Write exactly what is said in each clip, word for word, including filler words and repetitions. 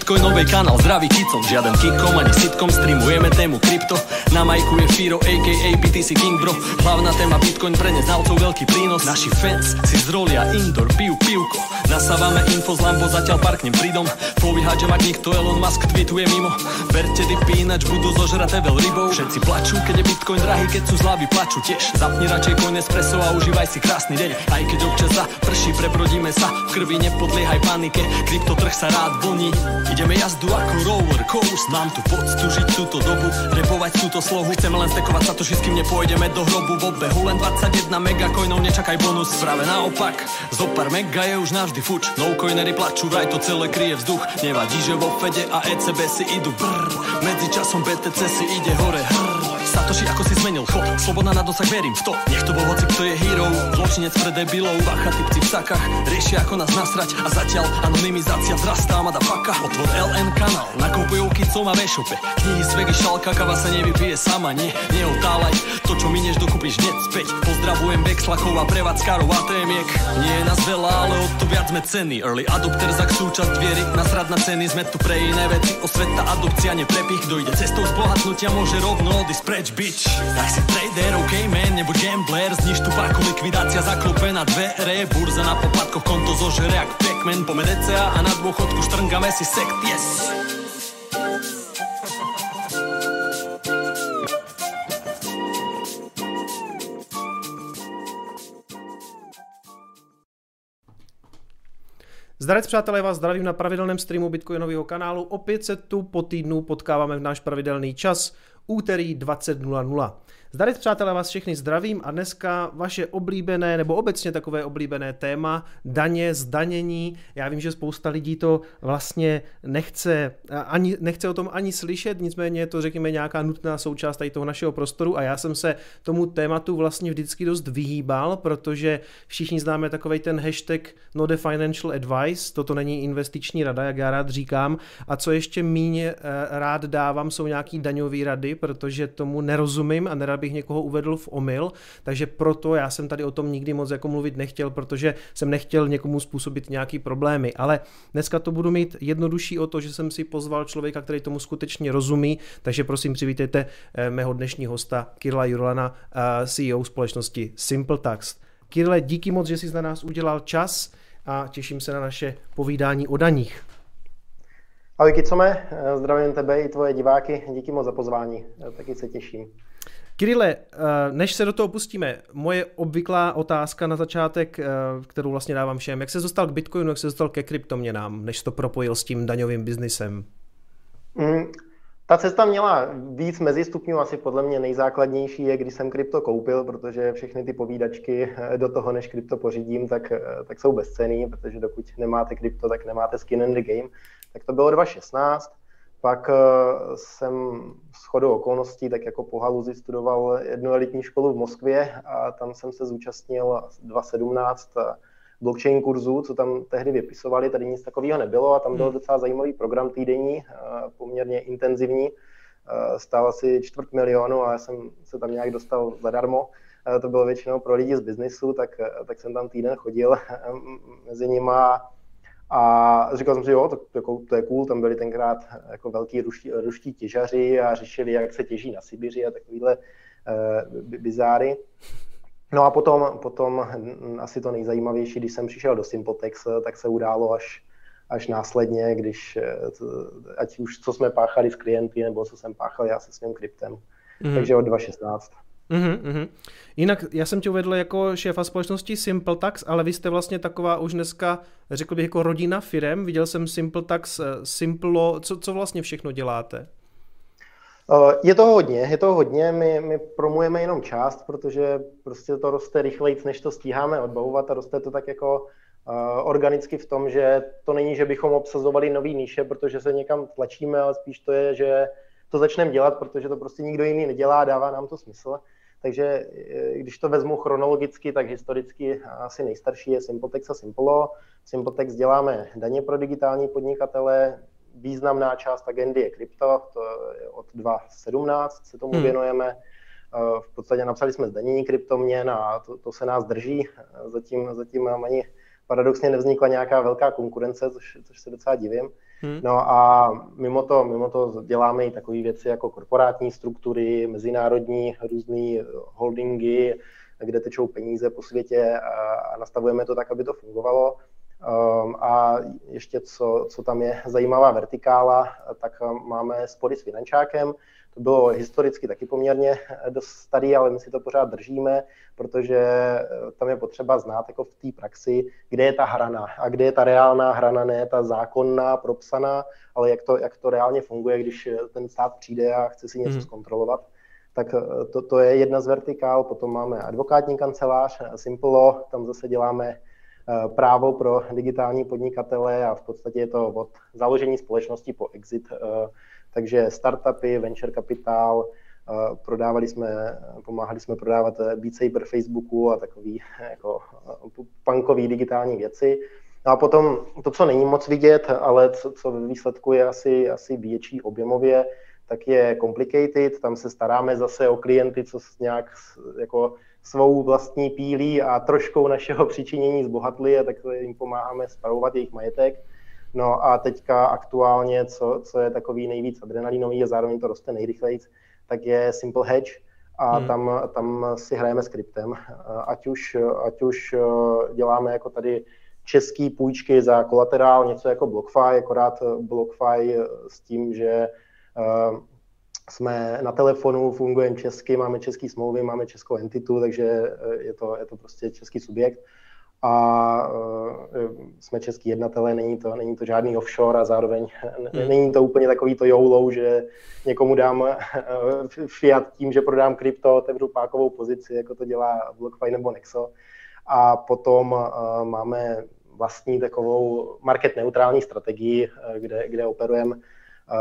Bitcoinovej kanál, zdravý kicom, žiaden kikom ani sitkom, streamujeme tému krypto. Na majku je Firo, á ká á bé té cé King Bro. Hlavná téma Bitcoin pre neznalcov veľký prínos. Naši fans si zrolia indoor, pijú pivko. Nasávame info z Lambo, zatiaľ parknem pridom. Povíhať, že mať nikto, Elon Musk tweetuje mimo. Berte dipy, ináč budú zožraté veľ rybou. Všetci plačú, keď je Bitcoin drahý, keď sú zľavy, plačú tiež. Zapni radšej Coin Espresso a užívaj si krásny deň. Aj keď občas zaprší, prebrodíme sa. V krvi nepodliehaj panike, kryptotrh sa rád vlní. Ideme jazdu ako roller coaster. Mám tu poctu žiť túto dobu, repovať túto slohu. Chceme len stekovať sa to, kým nepôjdeme do hrobu. V obehu len dvadsaťjeden megacoinov, nečakaj bonus. Práve naopak, zopár mega je už navždy fuč. No coinery plačú, vraj to celé kryje vzduch. Nevadí, že vo Fede a é cé bé si idú brr. Medzi časom bé té cé si ide hore hrr. Satoshi, ako si zmenil chod, slobodná na dosah, verím v to. Nech to bol hoci, kto je hero, zločinec pre debilov. Bacha, typci v sakách, riešia ako nás nasrať. A zatiaľ anonymizácia vzrastá, madafaka. Otvor el en kanál, nakupujú kicom a v-shope. Knihy z vegy, šalka, kava sa nevypije sama. Nie, neotálaj, to čo minieš dokúpiš hneď späť. Pozdravujem Bexlakov a prevádzkarov á té emiek. Nie je nás veľa, ale o to viac sme cenní. Early adopters, ak súčasť viery, nasrad na ceny. Sme tu pre iné veci, osveta, adopcia, neprepich. Kto ide cestou zbohatnutia, môže rovno odísť preč, bitch. Tak si trader, ok man, nebo gambler. Zniž tu parku, likvidácia, zaklope na dvere. Burza na popadkoch, konto zožere jak Pac-Man. Pome dé cé á a na dôchodku štrngame si sekt, yes. Zdarec přátelé, vás zdravím na pravidelném streamu Bitcoinového kanálu. Opět se tu po týdnu potkáváme v náš pravidelný čas, úterý dvacet nula nula. Zdarec přátelé, vás všechny zdravím a dneska vaše oblíbené, nebo obecně takové oblíbené téma, daně, zdanění. Já vím, že spousta lidí to vlastně nechce, ani, nechce o tom ani slyšet, nicméně je to, řekněme, nějaká nutná součást tady toho našeho prostoru a já jsem se tomu tématu vlastně vždycky dost vyhýbal, protože všichni známe takovej ten hashtag not a financial advice, toto není investiční rada, jak já rád říkám, a co ještě míň rád dávám, jsou nějaký daňový rady, protože tomu nerozumím a nerad bych někoho uvedl v omyl, takže proto já jsem tady o tom nikdy moc jako mluvit nechtěl, protože jsem nechtěl někomu způsobit nějaký problémy, ale dneska to budu mít jednodušší o to, že jsem si pozval člověka, který tomu skutečně rozumí, takže prosím přivítejte mého dnešního hosta Kirila Jurlana, C E O společnosti SimpleTax. Kirile, díky moc, že jsi na nás udělal čas a těším se na naše povídání o daních. Ahoj Kicome, zdravím tebe i tvoje diváky, díky moc za pozvání, taky se těším. Kirile, než se do toho pustíme, moje obvyklá otázka na začátek, kterou vlastně dávám všem, jak se dostal k Bitcoinu, jak se dostal ke kryptoměnám, než to propojil s tím daňovým biznisem? Mm, ta cesta měla víc mezistupňů, asi podle mě nejzákladnější je, když jsem krypto koupil, protože všechny ty povídačky do toho, než krypto pořídím, tak, tak jsou bezcenný, protože dokud nemáte krypto, tak nemáte skin in the game. Tak to bylo dva tisíce šestnáct, pak jsem shodou okolností tak jako po haluzi studoval jednu elitní školu v Moskvě a tam jsem se zúčastnil dva tisíce sedmnáct blockchain kurzu, co tam tehdy vypisovali, tady nic takového nebylo a tam byl docela zajímavý program týdenní, poměrně intenzivní, stál asi čtvrt milionu a já jsem se tam nějak dostal zadarmo. To bylo většinou pro lidi z biznisu, tak, tak jsem tam týden chodil mezi nima. A říkal jsem si, jo, to, jako, to je cool, tam byli tenkrát jako velký ruští, ruští těžaři a řešili, jak se těží na Sibiři a takovýhle uh, bizáry. No a potom, potom asi to nejzajímavější, když jsem přišel do SimpleTax, tak se událo až, až následně, když, ať už co jsme páchali s klienty, nebo co jsem páchal já se svým kryptem. Mm. Takže od dva tisíce šestnáct. Uhum, uhum. Jinak já jsem tě uvedl jako šéfa společnosti SimpleTax, ale vy jste vlastně taková už dneska, řekl bych, jako rodina firem. Viděl jsem SimpleTax, Simplo, co, co vlastně všechno děláte? Je toho hodně, je toho hodně. My, my promujeme jenom část, protože prostě to roste rychleji, než to stíháme odbavovat a roste to tak jako uh, organicky v tom, že to není, že bychom obsazovali nový níše, protože se někam tlačíme, ale spíš to je, že to začneme dělat, protože to prostě nikdo jiný nedělá, dává nám to smysl. Takže když to vezmu chronologicky, tak historicky asi nejstarší je SimpleTax a Simplo. SimpleTax děláme daně pro digitální podnikatele, významná část agendy je krypto, to je od dva tisíce sedmnáct se tomu hmm. věnujeme. V podstatě napsali jsme zdanění kryptoměn a to, to se nás drží. Zatím, zatím ani paradoxně nevznikla nějaká velká konkurence, což, což se docela divím. Hmm. No a mimo to, mimo to děláme i takové věci jako korporátní struktury, mezinárodní různé holdingy, kde tečou peníze po světě a nastavujeme to tak, aby to fungovalo. A ještě co, co tam je zajímavá vertikála, tak máme spory s finančákem. To bylo historicky taky poměrně dost starý, ale my si to pořád držíme, protože tam je potřeba znát jako v té praxi, kde je ta hrana a kde je ta reálná hrana, ne ta zákonná, propsaná, ale jak to, jak to reálně funguje, když ten stát přijde a chce si něco mm. zkontrolovat. Tak to, to je jedna z vertikál. Potom máme advokátní kancelář, Simple Law, tam zase děláme právo pro digitální podnikatele a v podstatě je to od založení společnosti po exit. Takže startupy, venture kapitál, prodávali jsme, pomáhali jsme prodávat Beat Saber Facebooku a takový jako punkový digitální věci. No a potom to, co není moc vidět, ale co, co ve výsledku je asi, asi větší objemově, tak je Complicated. Tam se staráme zase o klienty, co nějak jako svou vlastní pílí a troškou našeho přičinění zbohatli a tak jim pomáháme spravovat jejich majetek. No a teďka aktuálně, co, co je takový nejvíc adrenalinový a zároveň to roste nejrychleji, tak je Simple Hedge a hmm. tam, tam si hrajeme s kryptem. Ať už, ať už děláme jako tady český půjčky za kolaterál, něco jako BlockFi, akorát BlockFi s tím, že uh, jsme na telefonu, fungujeme česky, máme český smlouvy, máme českou entitu, takže je to, je to prostě český subjekt. A uh, jsme český jednatelé, není to, není to žádný offshore a zároveň hmm. není to úplně takový to YOLO, že někomu dám uh, fiat tím, že prodám krypto, otevřu pákovou pozici, jako to dělá BlockFi nebo Nexo. A potom uh, máme vlastní takovou market neutrální strategii, kde, kde operujeme uh,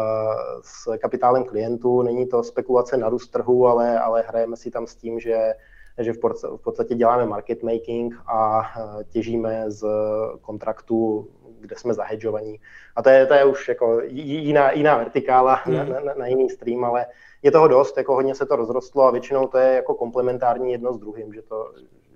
s kapitálem klientů. Není to spekulace na růst trhu, ale, ale hrajeme si tam s tím, že že v podstatě děláme market making a těžíme z kontraktů, kde jsme zahedžovaní. A to je, to je už jako jiná, jiná vertikála mm. na, na, na jiný stream, ale je toho dost, jako hodně se to rozrostlo a většinou to je jako komplementární jedno s druhým, že to,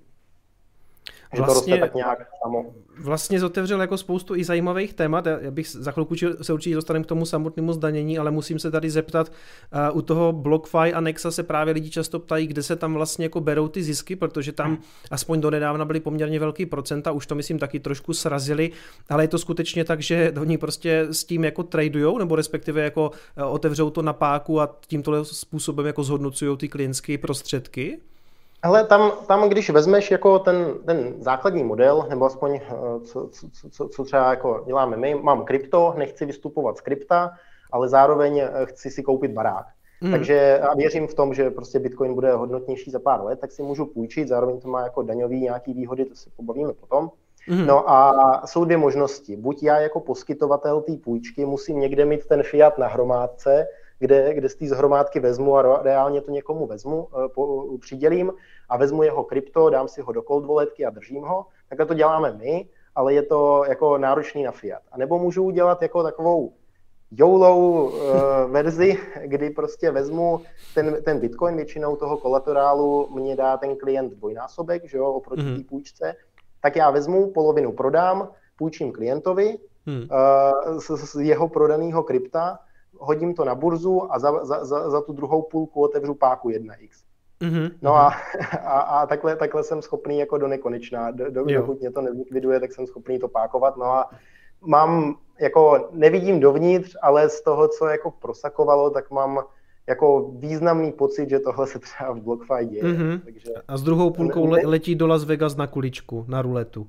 že vlastně, to roste tak nějak samo. Vlastně zotevřel jako spoustu i zajímavých témat. Já bych za chvilku se určitě dostaneme k tomu samotnému zdanění, ale musím se tady zeptat, uh, u toho BlockFi a Nexa se právě lidi často ptají, kde se tam vlastně jako berou ty zisky, protože tam aspoň donedávna byly poměrně velký procenta, už to myslím taky trošku srazili, ale je to skutečně tak, že oni prostě s tím jako tradujou, nebo respektive jako otevřou to na páku a tímto způsobem jako zhodnocují ty klientské prostředky? Ale tam, tam, když vezmeš jako ten, ten základní model, nebo aspoň co, co, co, co třeba jako děláme my, mám krypto, nechci vystupovat z krypta, ale zároveň chci si koupit barák. Mm. Takže a věřím v tom, že prostě Bitcoin bude hodnotnější za pár let, tak si můžu půjčit, zároveň to má jako daňový nějaký výhody, to si pobavíme potom. Mm. No a jsou dvě možnosti. Buď já jako poskytovatel té půjčky musím někde mít ten fiat na hromádce, kde, kde z té zhromádky vezmu a reálně to někomu vezmu, po, přidělím a vezmu jeho krypto, dám si ho do cold walletky a držím ho. Takhle to děláme my, ale je to jako náročný na fiat. A nebo můžu udělat jako takovou YOLO uh, verzi, kdy prostě vezmu ten, ten Bitcoin, většinou toho kolaterálu mě dá ten klient dvojnásobek, že jo, oproti mm. té půjčce, tak já vezmu, polovinu prodám, půjčím klientovi mm. uh, z, z jeho prodaného krypta, hodím to na burzu a za, za, za, za tu druhou půlku otevřu páku jedna iks. Mm-hmm. No a, a, a takhle, takhle jsem schopný jako do nekonečna. Do, do, dokud mě to nezlikviduje, tak jsem schopný to pákovat. No a mám, jako nevidím dovnitř, ale z toho, co jako prosakovalo, tak mám jako významný pocit, že tohle se třeba v BlockFi děje. Mm-hmm. Takže a s druhou půlkou ne, letí do Las Vegas na kuličku, na ruletu.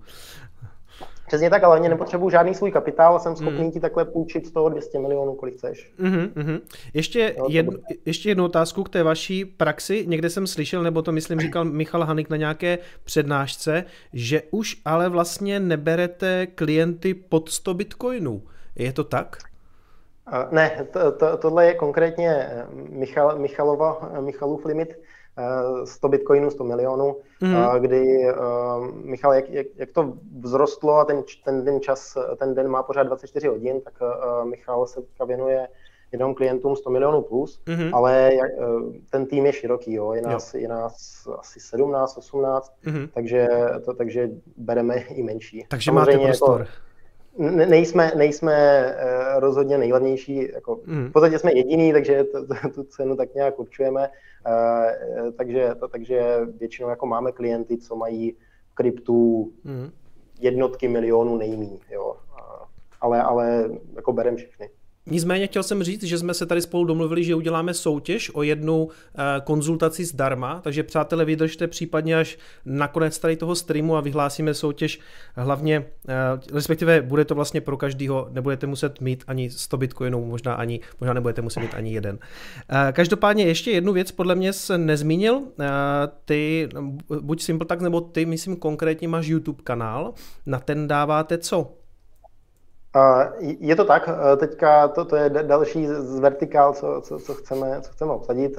Přesně tak, ale ani nepotřebuji žádný svůj kapitál, jsem schopný mm. ti takhle půjčit z toho dvě stě milionů, kolik chceš. Mm, mm. Ještě, no, jednu, ještě jednu otázku k té vaší praxi. Někde jsem slyšel, nebo to myslím říkal Michal Hanik na nějaké přednášce, že už ale vlastně neberete klienty pod sto bitcoinů. Je to tak? Ne, to, to, tohle je konkrétně Michal, Michalova, Michalův limit. sto bitcoinů, sto milionů, mm. kdy Michal, jak, jak, jak to vzrostlo a ten, ten, ten čas, ten den má pořád dvacet čtyři hodin, tak Michal se věnuje jenom klientům sto milionů plus, mm. ale ten tým je široký, jo, je nás, je nás asi sedmnáct, osmnáct, mm. takže, to, takže bereme i menší. Takže samozřejmě máte prostor. Jako, Ne, nejsme, nejsme rozhodně nejlevnější, jako v podstatě jsme jediný, takže tu cenu tak nějak určujeme, takže, takže většinou jako máme klienty, co mají v kryptu jednotky milionů nejmí, jo. Ale, ale jako berem všechny. Nicméně chtěl jsem říct, že jsme se tady spolu domluvili, že uděláme soutěž o jednu konzultaci zdarma, takže přátelé, vydržte případně až nakonec tady toho streamu a vyhlásíme soutěž hlavně, respektive bude to vlastně pro každýho, nebudete muset mít ani sto bitcoinů, možná ani, možná nebudete muset mít ani jeden. Každopádně ještě jednu věc podle mě se nezmínil, ty, buď SimpleTax nebo ty, myslím konkrétně máš YouTube kanál, na ten dáváte co? Je to tak, teďka to, to je další z vertikál, co, co, co, chceme, co chceme obsadit.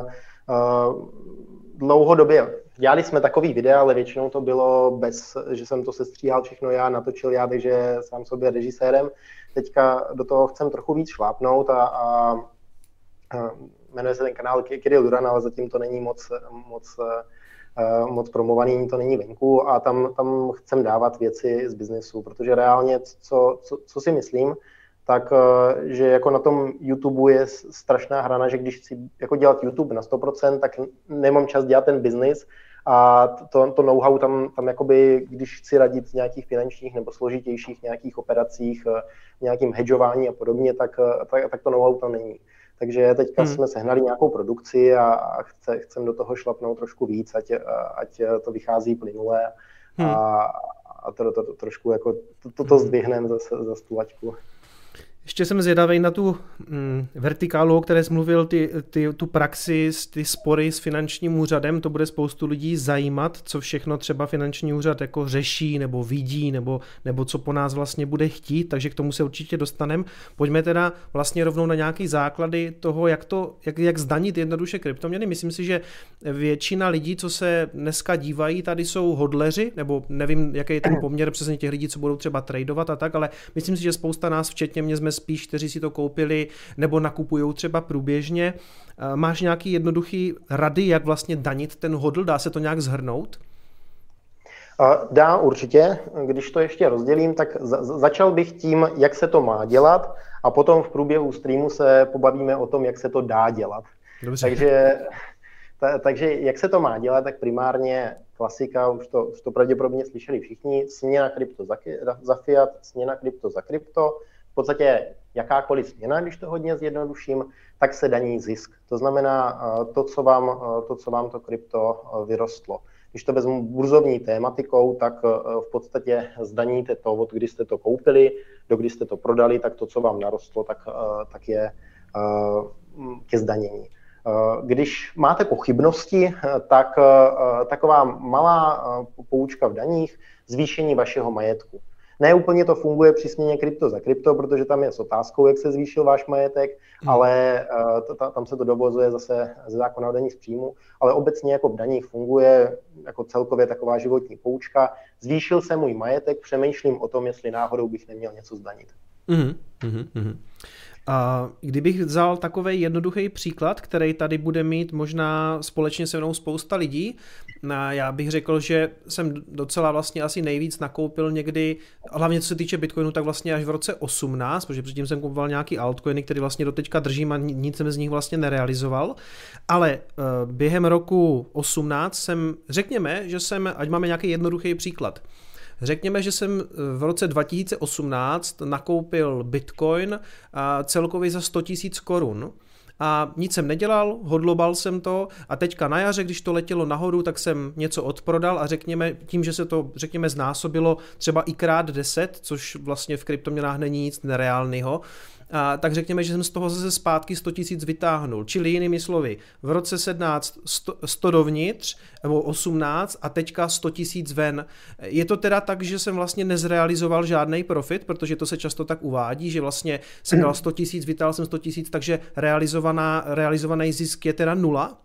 Dlouhodobě dělali jsme takový videa, ale většinou to bylo bez, že jsem to sestříhal všechno já, natočil já, takže sám sobě režisérem. Teďka do toho chcem trochu víc šlápnout a, a, a jmenuje se ten kanál Kirill Duran, ale zatím to není moc, moc moc promovaný, to není venku a tam, tam chcem dávat věci z biznesu, protože reálně, co, co, co si myslím, tak že jako na tom YouTube je strašná hrana, že když chci jako dělat YouTube na sto procent, tak nemám čas dělat ten biznis a to, to know-how tam, tam jakoby, když chci radit z nějakých finančních nebo složitějších nějakých operacích, nějakým hedžování a podobně, tak, tak, tak to know-how tam není. Takže teďka hmm. jsme sehnali nějakou produkci a, a chce, chcem do toho šlapnout trošku víc, ať, ať to vychází plynule hmm. a, a to, to, to trošku jako to, to, to zdvihneme za, za stůlačku. Ještě jsem zvědavý na tu mm, vertikálu, o které jsi mluvil, ty, ty, tu praxi, ty spory s finančním úřadem, to bude spoustu lidí zajímat, co všechno třeba finanční úřad jako řeší nebo vidí, nebo, nebo co po nás vlastně bude chtít, takže k tomu se určitě dostaneme. Pojďme teda vlastně rovnou na nějaké základy toho, jak, to, jak, jak zdanit jednoduše kryptoměny. Myslím si, že většina lidí, co se dneska dívají, tady jsou hodleři, nebo nevím, jaký je ten poměr přesně těch lidí, co budou třeba tradovat a tak, ale myslím si, že spousta nás, včetně mě, jsme spíš, kteří si to koupili nebo nakupují třeba průběžně. Máš nějaký jednoduchý rady, jak vlastně danit ten hodl? Dá se to nějak shrnout? Dá určitě. Když to ještě rozdělím, tak za- začal bych tím, jak se to má dělat a potom v průběhu streamu se pobavíme o tom, jak se to dá dělat. Dobře. Takže, ta, takže jak se to má dělat, tak primárně klasika, už to, už to pravděpodobně slyšeli všichni, směna krypto za, za fiat, směna krypto za krypto. V podstatě jakákoliv směna, když to hodně zjednoduším, tak se daní zisk. To znamená to, co vám to, co vám to krypto vyrostlo. Když to vezmu burzovní tématikou, tak v podstatě zdaníte to, od kdy jste to koupili, do kdy jste to prodali, tak to, co vám narostlo, tak, tak je ke zdanění. Když máte pochybnosti, tak taková malá poučka v daních, zvýšení vašeho majetku. Ne úplně to funguje při směně krypto za krypto, protože tam je s otázkou, jak se zvýšil váš majetek, hmm. ale uh, tam se to dovozuje zase ze zákona o daních z příjmu, ale obecně jako v daních funguje jako celkově taková životní poučka. Zvýšil se můj majetek, přemýšlím o tom, jestli náhodou bych neměl něco zdanit. Mm, mm, mm. A kdybych vzal takový jednoduchý příklad, který tady bude mít možná společně se mnou spousta lidí, já bych řekl, že jsem docela vlastně asi nejvíc nakoupil někdy, hlavně co se týče Bitcoinu, tak vlastně až v roce osmnáct, protože předtím jsem kupoval nějaký altcoiny, který vlastně doteďka držím a nic jsem z nich vlastně nerealizoval, ale během roku osmnáct jsem, řekněme, že jsem, ať máme nějaký jednoduchý příklad, Řekněme, že jsem v roce dva tisíce osmnáct nakoupil Bitcoin celkově za sto tisíc korun a nic jsem nedělal, hodlobal jsem to a teďka na jaře, když to letělo nahoru, tak jsem něco odprodal a řekněme, tím, že se to, řekněme, znásobilo třeba i krát deset, což vlastně v kryptoměnách není nic nereálného, a tak řekněme, že jsem z toho zase zpátky sto tisíc vytáhnul. Čili jinými slovy, v roce sedmnáct sto, sto dovnitř, nebo osmnáct a teďka sto tisíc ven. Je to teda tak, že jsem vlastně nezrealizoval žádný profit, protože to se často tak uvádí, že vlastně jsem dal sto tisíc, vytáhl jsem sto tisíc, takže realizovaná, realizovaný zisk je teda nula?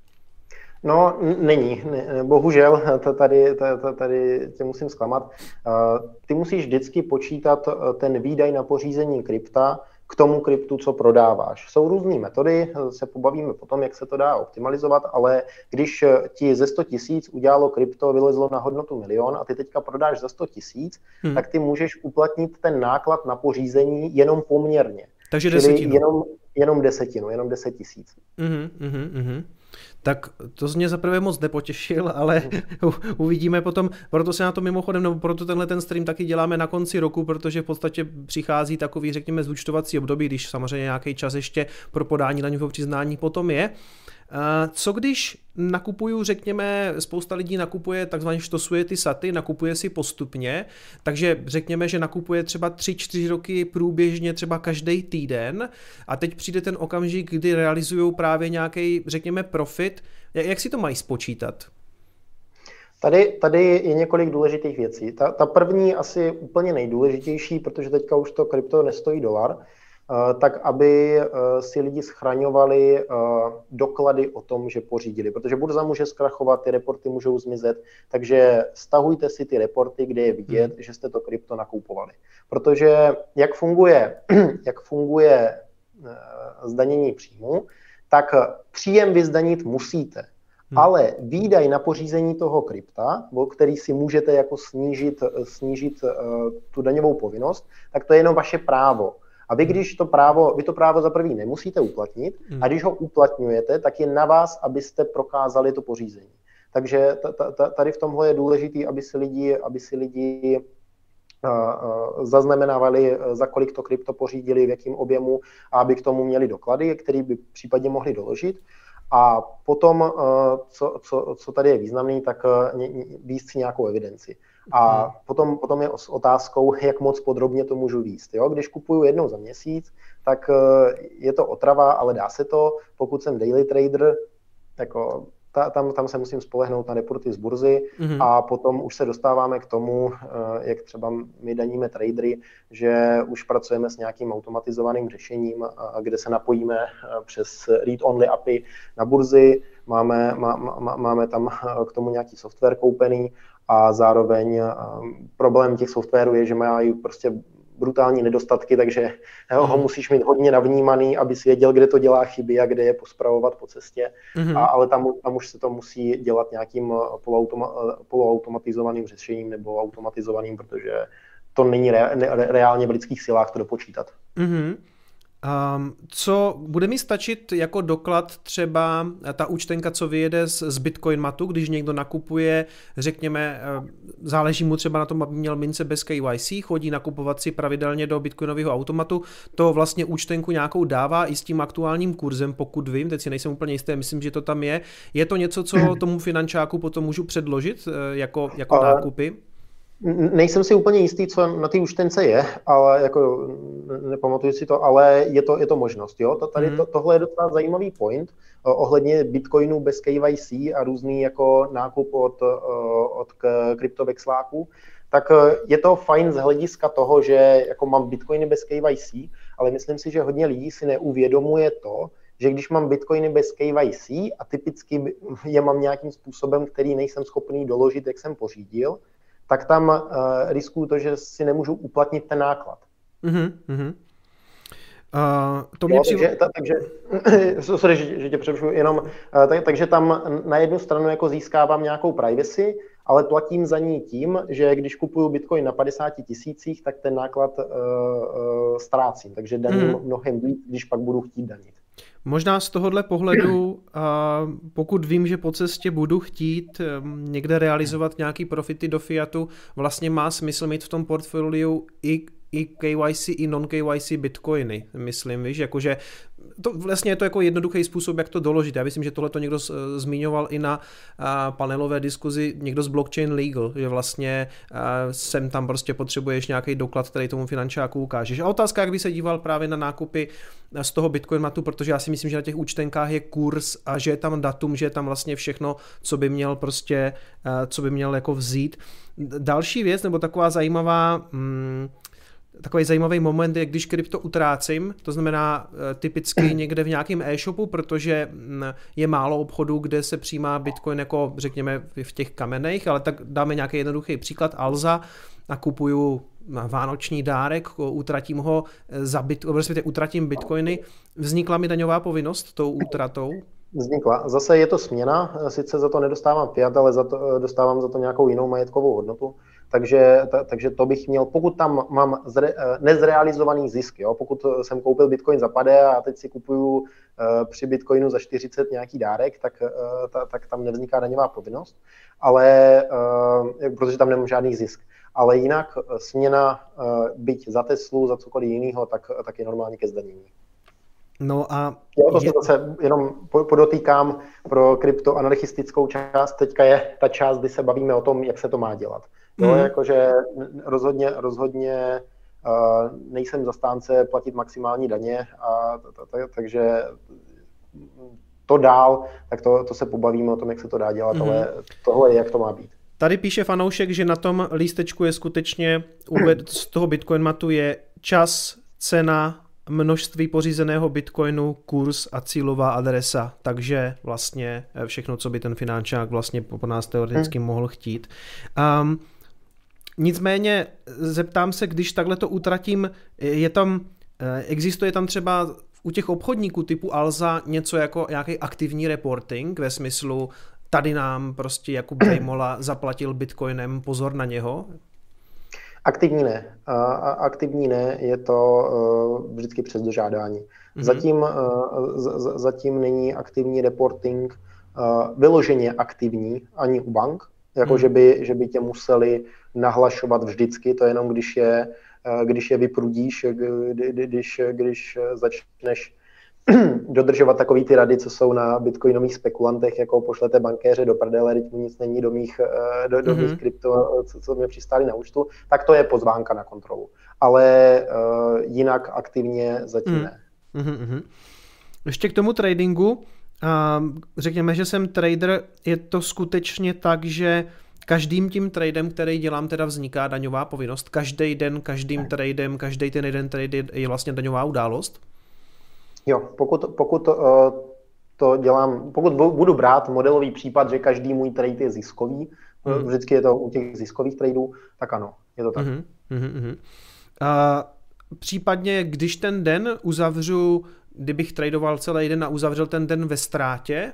No, není. Bohužel, tady, tady tě musím zklamat. Ty musíš vždycky počítat ten výdaj na pořízení krypta k tomu kryptu, co prodáváš. Jsou různé metody, se pobavíme potom, jak se to dá optimalizovat, ale když ti ze sto tisíc udělalo krypto, vylezlo na hodnotu milion a ty teďka prodáš za sto tisíc, hmm. tak ty můžeš uplatnit ten náklad na pořízení jenom poměrně. Takže desetinu. Jenom, jenom desetinu, jenom deset tisíc. Uhum, uhum, uhum. Tak to mě zaprvé moc nepotěšil, ale uvidíme potom, proto se na to mimochodem, nebo proto tenhle ten stream taky děláme na konci roku, protože v podstatě přichází takový, řekněme, zúčtovací období, když samozřejmě nějaký čas ještě pro podání daňového přiznání potom je. Co když nakupuju, řekněme, spousta lidí nakupuje, takzvaně štosuje ty saty, nakupuje si postupně, takže řekněme, že nakupuje třeba tři čtyři roky průběžně, třeba každý týden a teď přijde ten okamžik, kdy realizují právě nějaký, řekněme, profit. Jak si to mají spočítat? Tady, tady je několik důležitých věcí. Ta, ta první asi úplně nejdůležitější, protože teďka už to krypto nestojí dolar, tak aby si lidi schraňovali doklady o tom, že pořídili, protože burza může zkrachovat, ty reporty můžou zmizet, takže stahujte si ty reporty, kde je vidět, hmm. že jste to krypto nakupovali. Protože jak funguje, jak funguje zdanění příjmu, tak příjem vy zdanit musíte. Hmm. Ale výdaj na pořízení toho krypta, který si můžete jako snížit, snížit tu daňovou povinnost, tak to je jenom vaše právo. A vy, když to právo, vy to právo za první nemusíte uplatnit a když ho uplatňujete, tak je na vás, abyste prokázali to pořízení. Takže tady v tomhle je důležitý, aby si lidi, aby si lidi zaznamenávali, za kolik to krypto pořídili, v jakém objemu a aby k tomu měli doklady, které by případně mohli doložit. A potom, co, co, co tady je významný, tak víc si nějakou evidenci. A hmm. potom, potom je s otázkou, jak moc podrobně to můžu víst. Jo? Když kupuju jednou za měsíc, tak je to otrava, ale dá se to. Pokud jsem daily trader, jako, ta, tam, tam se musím spolehnout na reporty z burzy hmm. a potom už se dostáváme k tomu, jak třeba my daníme tradery, že už pracujeme s nějakým automatizovaným řešením, kde se napojíme přes read-only A P I na burzy, máme, má, má, máme tam k tomu nějaký software koupený, a zároveň problém těch softwarů je, že mají prostě brutální nedostatky, takže jo, ho musíš mít hodně navnímaný, aby si věděl, kde to dělá chyby a kde je pospravovat po cestě. Mm-hmm. A, ale tam, tam už se to musí dělat nějakým poloautoma, poloautomatizovaným řešením nebo automatizovaným, protože to není re, ne, reálně v lidských silách to dopočítat. Mm-hmm. Um, co bude mi stačit jako doklad třeba ta účtenka, co vyjede z, z Bitcoin matu, když někdo nakupuje, řekněme, záleží mu třeba na tom, aby měl mince bez K Y C, chodí nakupovat si pravidelně do bitcoinového automatu, to vlastně účtenku nějakou dává i s tím aktuálním kurzem, pokud vím, teď si nejsem úplně jistý, myslím, že to tam je. Je to něco, co tomu finančáku potom můžu předložit jako, jako uh. nákupy? Nejsem si úplně jistý, co na té účtence je, ale jako nepamatuji si to, ale je to, je to možnost. Jo? To, tady, to, tohle je docela zajímavý point ohledně Bitcoinu bez K Y C a různý jako nákup od, od kryptovexláků. Tak je to fajn z hlediska toho, že jako mám Bitcoiny bez K Y C, ale myslím si, že hodně lidí si neuvědomuje to, že když mám Bitcoiny bez K Y C a typicky je mám nějakým způsobem, který nejsem schopný doložit, jak jsem pořídil, tak tam uh, riskuju to, že si nemůžu uplatnit ten náklad. Mm-hmm, mm-hmm. Uh, to mě jo, přiv... takže, ta, takže sorry, že, že tě přerušuji, jenom, uh, tak, takže tam na jednu stranu jako získávám nějakou privacy, ale platím za ní tím, že když kupuju Bitcoin na padesáti tisících, tak ten náklad uh, uh, ztrácím, takže daním mm-hmm. mnohem víc, když pak budu chtít danit. Možná z tohohle pohledu, pokud vím, že po cestě budu chtít někde realizovat nějaký profity do fiatu, vlastně má smysl mít v tom portfoliu i, i K Y C, i non-K Y C bitcoiny, myslím, víš, jakože to vlastně je to jako jednoduchý způsob, jak to doložit. Já myslím, že tohle to někdo zmiňoval i na panelové diskuzi, někdo z Blockchain Legal, že vlastně sem tam prostě potřebuješ nějaký doklad, který tomu finančáku ukážeš. A otázka, jak by se díval právě na nákupy z toho Bitcoin matu, protože já si myslím, že na těch účtenkách je kurz a že je tam datum, že je tam vlastně všechno, co by měl prostě, co by měl jako vzít. Další věc, nebo taková zajímavá hmm, Takový zajímavý moment je, když krypto utrácím, to znamená typicky někde v nějakém e-shopu, protože je málo obchodů, kde se přijímá Bitcoin jako řekněme v těch kamenech, ale tak dáme nějaký jednoduchý příklad Alza a kupuju vánoční dárek, utratím ho za bit, respektive utratím bitcoiny, vznikla mi daňová povinnost tou útratou? Vznikla. Zase je to směna, sice za to nedostávám fiat, ale za to, dostávám za to nějakou jinou majetkovou hodnotu. Takže, ta, takže to bych měl, pokud tam mám zre, nezrealizovaný zisk, jo? Pokud jsem koupil bitcoin za padé a teď si kupuju uh, při bitcoinu za čtyřicet nějaký dárek, tak, uh, ta, tak tam nevzniká daňová povinnost, ale, uh, protože tam nemám žádný zisk. Ale jinak směna, uh, byť za Teslu, za cokoliv jiného, tak, tak je normálně ke zdanění. No a jo, to je... zase jenom podotýkám pro kryptoanarchistickou část, teďka je ta část, kdy se bavíme o tom, jak se to má dělat. Jo, mm. jakože rozhodně, rozhodně uh, nejsem zastánce platit maximální daně, a t- t- takže to dál, tak to, to se pobavíme o tom, jak se to dá dělat, mm. ale tohle je, jak to má být. Tady píše fanoušek, že na tom lístečku je skutečně z toho Bitcoin matu je čas, cena, množství pořízeného bitcoinu, kurz a cílová adresa, takže vlastně všechno, co by ten finančák vlastně po nás teoreticky hmm. mohl chtít. Um, nicméně zeptám se, když takhle to utratím, je tam, existuje tam třeba u těch obchodníků typu Alza něco jako nějaký aktivní reporting ve smyslu tady nám prostě Jakub Vejmola zaplatil bitcoinem, pozor na něho? Aktivní ne. Aktivní ne, je to vždycky přes dožádání. Mm-hmm. Zatím, zatím není aktivní reporting vyloženě aktivní ani u bank, jako mm. že, by, že by tě museli nahlašovat vždycky, to jenom když je, když je vyprudíš, když, když začneš dodržovat takový ty rady, co jsou na bitcoinových spekulantech, jako pošlete bankéře do prdele, teď mu nic není do mých, do, do mých krypto, co, co mě přistáli na účtu, tak to je pozvánka na kontrolu. Ale uh, jinak aktivně zatím mm. ne. Mm-hmm. Ještě k tomu tradingu. Uh, řekněme, že jsem trader, je to skutečně tak, že každým tím tradem, který dělám, teda vzniká daňová povinnost. Každý den, každým tradem, každý ten jeden trade je vlastně daňová událost? Jo, pokud, pokud uh, to dělám, pokud budu brát modelový případ, že každý můj trade je ziskový, mm. vždycky je to u těch ziskových tradeů, tak ano, je to tak. Mm, mm, mm. A případně, když ten den uzavřu, kdybych tradoval celý den a uzavřel ten den ve ztrátě?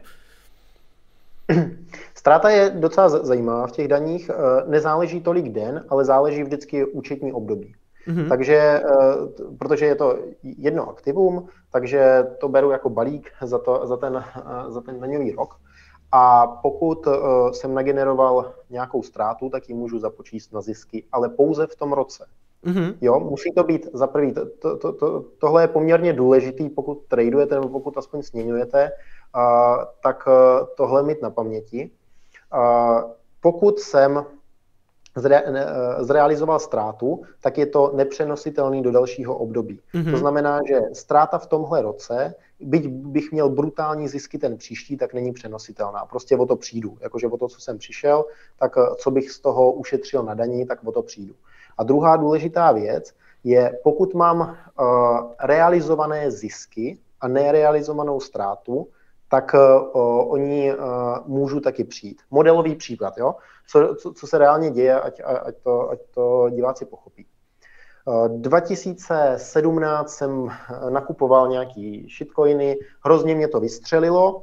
Ztráta je docela zajímavá v těch daních, nezáleží tolik den, ale záleží vždycky účetní období. Mm-hmm. Takže, protože je to jedno aktivum, takže to beru jako balík za, to, za, ten, za ten daňový rok. A pokud jsem nageneroval nějakou ztrátu, tak ji můžu započíst na zisky, ale pouze v tom roce. Mm-hmm. Jo, musí to být za prvý, to, to, to, tohle je poměrně důležitý, pokud tradujete nebo pokud aspoň směňujete, uh, tak uh, tohle mít na paměti. Uh, pokud jsem zre, ne, zrealizoval ztrátu, tak je to nepřenositelný do dalšího období. Mm-hmm. To znamená, že ztráta v tomhle roce, byť bych měl brutální zisky ten příští, tak není přenositelná. Prostě o to přijdu. Jakože o to, co jsem přišel, tak co bych z toho ušetřil na daní, tak o to přijdu. A druhá důležitá věc je, pokud mám uh, realizované zisky a nerealizovanou ztrátu, tak uh, o ní uh, můžu taky přijít. Modelový příklad, jo? Co, co, co se reálně děje, ať, ať, to, ať to diváci pochopí. Uh, dva tisíce sedmnáct jsem nakupoval nějaký shitcoiny, hrozně mě to vystřelilo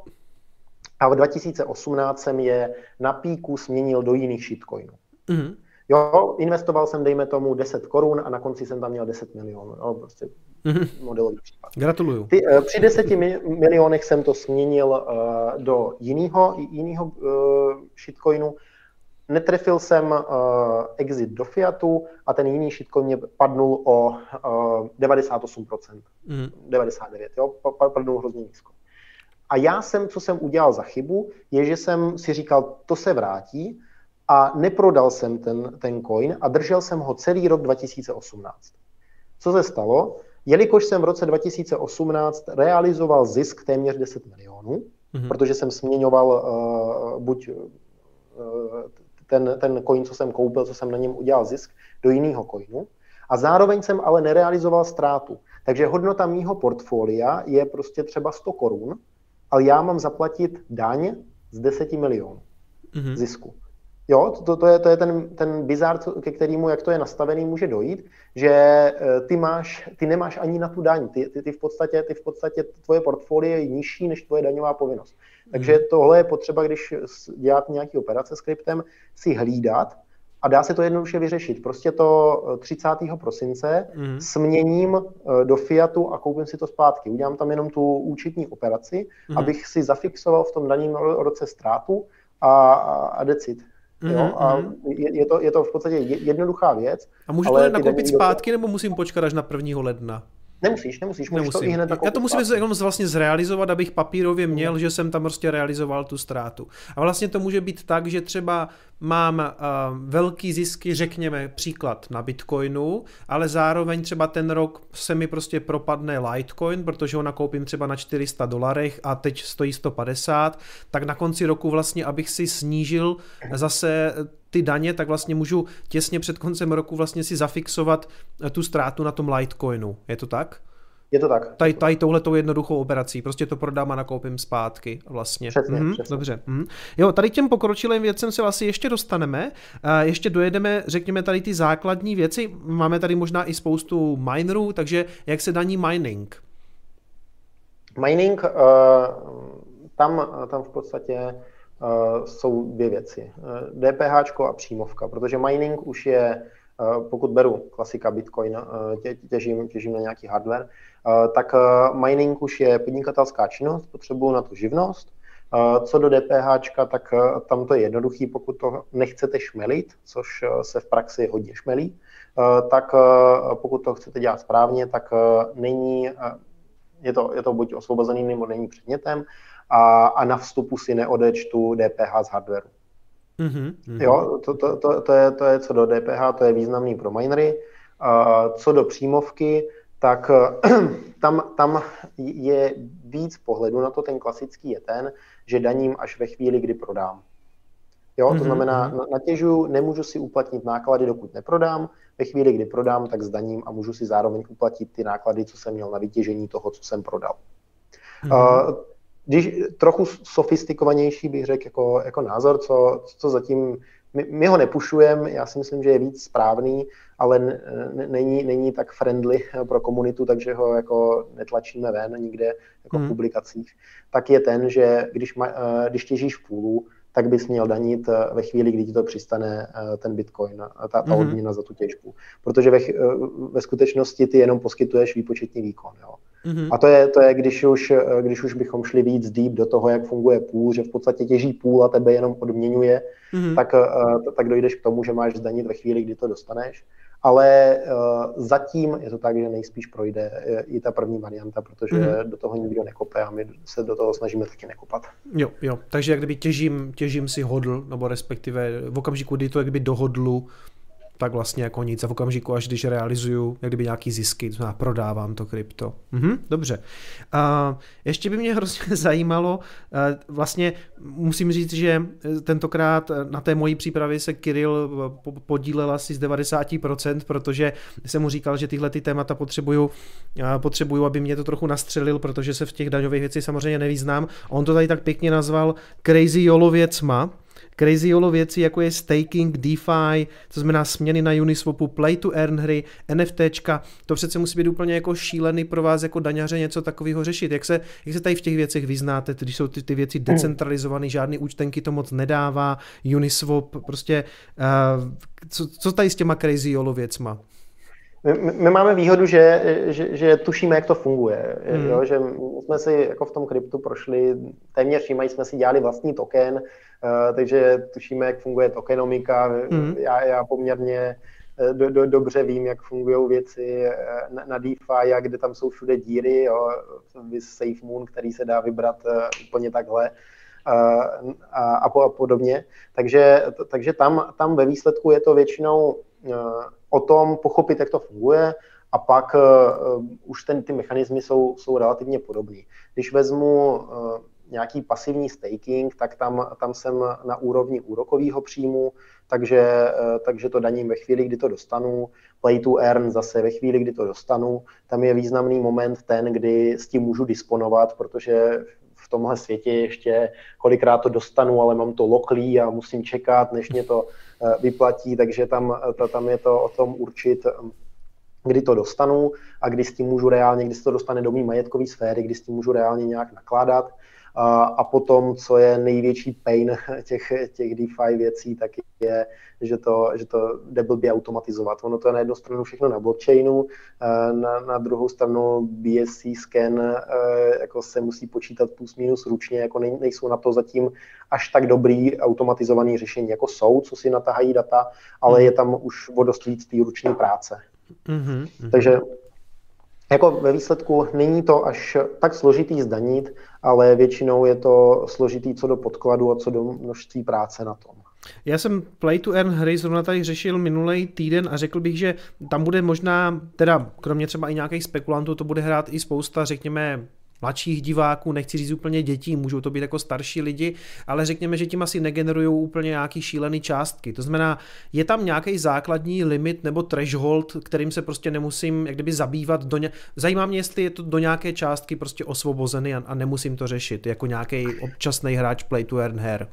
a v dva tisíce osmnáct jsem je na píku směnil do jiných shitcoinů. Mm-hmm. Jo, investoval jsem, dejme tomu, deset korun a na konci jsem tam měl deset milionů. Jo, prostě mm-hmm. modelový případ. Gratuluju. Ty, uh, při deseti milionech jsem to směnil uh, do jiného, jiného uh, shitcoinu. Netrefil jsem uh, exit do fiatu a ten jiný shitcoin mě padnul o uh, devadesát osm procent. Mm-hmm. devadesát devět procent, jo, padnul hrozně nízko. A já jsem, co jsem udělal za chybu, je, že jsem si říkal, to se vrátí, a neprodal jsem ten, ten coin a držel jsem ho celý rok dva tisíce osmnáct. Co se stalo? Jelikož jsem v roce dva tisíce osmnáct realizoval zisk téměř deset milionů, mm-hmm. protože jsem směňoval uh, buď uh, ten, ten coin, co jsem koupil, co jsem na něm udělal zisk, do jiného coinu, a zároveň jsem ale nerealizoval ztrátu. Takže hodnota mýho portfolia je prostě třeba sto korun, ale já mám zaplatit daň z deset milionů mm-hmm. zisku. Jo, to, to je, to je ten, ten bizár, ke kterému, jak to je nastavený, může dojít, že ty, máš, ty nemáš ani na tu daň. Ty, ty, ty, v podstatě, ty v podstatě tvoje portfolio je nižší než tvoje daňová povinnost. Takže tohle je potřeba, když děláte nějaké operace s kryptem, si hlídat a dá se to jednoduše vyřešit. Prostě to třicátého prosince mm. směním do fiatu a koupím si to zpátky. Udělám tam jenom tu účetní operaci, mm. abych si zafixoval v tom daním roce ztrátu a, a decid. Jo? A je, je, to, je to v podstatě jednoduchá věc. A můžu to nakoupit zpátky, nebo musím počkat až na prvního ledna? Nemusíš, nemusíš, můžeš Nemusím. to i hned nakoupit. Já to musím jenom vlastně zrealizovat, abych papírově měl, mm. že jsem tam prostě realizoval tu ztrátu. A vlastně to může být tak, že třeba mám uh, velký zisky, řekněme příklad na Bitcoinu, ale zároveň třeba ten rok se mi prostě propadne Litecoin, protože ho nakoupím třeba na čtyři sta dolarech a teď stojí sto padesát, tak na konci roku vlastně, abych si snížil zase ty daně, tak vlastně můžu těsně před koncem roku vlastně si zafixovat tu ztrátu na tom Litecoinu. Je to tak? Je to tak. Tady, tady touhletou jednoduchou operací. Prostě to prodám a nakoupím zpátky vlastně. Přesně, mhm, přesně. Dobře. Mhm. Jo, tady těm pokročilým věcem se asi ještě dostaneme. Ještě dojedeme, řekněme, tady ty základní věci. Máme tady možná i spoustu minerů, takže jak se daní mining? Mining, uh, tam, tam v podstatě Uh, jsou dvě věci. Uh, DPHčko a příjmovka, protože mining už je, uh, pokud beru klasika Bitcoin, uh, tě, těžím, těžím na nějaký hardware, uh, tak uh, mining už je podnikatelská činnost, potřebuju na tu živnost. Uh, co do DPHčka, tak uh, tam to je jednoduchý, pokud to nechcete šmelit, což uh, se v praxi hodně šmelí, uh, tak uh, pokud to chcete dělat správně, tak uh, není, uh, je, to, je to buď osvobozený, nebo není předmětem, A, a na vstupu si neodečtu D P H z hardwareu. Mm-hmm. Jo, to, to, to, to, je, to je co do D P H, to je významný pro minery. Uh, co do příjmovky, tak tam, tam je víc pohledu na to, ten klasický je ten, že daním až ve chvíli, kdy prodám. Jo, to mm-hmm. znamená, natěžuju, nemůžu si uplatnit náklady, dokud neprodám. Ve chvíli, kdy prodám, tak zdaním a můžu si zároveň uplatit ty náklady, co jsem měl na vytěžení toho, co jsem prodal. Mm-hmm. Uh, Když trochu sofistikovanější bych řekl jako, jako názor, co, co zatím, my, my ho nepušujeme, já si myslím, že je víc správný, ale n, není, není tak friendly pro komunitu, takže ho jako netlačíme ven nikde jako hmm. v publikacích, tak je ten, že když, ma, když těžíš v půlu, tak bys měl danit ve chvíli, kdy ti to přistane ten Bitcoin, ta, ta odměna za tu těžbu. Protože ve, ve skutečnosti ty jenom poskytuješ výpočetní výkon. Jo. Mm-hmm. A to je, to je když, už, když už bychom šli víc deep do toho, jak funguje půl, že v podstatě těží půl a tebe jenom odměňuje, mm-hmm. tak, tak dojdeš k tomu, že máš zdanit ve chvíli, kdy to dostaneš. Ale uh, zatím je to tak, že nejspíš projde i ta první varianta, protože mm-hmm. do toho nikdo nekope a my se do toho snažíme taky nekopat. Jo, jo. Takže jak kdyby těžím, těžím si hodl, nebo respektive v okamžiku, kdy to jak kdyby do hodlu, tak vlastně jako nic. A v okamžiku, až když realizuju jak kdyby nějaký zisky, to znamená prodávám to krypto. Mhm, dobře. A ještě by mě hrozně zajímalo, vlastně musím říct, že tentokrát na té mojí přípravě se Kiril podílel asi z devadesát procent, protože jsem mu říkal, že tyhle ty témata potřebuju, potřebuju, aby mě to trochu nastřelil, protože se v těch daňových věcích samozřejmě nevyznám. On to tady tak pěkně nazval crazy YOLO věcma. Crazy YOLO věci, jako je staking, DeFi, to znamená směny na Uniswapu, play to earn hry, NFTčka, to přece musí být úplně jako šílený pro vás jako daňaře něco takového řešit. Jak se, jak se tady v těch věcech vyznáte, když jsou ty, ty věci decentralizované, žádný účtenky to moc nedává, Uniswap, prostě uh, co, co tady s těma Crazy YOLO věcma? My, my máme výhodu, že, že, že tušíme, jak to funguje. Mm. Jo? Že jsme si jako v tom kryptu prošli, téměř všímají, jsme si dělali vlastní token, uh, takže tušíme, jak funguje tokenomika. Mm. Já, já poměrně do, do, dobře vím, jak fungují věci na, na DeFi, a kde tam jsou všude díry, jo? SafeMoon, který se dá vybrat uh, úplně takhle. Uh, a, a, po, a podobně. Takže, takže tam, tam ve výsledku je to většinou uh, o tom pochopit, jak to funguje, a pak uh, už ten, ty mechanismy jsou, jsou relativně podobné. Když vezmu uh, nějaký pasivní staking, tak tam, tam jsem na úrovni úrokového příjmu, takže, uh, takže to daním ve chvíli, kdy to dostanu. Play to earn zase ve chvíli, kdy to dostanu. Tam je významný moment ten, kdy s tím můžu disponovat, protože v tomhle světě ještě kolikrát to dostanu, ale mám to loklý a musím čekat, než mě to vyplatí, takže tam, tam je to o tom určit, kdy to dostanu a kdy s tím můžu reálně, kdy se to dostane do mý majetkové sféry, kdy s tím můžu reálně nějak nakládat. A potom, co je největší pain těch, těch DeFi věcí, tak je, že to, že to jde blbě automatizovat. Ono to je na jednu stranu všechno na blockchainu, na, na druhou stranu B S C scan jako se musí počítat plus minus ručně, jako nejsou na to zatím až tak dobrý automatizovaný řešení, jako jsou, co si natahají data, ale je tam už o dost víc té ruční práce. Mm-hmm. Takže jako ve výsledku není to až tak složitý zdanit, ale většinou je to složitý co do podkladu a co do množství práce na tom. Já jsem Play to Earn hry zrovna tady řešil minulý týden a řekl bych, že tam bude možná, teda kromě třeba i nějakých spekulantů, to bude hrát i spousta, řekněme, mladších diváků, nechci říct úplně dětí, můžou to být jako starší lidi, ale řekněme, že tím asi negenerují úplně nějaký šílený částky. To znamená, je tam nějaký základní limit nebo threshold, kterým se prostě nemusím jak kdyby zabývat. Do ně... Zajímá mě, jestli je to do nějaké částky prostě osvobozený a, a nemusím to řešit, jako nějaký občasný hráč Play to Earn her.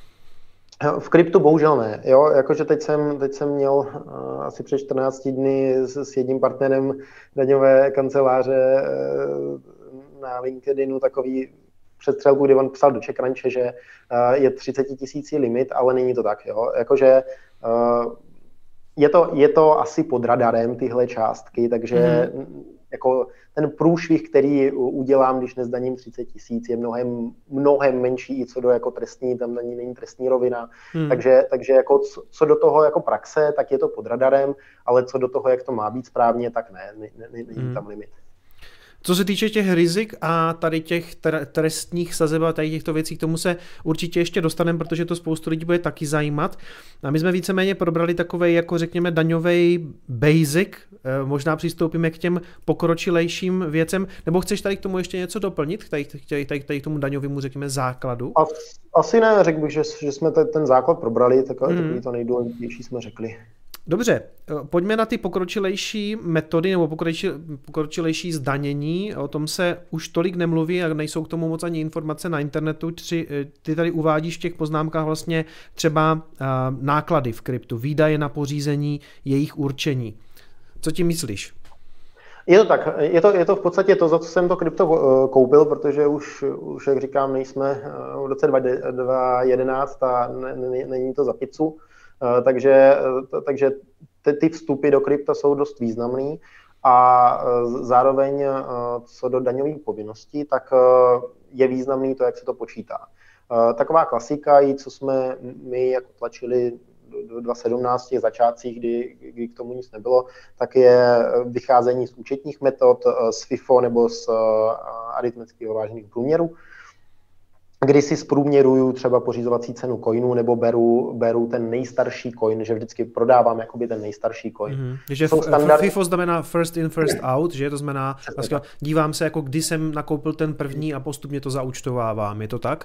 V kryptu bohužel ne. Jo? Jakože teď jsem, teď jsem měl uh, asi před čtrnácti dny s, s jedním partnerem daňové kanceláře uh, na LinkedInu takový přestřelku, kdy on psal do CheckRunche, že uh, je třicet tisíc limit, ale není to tak. Jo? Jakože uh, je, to, je to asi pod radarem tyhle částky, takže mm. jako ten průšvih, který udělám, když nezdaním třicet tisíc, je mnohem, mnohem menší i co do jako trestní, tam není, není trestní rovina. Hmm. Takže, takže jako co, co do toho jako praxe, tak je to pod radarem, ale co do toho, jak to má být správně, tak ne, ne, ne není hmm. tam limit. Co se týče těch rizik a tady těch trestních sazeb a tady těchto věcí, k tomu se určitě ještě dostaneme, protože to spoustu lidí bude taky zajímat. A my jsme víceméně probrali takovej, jako řekněme, daňový basic, možná přistoupíme k těm pokročilejším věcem, nebo chceš tady k tomu ještě něco doplnit, tady, tady, tady, tady k tomu daňovému, řekněme, základu? Asi ne, řekl bych, že, že jsme ten základ probrali, tak hmm. takový to nejdůležitější jsme řekli. Dobře, pojďme na ty pokročilejší metody nebo pokročilejší zdanění. O tom se už tolik nemluví a nejsou k tomu moc ani informace na internetu. Tři, ty tady uvádíš v těch poznámkách vlastně třeba náklady v kryptu, výdaje na pořízení, jejich určení. Co tím myslíš? Je to tak, je to, je to v podstatě to, za co jsem to krypto koupil, protože už, už jak říkám, nejsme v roce dva tisíce jedenáct a není to za pizzu. Takže, takže ty vstupy do krypta jsou dost významný a zároveň co do daňových povinností, tak je významný to, jak se to počítá. Taková klasika, i co jsme my jako tlačili do dva tisíce sedmnáct v těch začátcích, kdy, kdy k tomu nic nebylo, tak je vycházení z účetních metod, z FIFO nebo z aritmeticky vyvážených průměrů, kdy si zprůměruju třeba pořizovací cenu coinu nebo beru, beru ten nejstarší coin, že vždycky prodávám jakoby ten nejstarší coin. Mm-hmm. Takže standard... FIFO znamená first in, first out, že to znamená, vlastně dívám se, jako kdy jsem nakoupil ten první a postupně to zaúčtovávám, je to tak?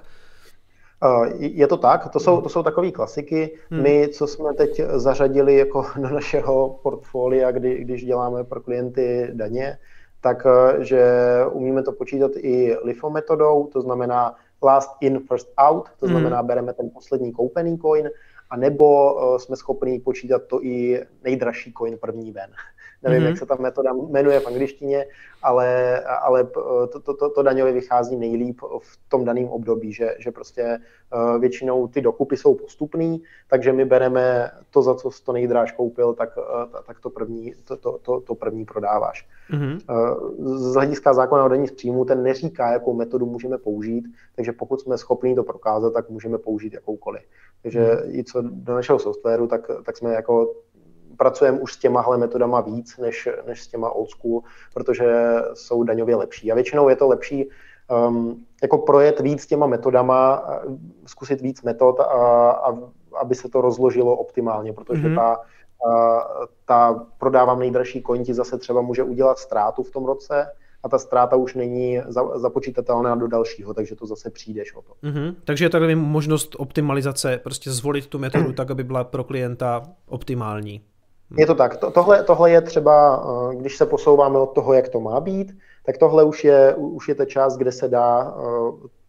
Je to tak, to jsou, to jsou takové klasiky. Hmm. My, co jsme teď zařadili jako do našeho portfolia, kdy, když děláme pro klienty daně, tak že umíme to počítat i LIFO metodou, to znamená last in, first out, to znamená bereme ten poslední koupený coin, a nebo jsme schopni počítat to i nejdražší coin první ven. Nevím, mm-hmm. jak se ta metoda jmenuje v angličtině, ale, ale to, to, to, to daňově vychází nejlíp v tom daném období, že, že prostě většinou ty dokupy jsou postupný, takže my bereme to, za co jsi to nejdráž koupil, tak, tak to, první, to, to, to, to první prodáváš. Mm-hmm. Z hlediska zákona o daní z příjmu ten neříká, jakou metodu můžeme použít, takže pokud jsme schopni to prokázat, tak můžeme použít jakoukoliv. Takže mm-hmm. i co do našeho softwaru, tak, tak jsme jako pracujeme už s těmahle metodama víc, než, než s těma old school, protože jsou daňově lepší. A většinou je to lepší um, jako projet víc těma metodama, zkusit víc metod, a, a, aby se to rozložilo optimálně, protože mm-hmm. ta, a, ta prodávám nejdražší coin ti zase třeba může udělat ztrátu v tom roce, a ta ztráta už není započítatelná do dalšího, takže to zase přijdeš o to. Mm-hmm. Takže je tady možnost optimalizace, prostě zvolit tu metodu tak, aby byla pro klienta optimální. Je to tak. Tohle, tohle je třeba, když se posouváme od toho, jak to má být, tak tohle už je, už je ta část, kde se dá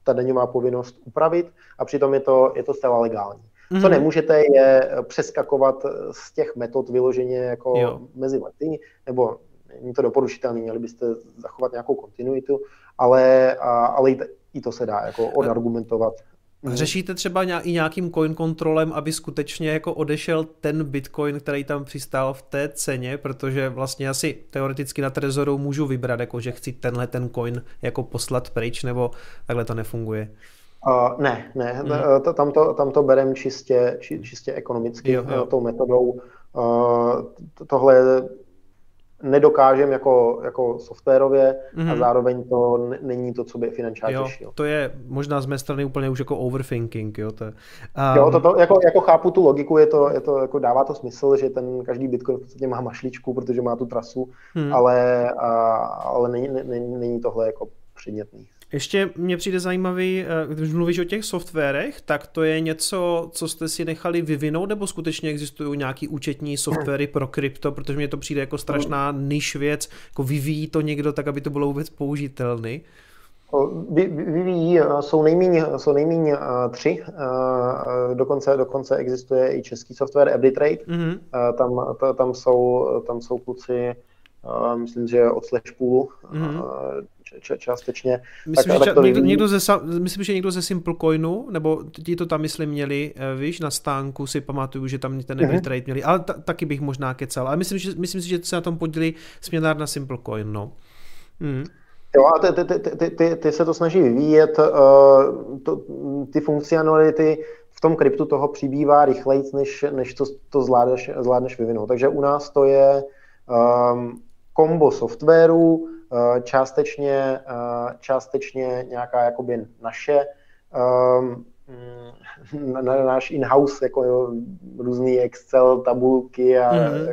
ta daňová povinnost upravit a přitom je to, je to zcela legální. Mm-hmm. Co nemůžete, je přeskakovat z těch metod vyloženě jako jo. mezi lety, nebo není to doporučitelné, měli byste zachovat nějakou kontinuitu, ale, a, ale i, i to se dá jako odargumentovat. Řešíte třeba i nějakým coin kontrolem, aby skutečně jako odešel ten Bitcoin, který tam přistál v té ceně, protože vlastně asi teoreticky na Trezoru můžu vybrat, jako že chci tenhle ten coin jako poslat pryč, nebo takhle to nefunguje? Uh, ne, ne, hmm. tam, to, tam to berem čistě, či, čistě ekonomicky, jo, jo. tou metodou. Uh, tohle nedokážem jako, jako softwarově mm-hmm. a zároveň to n- není to, co by finančák řešil. To je možná z mé strany úplně už jako overthinking. Jo, to, um... jo, to, to jako, jako chápu tu logiku, je to, je to, jako dává to smysl, že ten každý Bitcoin v podstatě má mašličku, protože má tu trasu, hmm. ale, a, ale není, není, není tohle jako předmětný. Ještě mě přijde zajímavý, když mluvíš o těch softwarech, tak to je něco, co jste si nechali vyvinout, nebo skutečně existují nějaký účetní softwary pro krypto, protože mně to přijde jako strašná niž věc, jako vyvíjí to někdo tak, aby to bylo vůbec použitelný? Vyvíjí, jsou nejméně, jsou nejméně tři, dokonce, dokonce existuje i český software Everytrade, mm-hmm. tam, tam, jsou, tam jsou kluci, myslím, že od Slashpoolu, mm-hmm. Č- částečně. Myslím, tak, že, tak někdo, někdo ze, myslím, že někdo ze Simplecoinu, nebo ti to tam, myslím, měli, víš, na stánku si pamatuju, že tam ten Everytrade mm-hmm. měli, ale ta, taky bych možná kecal. Ale myslím, že, myslím si, že se na tom podělí směnár na Simplecoin, no. Mm. Jo, a ty, ty, ty, ty, ty se to snaží vyvíjet, uh, to, ty funkcionality v tom kryptu toho přibývá rychleji, než, než to, to zvládneš, zvládneš vyvinout. Takže u nás to je um, kombo softwaru, částečně, částečně nějaká jakoby naše, na, na náš in-house, jako jo, různý Excel, tabulky a mm-hmm.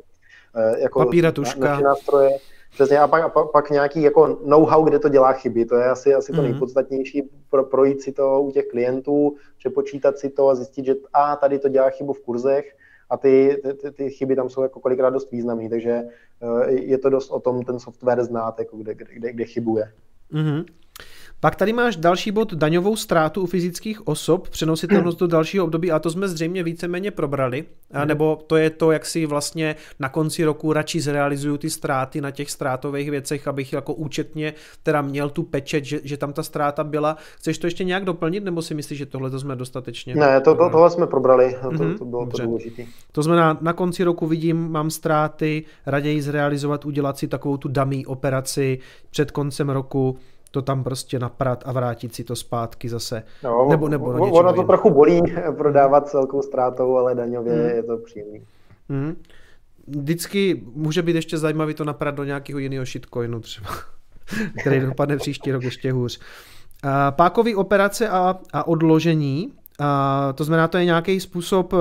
jako papíra, tuška. Naše nástroje. Přesně, a pak, a pak, pak nějaký jako know-how, kde to dělá chyby. To je asi, asi to mm-hmm. nejpodstatnější, pro, projít si to u těch klientů, přepočítat si to a zjistit, že a tady to dělá chybu v kurzech, a ty, ty, ty chyby tam jsou jako kolikrát dost významné, takže je to dost o tom ten software znát, jako kde, kde, kde chybuje. Mm-hmm. Pak tady máš další bod daňovou ztrátu u fyzických osob, přenositelnost do dalšího období, a to jsme zřejmě víceméně probrali, a nebo to je to, jak si vlastně na konci roku radši zrealizuju ty ztráty na těch ztrátových věcech, abych jako účetně teda měl tu pečeť, že, že tam ta ztráta byla. Chceš to ještě nějak doplnit, nebo si myslíš, že tohle to jsme dostatečně... Ne, to, to, tohle jsme probrali, to, mm-hmm. to bylo to důležité. To znamená, na konci roku vidím, mám ztráty, raději zrealizovat, udělat si takovou tu dummy operaci před koncem roku, to tam prostě naprat a vrátit si to zpátky zase. No, nebo, nebo ono to jiným. Trochu bolí prodávat s velkou ztrátou, ale daňově hmm. je to příjemný. Hmm. Vždycky může být ještě zajímavý to naprat do nějakého jiného shitcoinu třeba, který dopadne příští rok ještě hůř. Pákový operace a, a odložení, a to znamená, to je nějaký způsob,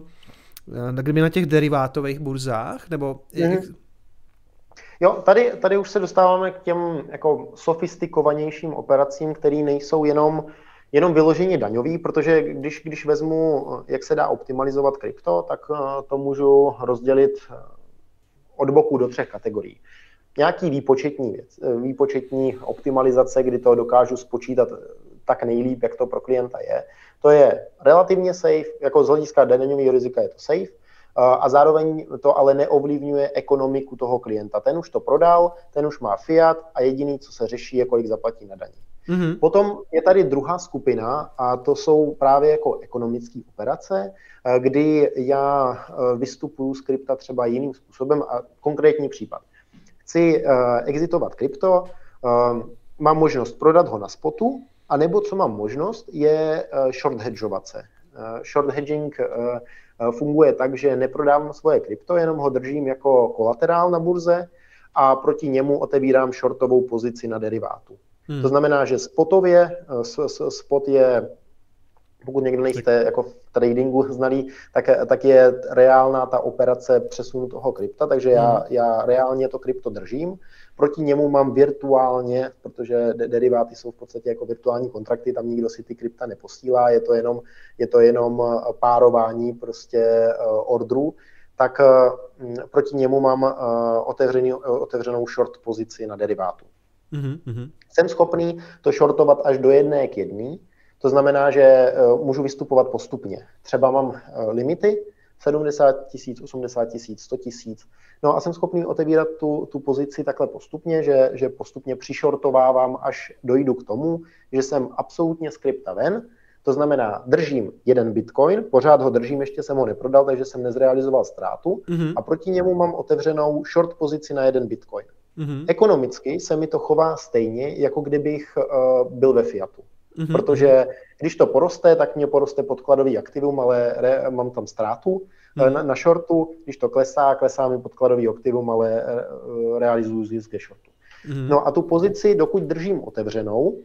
kdyby na těch derivátových burzách, nebo... Hmm. Jak... Jo, tady, tady už se dostáváme k těm jako sofistikovanějším operacím, které nejsou jenom, jenom vyloženě daňový, protože když, když vezmu, jak se dá optimalizovat krypto, tak to můžu rozdělit od boku do třech kategorií. Nějaký výpočetní věc, výpočetní optimalizace, kdy to dokážu spočítat tak nejlíp, jak to pro klienta je. To je relativně safe, jako z hlediska daňového rizika je to safe, a zároveň to ale neovlivňuje ekonomiku toho klienta. Ten už to prodal, ten už má fiat a jediný, co se řeší, je, kolik zaplatí na daní. Mm-hmm. Potom je tady druhá skupina a to jsou právě jako ekonomické operace, kdy já vystupuju z krypta třeba jiným způsobem a konkrétní případ. Chci exitovat krypto, mám možnost prodat ho na spotu, anebo co mám možnost je short hedžovat se. Short hedging funguje tak, že neprodávám svoje krypto, jenom ho držím jako kolaterál na burze a proti němu otevírám shortovou pozici na derivátu. Hmm. To znamená, že spotově, spot je, pokud někdo nejste jako v tradingu znalý, tak, tak je reálná ta operace přesunu toho krypta, takže já, hmm. já reálně to krypto držím. Proti němu mám virtuálně, protože deriváty jsou v podstatě jako virtuální kontrakty, tam nikdo si ty krypta neposílá, je to jenom, je to jenom párování prostě orderů, tak proti němu mám otevřený, otevřenou short pozici na derivátu. Mm-hmm. Jsem schopný to shortovat až do jedné k jedné, to znamená, že můžu vystupovat postupně. Třeba mám limity sedmdesát tisíc, osmdesát tisíc, sto tisíc. No a jsem schopný otevírat tu, tu pozici takhle postupně, že, že postupně přišortovávám, až dojdu k tomu, že jsem absolutně z krypta ven. To znamená, držím jeden bitcoin, pořád ho držím, ještě jsem ho neprodal, takže jsem nezrealizoval ztrátu mm-hmm. a proti němu mám otevřenou short pozici na jeden bitcoin. Mm-hmm. Ekonomicky se mi to chová stejně, jako kdybych uh, byl ve fiatu. Mm-hmm. Protože když to poroste, tak mě poroste podkladový aktivum, ale re, mám tam ztrátu mm-hmm. na, na shortu. Když to klesá, klesá mi podkladový aktivum, ale re, realizuju zisk ze shortu. Mm-hmm. No a tu pozici, dokud držím otevřenou,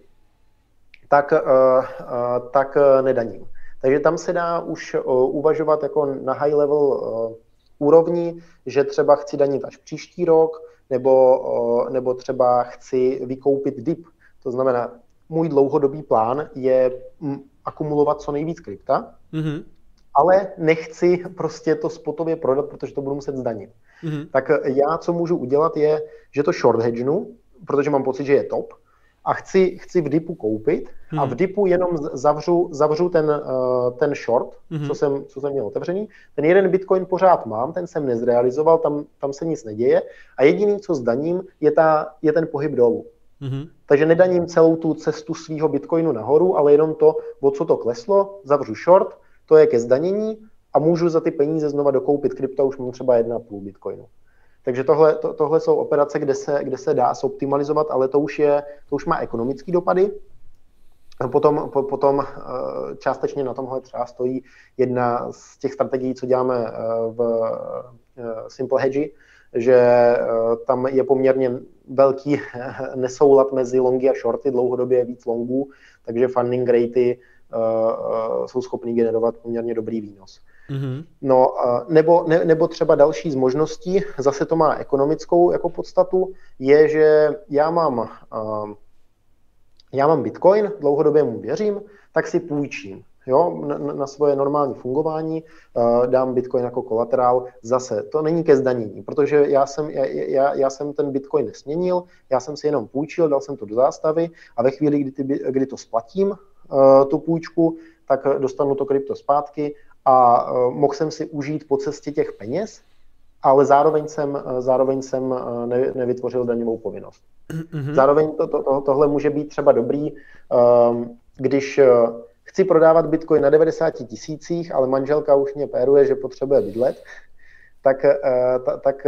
tak, uh, uh, tak uh, nedaním. Takže tam se dá už uh, uvažovat jako na high level uh, úrovni, že třeba chci danit až příští rok, nebo, uh, nebo třeba chci vykoupit dip. To znamená, můj dlouhodobý plán je m, akumulovat co nejvíc krypta, mm-hmm. ale nechci prostě to spotově prodat, protože to budu muset zdanit. Mm-hmm. Tak já, co můžu udělat, je, že to short hedgenu, protože mám pocit, že je top, a chci, chci v dipu koupit mm-hmm. a v dipu jenom zavřu, zavřu ten, uh, ten short, mm-hmm. co, jsem, co jsem měl otevřený. Ten jeden bitcoin pořád mám, ten jsem nezrealizoval, tam, tam se nic neděje a jediný, co zdaním, je, ta, je ten pohyb dolů. Mm-hmm. Takže nedaním celou tu cestu svýho bitcoinu nahoru, ale jenom to, o co to kleslo, zavřu short, to je ke zdanění a můžu za ty peníze znova dokoupit krypta, už mám třeba jedna a půl bitcoinu. Takže tohle, to, tohle jsou operace, kde se, kde se dá zoptimalizovat, ale to už, je, to už má ekonomické dopady. Potom, po, potom částečně na tomhle třeba stojí jedna z těch strategií, co děláme v Simple Hedge, že tam je poměrně velký nesoulad mezi longy a shorty, dlouhodobě je víc longů, takže funding ratey jsou schopný generovat poměrně dobrý výnos. Mm-hmm. No, nebo, ne, nebo třeba další z možností, zase to má ekonomickou jako podstatu, je, že já mám, já mám bitcoin, dlouhodobě mu věřím, tak si půjčím. Jo, na, na svoje normální fungování uh, dám bitcoin jako kolaterál. Zase to není ke zdanění, protože já jsem, já, já, já jsem ten bitcoin nesměnil, já jsem si jenom půjčil, dal jsem to do zástavy a ve chvíli, kdy, ty, kdy to splatím, uh, tu půjčku, tak dostanu to krypto zpátky a uh, mohl jsem si užít po cestě těch peněz, ale zároveň jsem, zároveň jsem ne, nevytvořil daňovou povinnost. Mm-hmm. Zároveň to, to, to, tohle může být třeba dobrý, um, když chci prodávat bitcoin na devadesáti tisících, ale manželka už mě péruje, že potřebuje bydlet, tak, ta, tak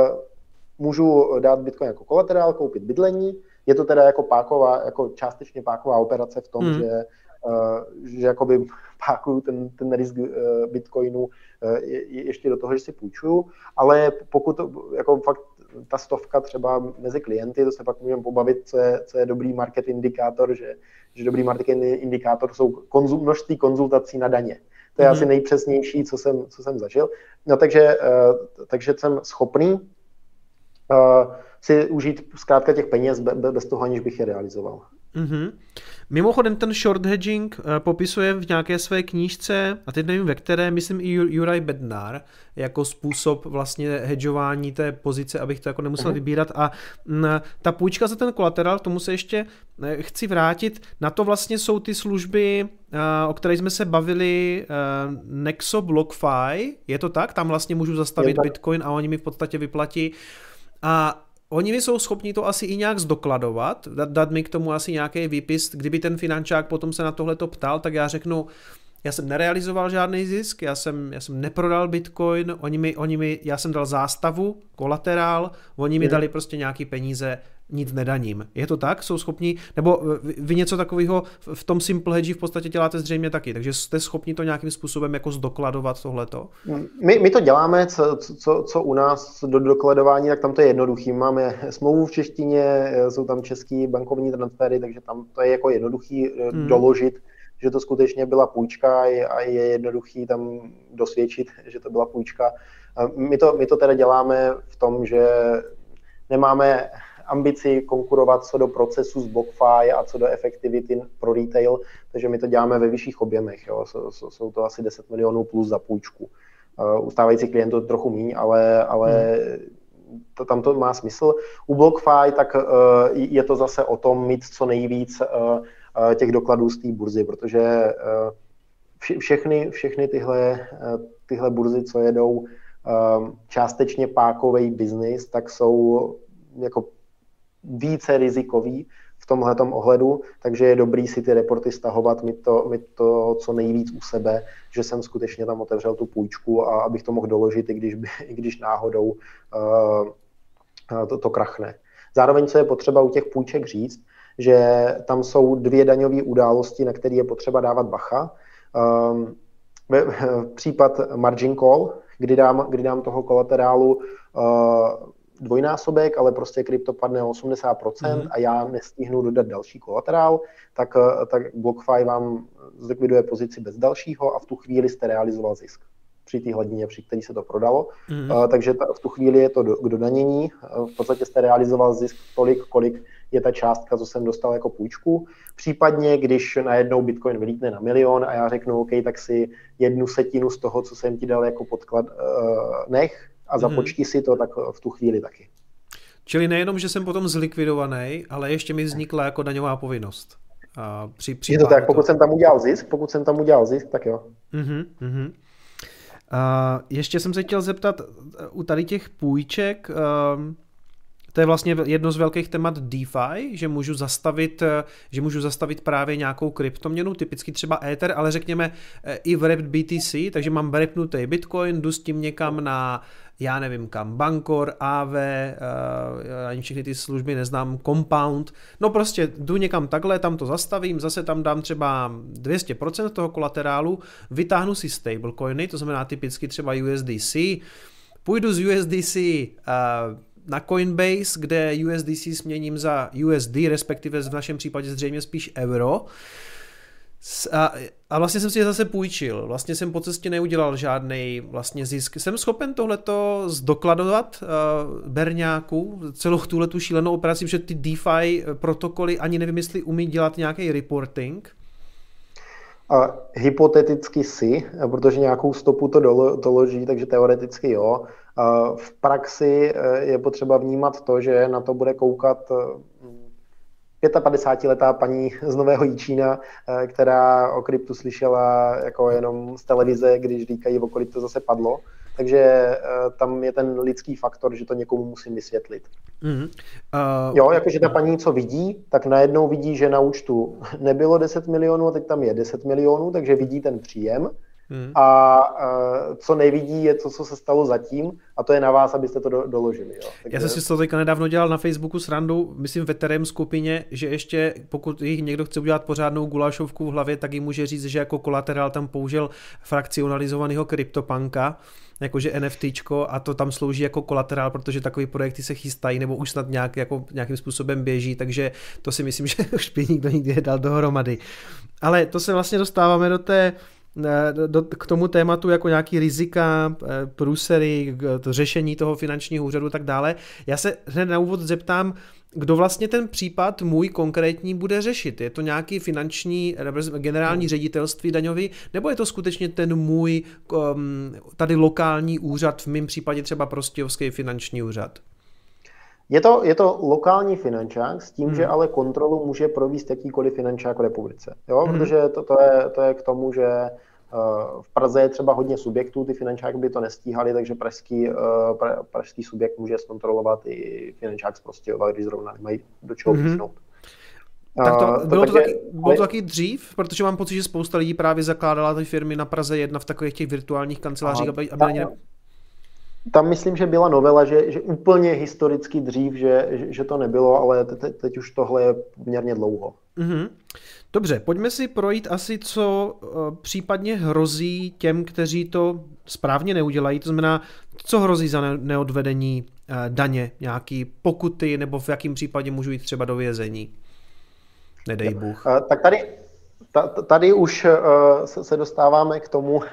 můžu dát bitcoin jako kolaterál, koupit bydlení. Je to teda jako páková, jako částečně páková operace v tom, mm. že, že jakoby pákuju ten, ten risk bitcoinu ještě do toho, že si půjčuju, ale pokud jako fakt ta stovka třeba mezi klienty, to se pak můžeme pobavit, co je, co je dobrý market indikátor, že, že dobrý market indikátor jsou konzul, množství konzultací na daně. To je mm-hmm. asi nejpřesnější, co jsem, co jsem zažil. No takže, uh, takže jsem schopný uh, si užít zkrátka těch peněz bez toho, aniž bych je realizoval. Mm-hmm. Mimochodem ten short hedging uh, popisuje v nějaké své knížce, a teď nevím ve které, myslím i Juraj Bednar, jako způsob vlastně hedžování té pozice, abych to jako nemusel mm-hmm. vybírat. A m, ta půjčka za ten kolaterál, k tomu se ještě eh, chci vrátit. Na to vlastně jsou ty služby, uh, o kterých jsme se bavili, uh, Nexo BlockFi, je to tak? Tam vlastně můžu zastavit Bitcoin a oni mi v podstatě vyplatí. A oni mi jsou schopni to asi i nějak zdokladovat, dát, dát mi k tomu asi nějaký výpis, kdyby ten finančák potom se na tohleto ptal, tak já řeknu, já jsem nerealizoval žádný zisk, já jsem, já jsem neprodal Bitcoin, oni mi, oni mi, já jsem dal zástavu, kolaterál, oni mi dali prostě nějaký peníze, nic nedaním. Je to tak? Jsou schopni, nebo vy něco takového v tom Simple Hedge v podstatě děláte zřejmě taky, takže jste schopni to nějakým způsobem jako zdokladovat tohleto? My, my to děláme, co, co, co u nás do dokladování, tak tam to je jednoduchý. Máme smlouvu v češtině, jsou tam český bankovní transfery, takže tam to je jako jednoduchý hmm. doložit, že to skutečně byla půjčka a je jednoduchý tam dosvědčit, že to byla půjčka. My to, my to teda děláme v tom, že nemáme ambici konkurovat co do procesu z BlockFi a co do efektivity pro retail, takže my to děláme ve vyšších objemech. Jo. Jsou to asi deset milionů plus za půjčku. U stávajících klientů trochu míň, ale, ale to, tam to má smysl. U BlockFi tak je to zase o tom mít co nejvíc těch dokladů z té burzy, protože všechny, všechny tyhle, tyhle burzy, co jedou částečně pákový biznis, tak jsou jako více rizikový v tomhletom ohledu, takže je dobrý si ty reporty stahovat, mít to, mít to co nejvíc u sebe, že jsem skutečně tam otevřel tu půjčku a abych to mohl doložit, i když, by, i když náhodou uh, to, to krachne. Zároveň, co je potřeba u těch půjček říct, že tam jsou dvě daňové události, na které je potřeba dávat bacha. Um, případ margin call, kdy dám, kdy dám toho kolaterálu uh, dvojnásobek, ale prostě krypto padne o osmdesát procent mm. a já nestihnu dodat další kolaterál, tak, tak BlockFi vám zlikviduje pozici bez dalšího a v tu chvíli jste realizoval zisk při té hladině, při který se to prodalo. Mm. Uh, takže ta, v tu chvíli je to do, k dodanění. Uh, v podstatě jste realizoval zisk tolik, kolik je ta částka, co jsem dostal jako půjčku. Případně, když najednou Bitcoin vylítne na milion a já řeknu, OK, tak si jednu setinu z toho, co jsem ti dal jako podklad, uh, nech, a započti si to, tak v tu chvíli taky. Čili nejenom, že jsem potom zlikvidovaný, ale ještě mi vznikla jako daňová povinnost. A při, je to tak, pokud to... jsem tam udělal zisk, pokud jsem tam udělal zisk, tak jo. Uh-huh, uh-huh. A ještě jsem se chtěl zeptat, u tady těch půjček, um, to je vlastně jedno z velkých témat DeFi, že můžu zastavit, že můžu zastavit právě nějakou kryptoměnu, typicky třeba Ether, ale řekněme i wrapped B T C, takže mám wrapnutý Bitcoin, jdu s tím někam na, já nevím kam, Bancor, A V, ani všechny ty služby neznám, Compound, no prostě jdu někam takhle, tam to zastavím, zase tam dám třeba dvě stě procent toho kolaterálu, vytáhnu si stablecoiny, to znamená typicky třeba U S D C, půjdu z U S D C uh, na Coinbase, kde U S D C směním za U S D, respektive v našem případě zřejmě spíš euro. A, a vlastně jsem si je zase půjčil. Vlastně jsem po cestě neudělal žádný vlastně zisk. Jsem schopen tohleto zdokladovat uh, berňáku, celou tuhletu šílenou operaci, protože ty DeFi protokoly ani nevím, jestli umí dělat nějaký reporting. Uh, hypoteticky si, protože nějakou stopu to dolo, doloží, takže teoreticky jo. Uh, v praxi uh, je potřeba vnímat to, že na to bude koukat uh, padesátipětiletá paní z Nového Jičína, uh, která o kryptu slyšela jako jenom z televize, když říkají, o kolik to zase padlo. Takže uh, tam je ten lidský faktor, že to někomu musím vysvětlit. Mm-hmm. Uh, jo, jakože ta paní, co vidí, tak najednou vidí, že na účtu nebylo deset milionů, a teď tam je deset milionů, takže vidí ten příjem. Mm. A uh, co nevidí, je to, co se stalo zatím, a to je na vás, abyste to do, doložili. Jo. Takže... Já jsem si to teďka nedávno dělal na Facebooku srandu, myslím v Ethereum skupině, že ještě pokud jich někdo chce udělat pořádnou gulášovku v hlavě, tak jim může říct, že jako kolaterál tam použil frakcionalizovaného CryptoPunka, jakože NFTčko, a to tam slouží jako kolaterál, protože takový projekty se chystají nebo už snad nějak, jako, nějakým způsobem běží, takže to si myslím, že už by nikdo nikdy nedal dohromady. Ale to se vlastně dostáváme do té Do, k tomu tématu jako nějaký rizika, průsery, to řešení toho finančního úřadu a tak dále. Já se hned na úvod zeptám, kdo vlastně ten případ můj konkrétní bude řešit. Je to nějaký finanční generální ředitelství daňový, nebo je to skutečně ten můj tady lokální úřad, v mém případě třeba Prostějovský finanční úřad? Je to, je to lokální finančák s tím, hmm. že ale kontrolu může provést jakýkoliv finančák v republice. Jo? Hmm. Protože to, to, je, to je k tomu, že uh, v Praze je třeba hodně subjektů, ty finančáky by to nestíhali, takže pražský, uh, pra, pražský subjekt může zkontrolovat i finančák z Prostějova, když zrovna nemají do čeho píšnout. Hmm. Tak to, bylo, to taky, bylo to taky dřív, protože mám pocit, že spousta lidí právě zakládala ty firmy na Praze jedna v takových těch virtuálních kancelářích, Aha, aby, aby na ně... Tam myslím, že byla novela, že, že úplně historicky dřív, že, že, že to nebylo, ale te, teď už tohle je poměrně dlouho. Mm-hmm. Dobře, pojďme si projít asi, co uh, případně hrozí těm, kteří to správně neudělají, to znamená, co hrozí za ne- neodvedení uh, daně, nějaký pokuty, nebo v jakém případě můžu jít třeba do vězení. Nedej Bůh. Uh, tak tady, ta, tady už uh, se, se dostáváme k tomu, uh,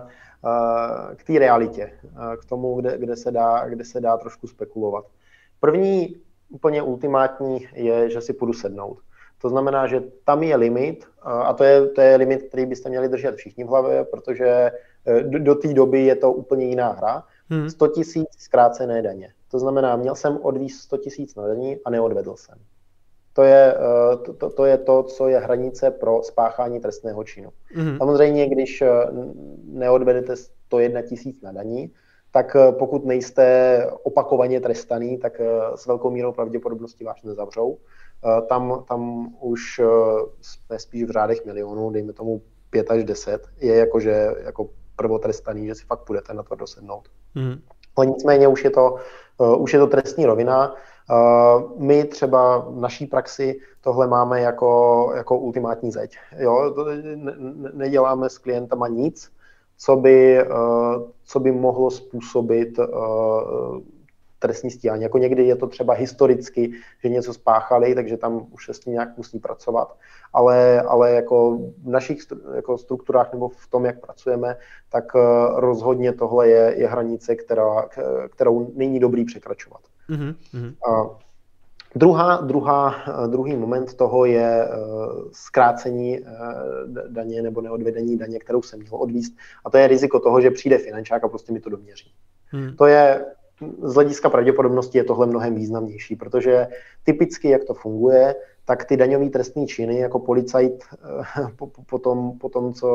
k té realitě, k tomu, kde, kde, se dá, kde se dá trošku spekulovat. První úplně ultimátní je, že si půjdu sednout. To znamená, že tam je limit, a to je, to je limit, který byste měli držet všichni v hlavě, protože do, do té doby je to úplně jiná hra. Hmm. sto tisíc zkrácené daně. To znamená, měl jsem odvízt sto tisíc na daní a neodvedl jsem. To je, to, to, to je to, co je hranice pro spáchání trestného činu. Hmm. Samozřejmě, když neodvedete sto jedna tisíc na daní, tak pokud nejste opakovaně trestaný, tak s velkou mírou pravděpodobnosti vás nezavřou. Tam, tam už jsme spíš v řádech milionů, dejme tomu pět až deset, je jakože jako prvotrestaný, že si fakt půjdete na to dosednout. Mm. Ale nicméně už je to, uh, už je to trestní rovina. Uh, my třeba v naší praxi tohle máme jako, jako ultimátní zeď. Jo? Ne, ne, neděláme s klientama nic, co by, uh, co by mohlo způsobit uh, trestní stíhání. Jako někdy je to třeba historicky, že něco spáchali, takže tam už se s tím nějak musí pracovat. Ale, ale jako v našich jako strukturách nebo v tom, jak pracujeme, tak rozhodně tohle je, je hranice, která, kterou není dobrý překračovat. Mm-hmm. A druhá, druhá, druhý moment toho je zkrácení daně nebo neodvedení daně, kterou jsem měl odvízt. A to je riziko toho, že přijde finančák a prostě mi to doměří. Mm. To je z hlediska pravděpodobnosti je tohle mnohem významnější, protože typicky, jak to funguje, tak ty daňový trestní činy jako policajt po, po, tom, po tom, co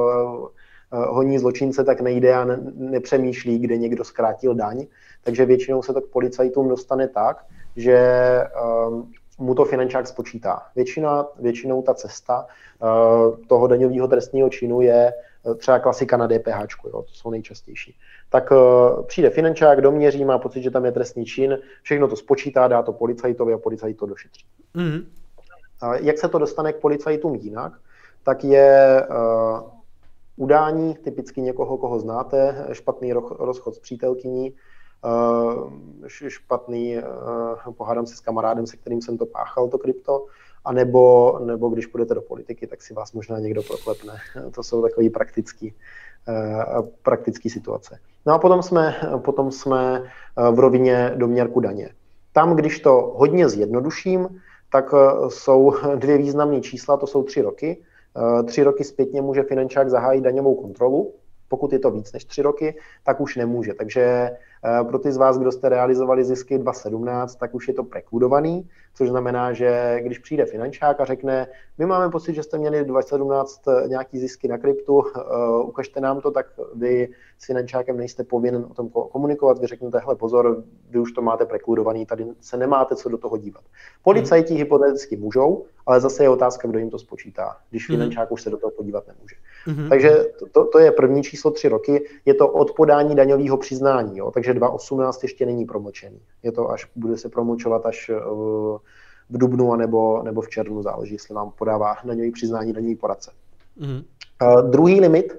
honí zločince, tak nejde a ne, nepřemýšlí, kde někdo zkrátil daň. Takže většinou se to k policajtům dostane tak, že um, mu to finančák spočítá. Většina, většinou ta cesta uh, toho daňového trestního činu je třeba klasika na DPHčku, jo, to jsou nejčastější. Tak uh, přijde finančák, doměří, má pocit, že tam je trestný čin, všechno to spočítá, dá to policajtovi a policajt to došetří. Mm-hmm. Uh, jak se to dostane k policajtům jinak, tak je uh, udání typicky někoho, koho znáte, špatný rozchod s přítelkyní, uh, špatný, uh, pohádám se s kamarádem, se kterým jsem to páchal, to krypto, a nebo, nebo když půjdete do politiky, tak si vás možná někdo proklepne. To jsou takové praktické uh, praktické situace. No a potom jsme, potom jsme v rovině doměrku daně. Tam, když to hodně zjednoduším, tak jsou dvě významné čísla, to jsou tři roky. Tři roky zpětně může finančák zahájit daňovou kontrolu. Pokud je to víc než tři roky, tak už nemůže. Takže pro ty z vás, kdo jste realizovali zisky dva tisíce sedmnáct, tak už je to prekludovaný, což znamená, že když přijde finančák a řekne, my máme pocit, že jste měli dva tisíce sedmnáct nějaký zisky na kryptu, ukažte nám to, tak vy s finančákem nejste povinen o tom komunikovat, vy řeknete, hele pozor, vy už to máte prekludovaný, tady se nemáte co do toho dívat. Policajti hmm. hypoteticky můžou, ale zase je otázka, kdo jim to spočítá, když finančák hmm. už se do toho podívat nemůže. Hmm. Takže to, to je první číslo tři roky, je to od podání daňového přiznání, jo? Takže dva tisíce osmnáct ještě není promlčený. Je to až, bude se promlčovat až v, v dubnu anebo, nebo v červnu, záleží, jestli vám podává daňový přiznání daňový poradce. Mm. Uh, druhý limit,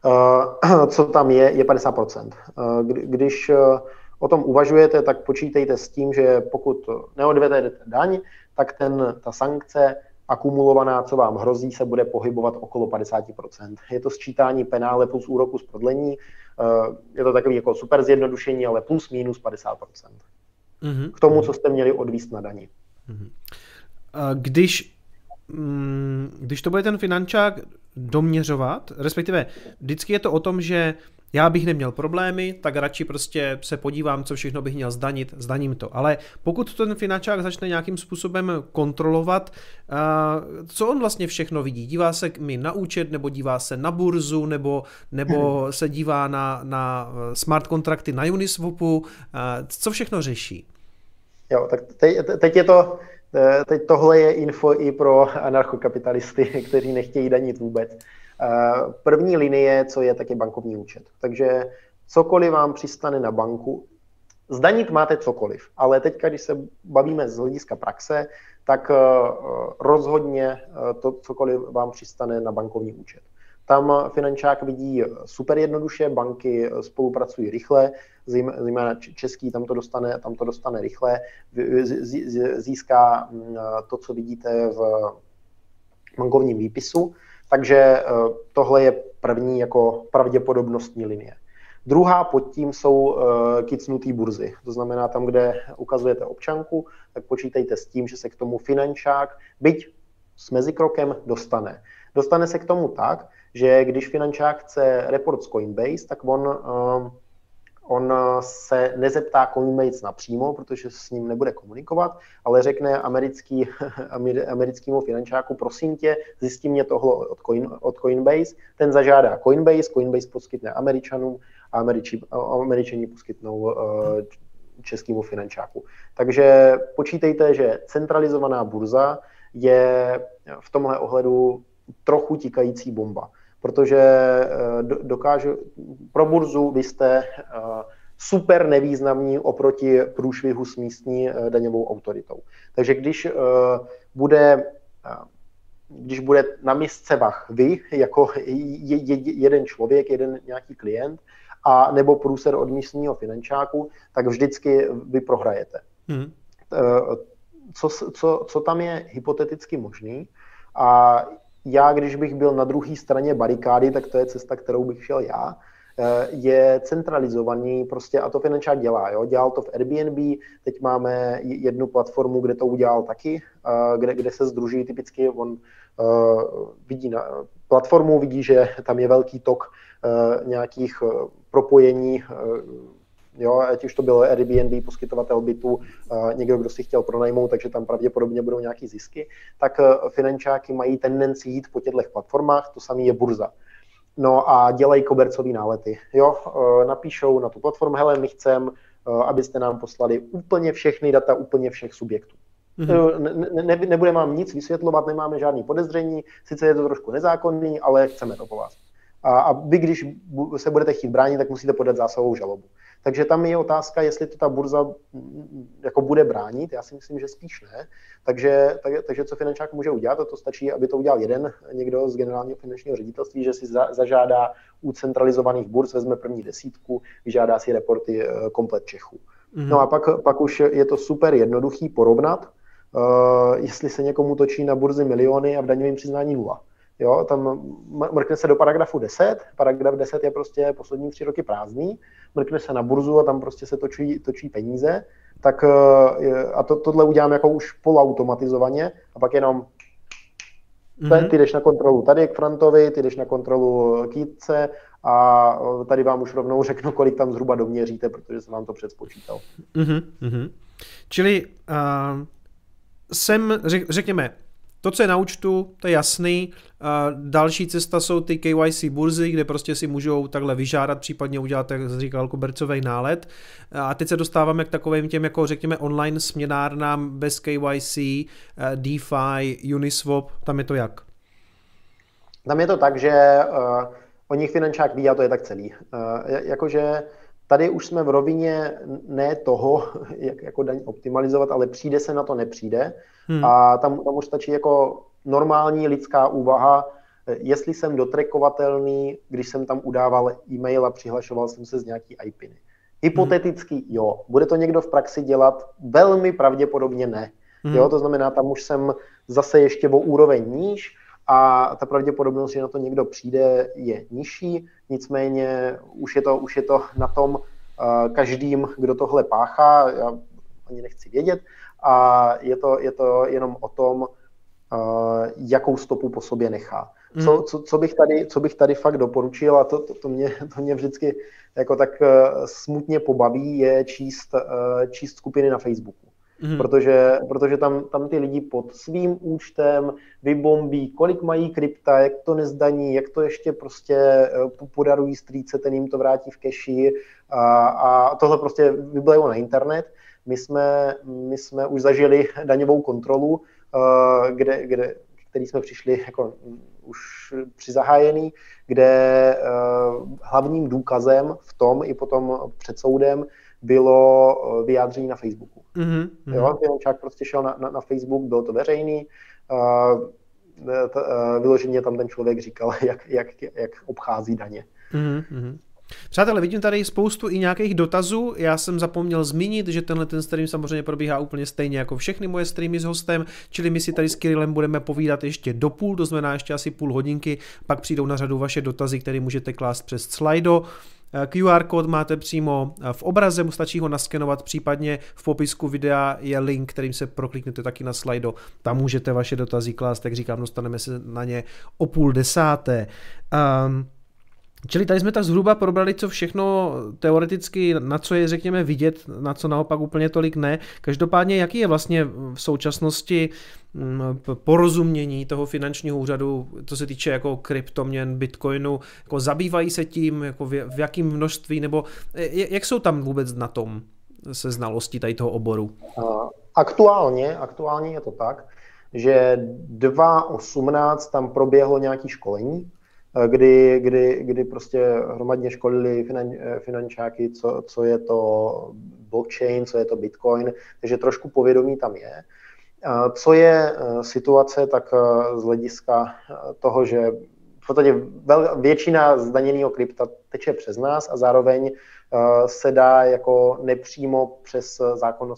uh, co tam je, je padesát procent. Uh, kdy, když uh, o tom uvažujete, tak počítejte s tím, že pokud neodvedete daň, tak ten, ta sankce akumulovaná, co vám hrozí, se bude pohybovat okolo padesát procent. Je to sčítání penále plus úroku z prodlení. Je to takový jako super zjednodušení, ale plus minus padesát procent. Mm-hmm. K tomu, co jste měli odvízt na dani. Mm-hmm. Když, když to bude ten finančák doměřovat, respektive vždycky je to o tom, že já bych neměl problémy, tak radši prostě se podívám, co všechno bych měl zdanit, zdaním to. Ale pokud ten finančák začne nějakým způsobem kontrolovat, co on vlastně všechno vidí? Dívá se mi na účet, nebo dívá se na burzu, nebo, nebo se dívá na, na smart kontrakty na Uniswapu, co všechno řeší? Jo, tak teď, teď je to, teď tohle je info i pro anarchokapitalisty, kteří nechtějí danit vůbec. První linie, co je, tak je bankovní účet. Takže cokoliv vám přistane na banku, zdanit máte cokoliv, ale teďka, když se bavíme z hlediska praxe, tak rozhodně to cokoliv vám přistane na bankovní účet. Tam finančák vidí super jednoduše, banky spolupracují rychle, zejména český, tam to dostane, tam to dostane rychle, získá to, co vidíte v bankovním výpisu. Takže tohle je první jako pravděpodobnostní linie. Druhá pod tím jsou kicnutý burzy. To znamená tam, kde ukazujete občanku, tak počítejte s tím, že se k tomu finančák, byť s mezikrokem, dostane. Dostane se k tomu tak, že když finančák chce report z Coinbase, tak on on se nezeptá Coinbase napřímo, protože s ním nebude komunikovat, ale řekne americký, americkému finančáku, prosím tě, zjistí mě tohle od, Coin, od Coinbase, ten zažádá Coinbase, Coinbase poskytne Američanům a Američi, Američani poskytnou uh, českému finančáku. Takže počítejte, že centralizovaná burza je v tomhle ohledu trochu tikající bomba, protože dokážu, pro burzu vy jste super nevýznamní oproti průšvihu s místní daňovou autoritou. Takže když bude, když bude na misce vah vy, jako jeden člověk, jeden nějaký klient, a nebo průser od místního finančáku, tak vždycky vy prohrajete. Hmm. Co, co, co tam je hypoteticky možný? A já, když bych byl na druhé straně barikády, tak to je cesta, kterou bych šel já, je centralizovaný prostě, a to finančák dělá. Jo? Dělal to v Airbnb, teď máme jednu platformu, kde to udělal taky, kde, kde se sdruží typicky, on uh, vidí na platformu, vidí, že tam je velký tok uh, nějakých uh, propojení, uh, jo, ať už to byl Airbnb, poskytovatel bytu, uh, někdo, kdo si chtěl pronajmout, takže tam pravděpodobně budou nějaký zisky, tak uh, finančáky mají tendenci jít po těchto platformách, to samé je burza. No a dělají kobercový nálety. Jo, napíšou na tu platformu, hele, my chceme, abyste nám poslali úplně všechny data, úplně všech subjektů. Mm-hmm. Ne, ne, nebudeme vám nic vysvětlovat, nemáme žádný podezření, sice je to trošku nezákonný, ale chceme to po vás. A, a vy, když se budete chtít bránit, tak musíte podat zásahovou žalobu. Takže tam je otázka, jestli to ta burza jako bude bránit, já si myslím, že spíš ne. Takže, tak, takže co finančák může udělat, a to stačí, aby to udělal jeden někdo z generálního finančního ředitelství, že si za, zažádá u centralizovaných burz, vezme první desítku, vyžádá si reporty komplet Čechů. Mm-hmm. No a pak, pak už je to super jednoduchý porovnat, uh, jestli se někomu točí na burzi miliony a v daňovém přiznání nula. Jo, tam mrkne se do paragrafu deset, paragraf deset je prostě poslední tři roky prázdný, mrkne se na burzu a tam prostě se točí, točí peníze, tak a to, tohle udělám jako už polautomatizovaně a pak jenom mm-hmm. ty jdeš na kontrolu tady k Frantovi, ty jdeš na kontrolu k Jitce a tady vám už rovnou řeknu, kolik tam zhruba doměříte, protože jsem vám to předspočítal. Mm-hmm. Čili uh, jsem, řek, řekněme, to, co je na účtu, to je jasný. Další cesta jsou ty K Y C burzy, kde prostě si můžou takhle vyžádat, případně udělat, jak říkal, kobercový nálet. A teď se dostáváme k takovým těm, jako řekněme, online směnárnám bez K Y C, DeFi, Uniswap, tam je to jak? Tam je to tak, že uh, o nich finančák ví a to je tak celý. Uh, jakože tady už jsme v rovině ne toho, jak jako daň optimalizovat, ale přijde se na to, nepřijde. Hmm. A tam, tam už stačí jako normální lidská úvaha, jestli jsem dotrackovatelný, když jsem tam udával e-mail a přihlašoval jsem se z nějaký í piny. Hypoteticky jo. Bude to někdo v praxi dělat? Velmi pravděpodobně ne. Hmm. Jo, to znamená, tam už jsem zase ještě o úroveň níž a ta pravděpodobnost, že na to někdo přijde, je nižší. Nicméně už je to, už je to na tom uh, každým, kdo tohle páchá, já ani nechci vědět, a je to, je to jenom o tom, uh, jakou stopu po sobě nechá. Mm. Co, co, co, bych tady, co bych tady fakt doporučil, a to, to, to, mě, to mě vždycky jako tak uh, smutně pobaví, je číst, uh, číst skupiny na Facebooku. Mm. Protože, protože tam, tam ty lidi pod svým účtem vybombí, kolik mají krypta, jak to nezdaní, jak to ještě prostě uh, podarují strýce, ten jim to vrátí v keši a, a tohle prostě vyblejou na internet. My jsme, my jsme už zažili daňovou kontrolu, kde, kde, který jsme přišli jako už při zahájený, kde hlavním důkazem v tom i potom před soudem bylo vyjádření na Facebooku. Mm-hmm. Jo, finančák prostě šel na, na, na Facebook, bylo to veřejný, vyloženě tam ten člověk říkal, jak, jak, jak obchází daně. Mm-hmm. Přátelé, vidím tady spoustu i nějakých dotazů, já jsem zapomněl zmínit, že tenhle ten stream samozřejmě probíhá úplně stejně jako všechny moje streamy s hostem, čili my si tady s Kirillem budeme povídat ještě do půl, to znamená ještě asi půl hodinky, pak přijdou na řadu vaše dotazy, které můžete klást přes Slido. Q R kód máte přímo v obraze, stačí ho naskenovat, případně v popisku videa je link, kterým se prokliknete taky na Slido, tam můžete vaše dotazy klást, jak říkám, dostaneme se na ně o půl desáté. Um, Čili tady jsme tak zhruba probrali, co všechno teoreticky, na co je, řekněme, vidět, na co naopak úplně tolik ne. Každopádně, jaký je vlastně v současnosti porozumění toho finančního úřadu, co se týče jako kryptoměn, bitcoinu, jako zabývají se tím, jako v, v jakém množství, nebo jak jsou tam vůbec na tom se znalostí tady toho oboru? Aktuálně, aktuálně je to tak, že dva tisíce osmnáct tam proběhlo nějaké školení, kdy, kdy, kdy prostě hromadně školili finan, finančáky, co, co je to blockchain, co je to bitcoin, takže trošku povědomí tam je. Co je situace, tak z hlediska toho, že v podstatě většina zdaněného krypta teče přes nás a zároveň se dá jako nepřímo přes zákon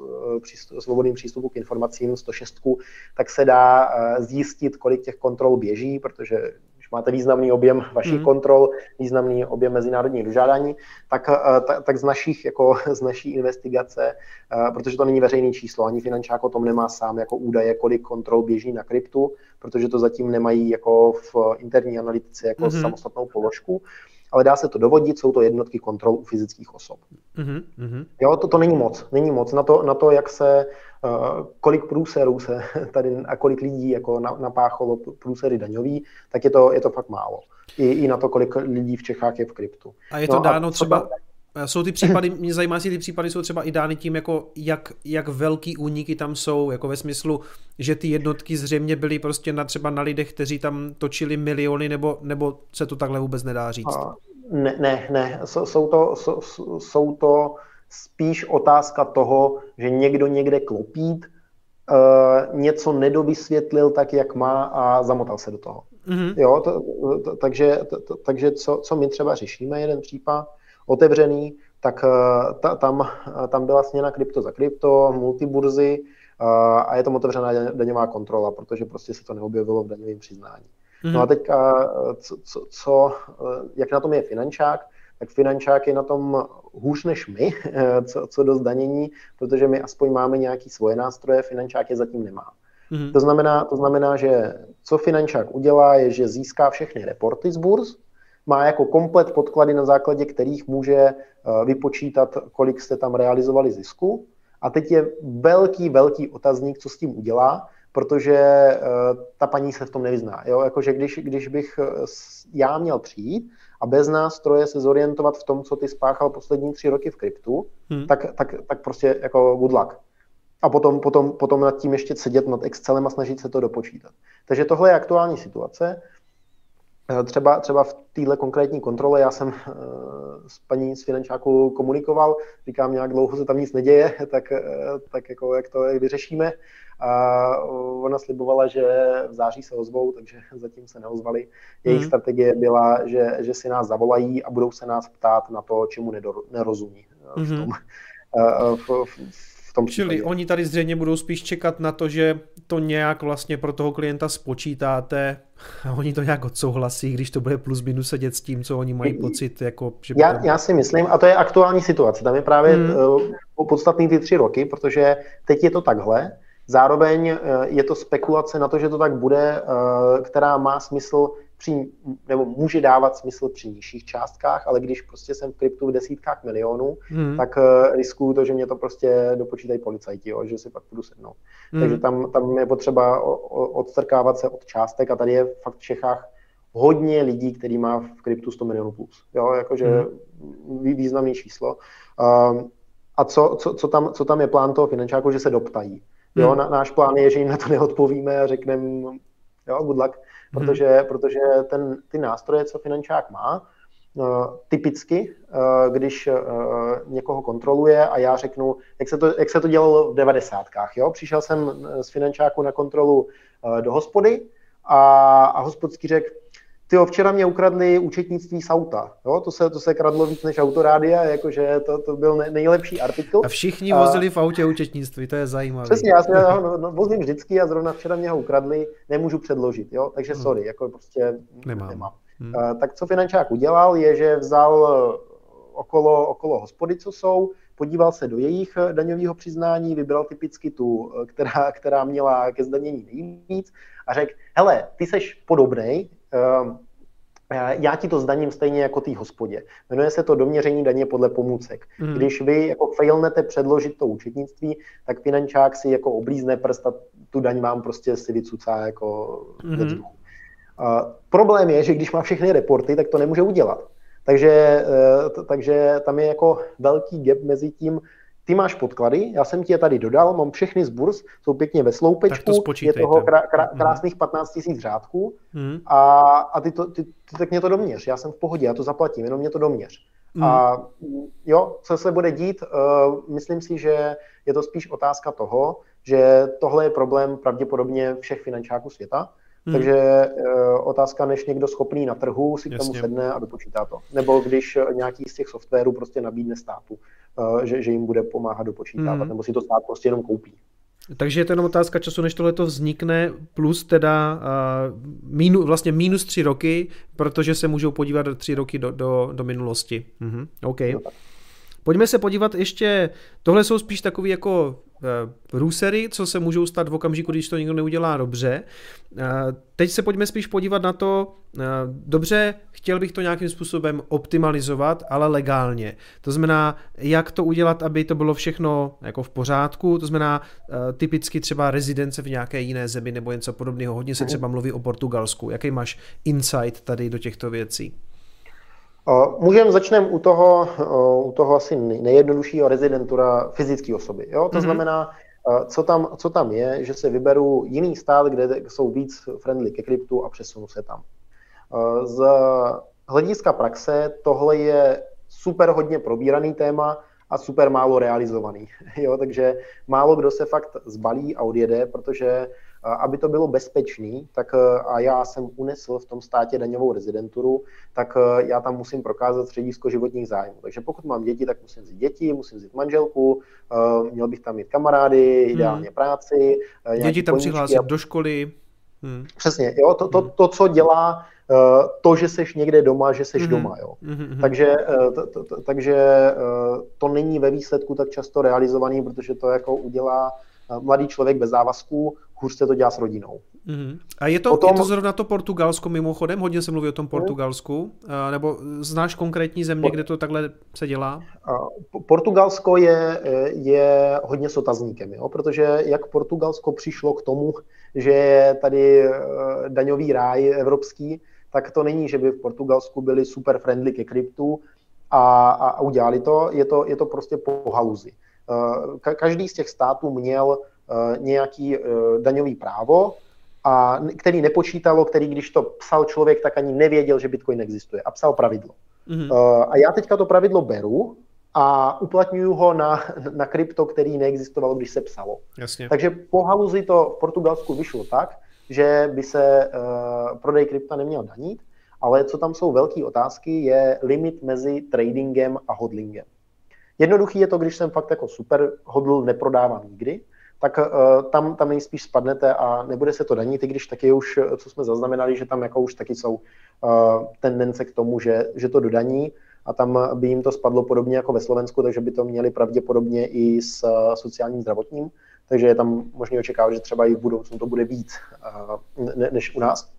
o svobodném přístupu k informacím sto šest, tak se dá zjistit, kolik těch kontrol běží, protože když máte významný objem vašich mm. kontrol, významný objem mezinárodních dožádání, tak, tak, tak z, našich, jako, z naší investigace, protože to není veřejné číslo, ani finančák o tom nemá sám jako údaje, kolik kontrol běží na kryptu, protože to zatím nemají jako v interní analytice jako mm. samostatnou položku, ale dá se to dovodit, jsou to jednotky kontrol u fyzických osob. Mm-hmm. Jo, to, to není moc, není moc na to, na to jak se, uh, kolik průserů se tady a kolik lidí jako na, napáchalo průsery daňový, tak je to, je to fakt málo. I, I na to, kolik lidí v Čechách je v kryptu. A je to no dáno třeba, jsou ty případy, mě zajímá, jestli ty případy jsou třeba i dány tím, jako jak, jak velký úniky tam jsou, jako ve smyslu, že ty jednotky zřejmě byly prostě na, třeba na lidech, kteří tam točili miliony, nebo, nebo se to takhle vůbec nedá říct? A ne, ne, ne. Jsou to, jsou, jsou to spíš otázka toho, že někdo někde klopít, uh, něco nedovysvětlil tak, jak má a zamotal se do toho. Mm-hmm. Jo, to, to, takže, to, takže co, co my třeba řešíme, jeden případ, otevřený, tak ta, tam, tam byla směna krypto za krypto, multiburzy a je tam otevřená daňová kontrola, protože prostě se to neobjevilo v daňovém přiznání. Mm-hmm. No a teď, co, co, co, jak na tom je finančák, tak finančák je na tom hůř než my, co, co do zdanění, protože my aspoň máme nějaké svoje nástroje, finančák je zatím nemá. Mm-hmm. To znamená, to znamená, že co finančák udělá, je, že získá všechny reporty z burz, má jako komplet podklady, na základě kterých může vypočítat, kolik jste tam realizovali zisku. A teď je velký, velký otazník, co s tím udělá, protože ta paní se v tom nevyzná. Jo? Jakože když, když bych já měl přijít a bez nástroje se zorientovat v tom, co ty spáchal poslední tři roky v kryptu, hmm. tak, tak, tak prostě jako good luck. A potom, potom, potom nad tím ještě sedět nad Excelem a snažit se to dopočítat. Takže tohle je aktuální situace. Třeba, třeba v téhle konkrétní kontrole já jsem s paní z finančáku komunikoval, říkám, nějak dlouho se tam nic neděje, tak, tak jako jak to jak vyřešíme. A ona slibovala, že v září se ozvou, takže zatím se neozvali. Jejich mm. strategie byla, že, že si nás zavolají a budou se nás ptát na to, čemu nerozumí v tom, mm. v, v, v tom Čili případě. Oni tady zřejmě budou spíš čekat na to, že to nějak vlastně pro toho klienta spočítáte a oni to nějak odsouhlasí, když to bude plus minus sedět s tím, co oni mají pocit. Jako, že já, tam... já si myslím, a to je aktuální situace, tam je právě hmm. podstatný ty tři roky, protože teď je to takhle, zároveň je to spekulace na to, že to tak bude, která má smysl při, nebo může dávat smysl při nižších částkách, ale když prostě jsem v kryptu v desítkách milionů, hmm. tak uh, riskuju to, že mě to prostě dopočítají policajti, jo, že si pak budu sednout. Hmm. Takže tam, tam je potřeba o, o, odstrkávat se od částek a tady je fakt v Čechách hodně lidí, který má v kryptu sto milionů plus. Jo, jakože hmm. významné číslo. Uh, a co, co, co, tam, co tam je plán toho finančáku, že se doptají. Jo, hmm. na, náš plán je, že jim na to neodpovíme a řekneme, jo, good luck. Protože, hmm. protože ten, ty nástroje, co finančák má, uh, typicky, uh, když uh, někoho kontroluje a já řeknu, jak se to, jak se to dělalo v devadesátkách. Jo? Přišel jsem z finančáku na kontrolu uh, do hospody a, a hospodský řekl, tyjo, včera mě ukradli účetnictví z auta. Jo? To, se, to se kradlo víc než autorádia, jakože to, to byl nejlepší artikl. A všichni vozili v autě účetnictví, to je zajímavé. Přesně, já, já ho no, vozím vždycky a zrovna včera mě ho ukradli, nemůžu předložit, jo? Takže sorry, jako prostě nemám. nemám. Hmm. Uh, tak co finančák udělal, je, že vzal okolo, okolo hospody, co jsou, podíval se do jejich daňového přiznání, vybral typicky tu, která, která měla ke zdanění nejvíc a řekl, hele, ty seš podobnej, uh, já ti to zdaním stejně jako té hospodě. Jmenuje se to doměření daně podle pomůcek. Mm. Když vy jako failnete předložit to účetnictví, tak finančák si jako oblízne prst a tu daň vám prostě si vycucá jako mm. ve vzduchu. Uh, problém je, že když má všechny reporty, tak to nemůže udělat. Takže, uh, takže tam je jako velký gap mezi tím, ty máš podklady, já jsem ti je tady dodal, mám všechny z burz, jsou pěkně ve sloupečku, to je toho krá, krá, krásných patnáct tisíc řádků mm. a, a ty, to, ty, ty tak mě to doměř, já jsem v pohodě, já to zaplatím, jenom mě to doměř. Mm. A jo, co se bude dít, uh, myslím si, že je to spíš otázka toho, že tohle je problém pravděpodobně všech finančáků světa, Hmm. Takže uh, otázka, než někdo schopný na trhu si k tomu sedne a dopočítá to. Nebo když nějaký z těch softwarů prostě nabídne státu, uh, že, že jim bude pomáhat dopočítávat, hmm. nebo si to stát prostě jenom koupí. Takže je to jenom otázka času, než tohleto vznikne, plus teda uh, mínu, vlastně minus tři roky, protože se můžou podívat tři roky do, do, do minulosti. Mhm. OK. No, pojďme se podívat ještě, tohle jsou spíš takový jako průsery, co se můžou stát v okamžiku, když to někdo neudělá dobře. Teď se pojďme spíš podívat na to, dobře, chtěl bych to nějakým způsobem optimalizovat, ale legálně. To znamená, jak to udělat, aby to bylo všechno jako v pořádku, to znamená typicky třeba rezidence v nějaké jiné zemi nebo něco podobného. Hodně se třeba mluví o Portugalsku. Jaký máš insight tady do těchto věcí? Můžeme začneme u toho, u toho asi nejjednoduššího rezidentura fyzické osoby. Jo? To mm-hmm. znamená, co tam, co tam je, že se vyberu jiný stát, kde jsou víc friendly ke kryptu a přesunu se tam. Z hlediska praxe tohle je super hodně probíraný téma a super málo realizovaný. Jo? Takže málo kdo se fakt zbalí a odjede, protože aby to bylo bezpečný, tak a já jsem unesl v tom státě daňovou rezidenturu, tak já tam musím prokázat středisko životních zájmů. Takže pokud mám děti, tak musím vzít děti, musím vzít manželku, měl bych tam mít kamarády, ideálně práci. Děti tam přihlásit a... do školy. Hmm. Přesně, jo, to, to, to, co dělá to, že seš někde doma, že seš hmm. doma. Jo. Hmm. Takže, to, to, to, takže to není ve výsledku tak často realizovaný, protože to jako udělá mladý člověk bez závazků, hůř se to dělá s rodinou. Mm-hmm. A je to, Potom, je to zrovna to Portugalsko mimochodem? Hodně se mluví o tom Portugalsku. Mm. Nebo znáš konkrétní země, kde to takhle se dělá? Portugalsko je, je hodně s otazníkem, jo? Protože jak Portugalsko přišlo k tomu, že je tady daňový ráj evropský, tak to není, že by v Portugalsku byli super friendly ke kryptu a, a, a udělali to. Je to, je to prostě po haluzi. Každý z těch států měl nějaký daňový právo, a který nepočítalo, který když to psal člověk, tak ani nevěděl, že Bitcoin existuje a psal pravidlo. Mm-hmm. A já teďka to pravidlo beru a uplatňuju ho na, na krypto, který neexistovalo, když se psalo. Jasně. Takže po haluzi to v Portugalsku vyšlo tak, že by se uh, prodej krypta neměl danit, ale co tam jsou velké otázky, je limit mezi tradingem a hodlingem. Jednoduchý je to, když jsem fakt jako super hodl neprodávám nikdy, tak uh, tam, tam nejspíš spadnete a nebude se to danit, i když taky už, co jsme zaznamenali, že tam jako už taky jsou uh, tendence k tomu, že, že to dodaní a tam by jim to spadlo podobně jako ve Slovensku, takže by to měli pravděpodobně i s uh, sociálním zdravotním, takže je tam možné očekávat, že třeba i v budoucnu to bude víc uh, ne, než u nás.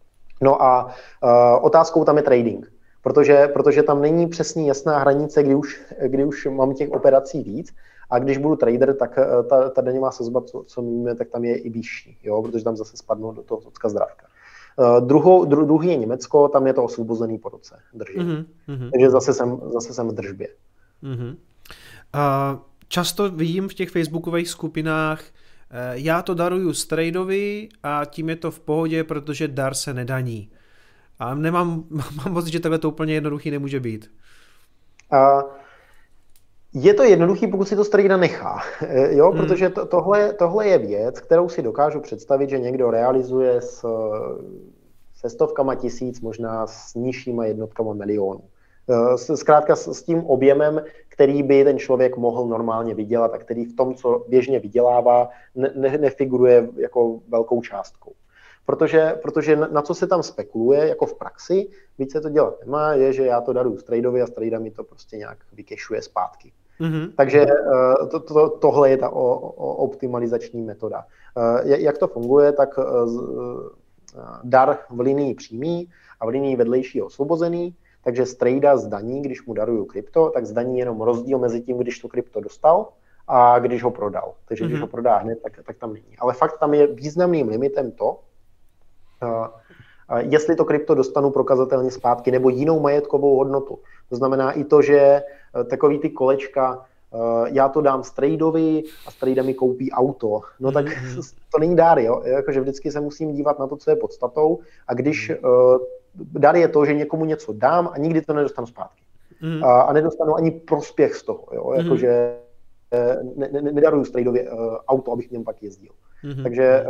No a uh, otázkou tam je trading. Protože, protože tam není přesně jasná hranice, kdy už, kdy už mám těch operací víc a když budu trader, tak ta, ta daňová sazba, co, co míme, tak tam je i vyšší, jo, protože tam zase spadnou do toho Socka zdravka. Uh, druhou, dru, druhý je Německo, tam je to osvobozený po roce držení. Mm-hmm. Takže zase jsem, zase jsem v držbě. Mm-hmm. Uh, často vidím v těch facebookových skupinách, uh, já to daruju tradovi a tím je to v pohodě, protože dar se nedaní. A nemám, mám pocit, že takhle to úplně jednoduchý nemůže být. Uh, je to jednoduchý, pokud si to trader nechá, jo, hmm. protože to, tohle, tohle je věc, kterou si dokážu představit, že někdo realizuje s, se stovkama tisíc, možná s nižšíma jednotkama milionů. Zkrátka s, s tím objemem, který by ten člověk mohl normálně vydělat a který v tom, co běžně vydělává, ne, ne, nefiguruje jako velkou částkou. Protože, protože na co se tam spekuluje, jako v praxi, víc se to dělat nemá, je, že já to daruju tradovi a trade mi to prostě nějak vykešuje zpátky. Mm-hmm. Takže to, to, tohle je ta o, o optimalizační metoda. Jak to funguje, tak dar v linii přímý a v linii vedlejší osvobozený, takže z trejda zdaní, když mu daruju krypto, tak zdaní jenom rozdíl mezi tím, když to krypto dostal a když ho prodal. Takže mm-hmm. když ho prodá hned, tak, tak tam není. Ale fakt tam je významným limitem to, uh, jestli to krypto dostanu prokazatelně zpátky nebo jinou majetkovou hodnotu. To znamená i to, že takový ty kolečka, já to dám strejdovi a strejda mi koupí auto. No tak to není dár, jo? Jakože vždycky se musím dívat na to, co je podstatou, a když dar je to, že někomu něco dám a nikdy to nedostanu zpátky. A, a nedostanu ani prospěch z toho, jo? Jakože ne, ne, nedaruju strejdovi auto, abych něm pak jezdil. Takže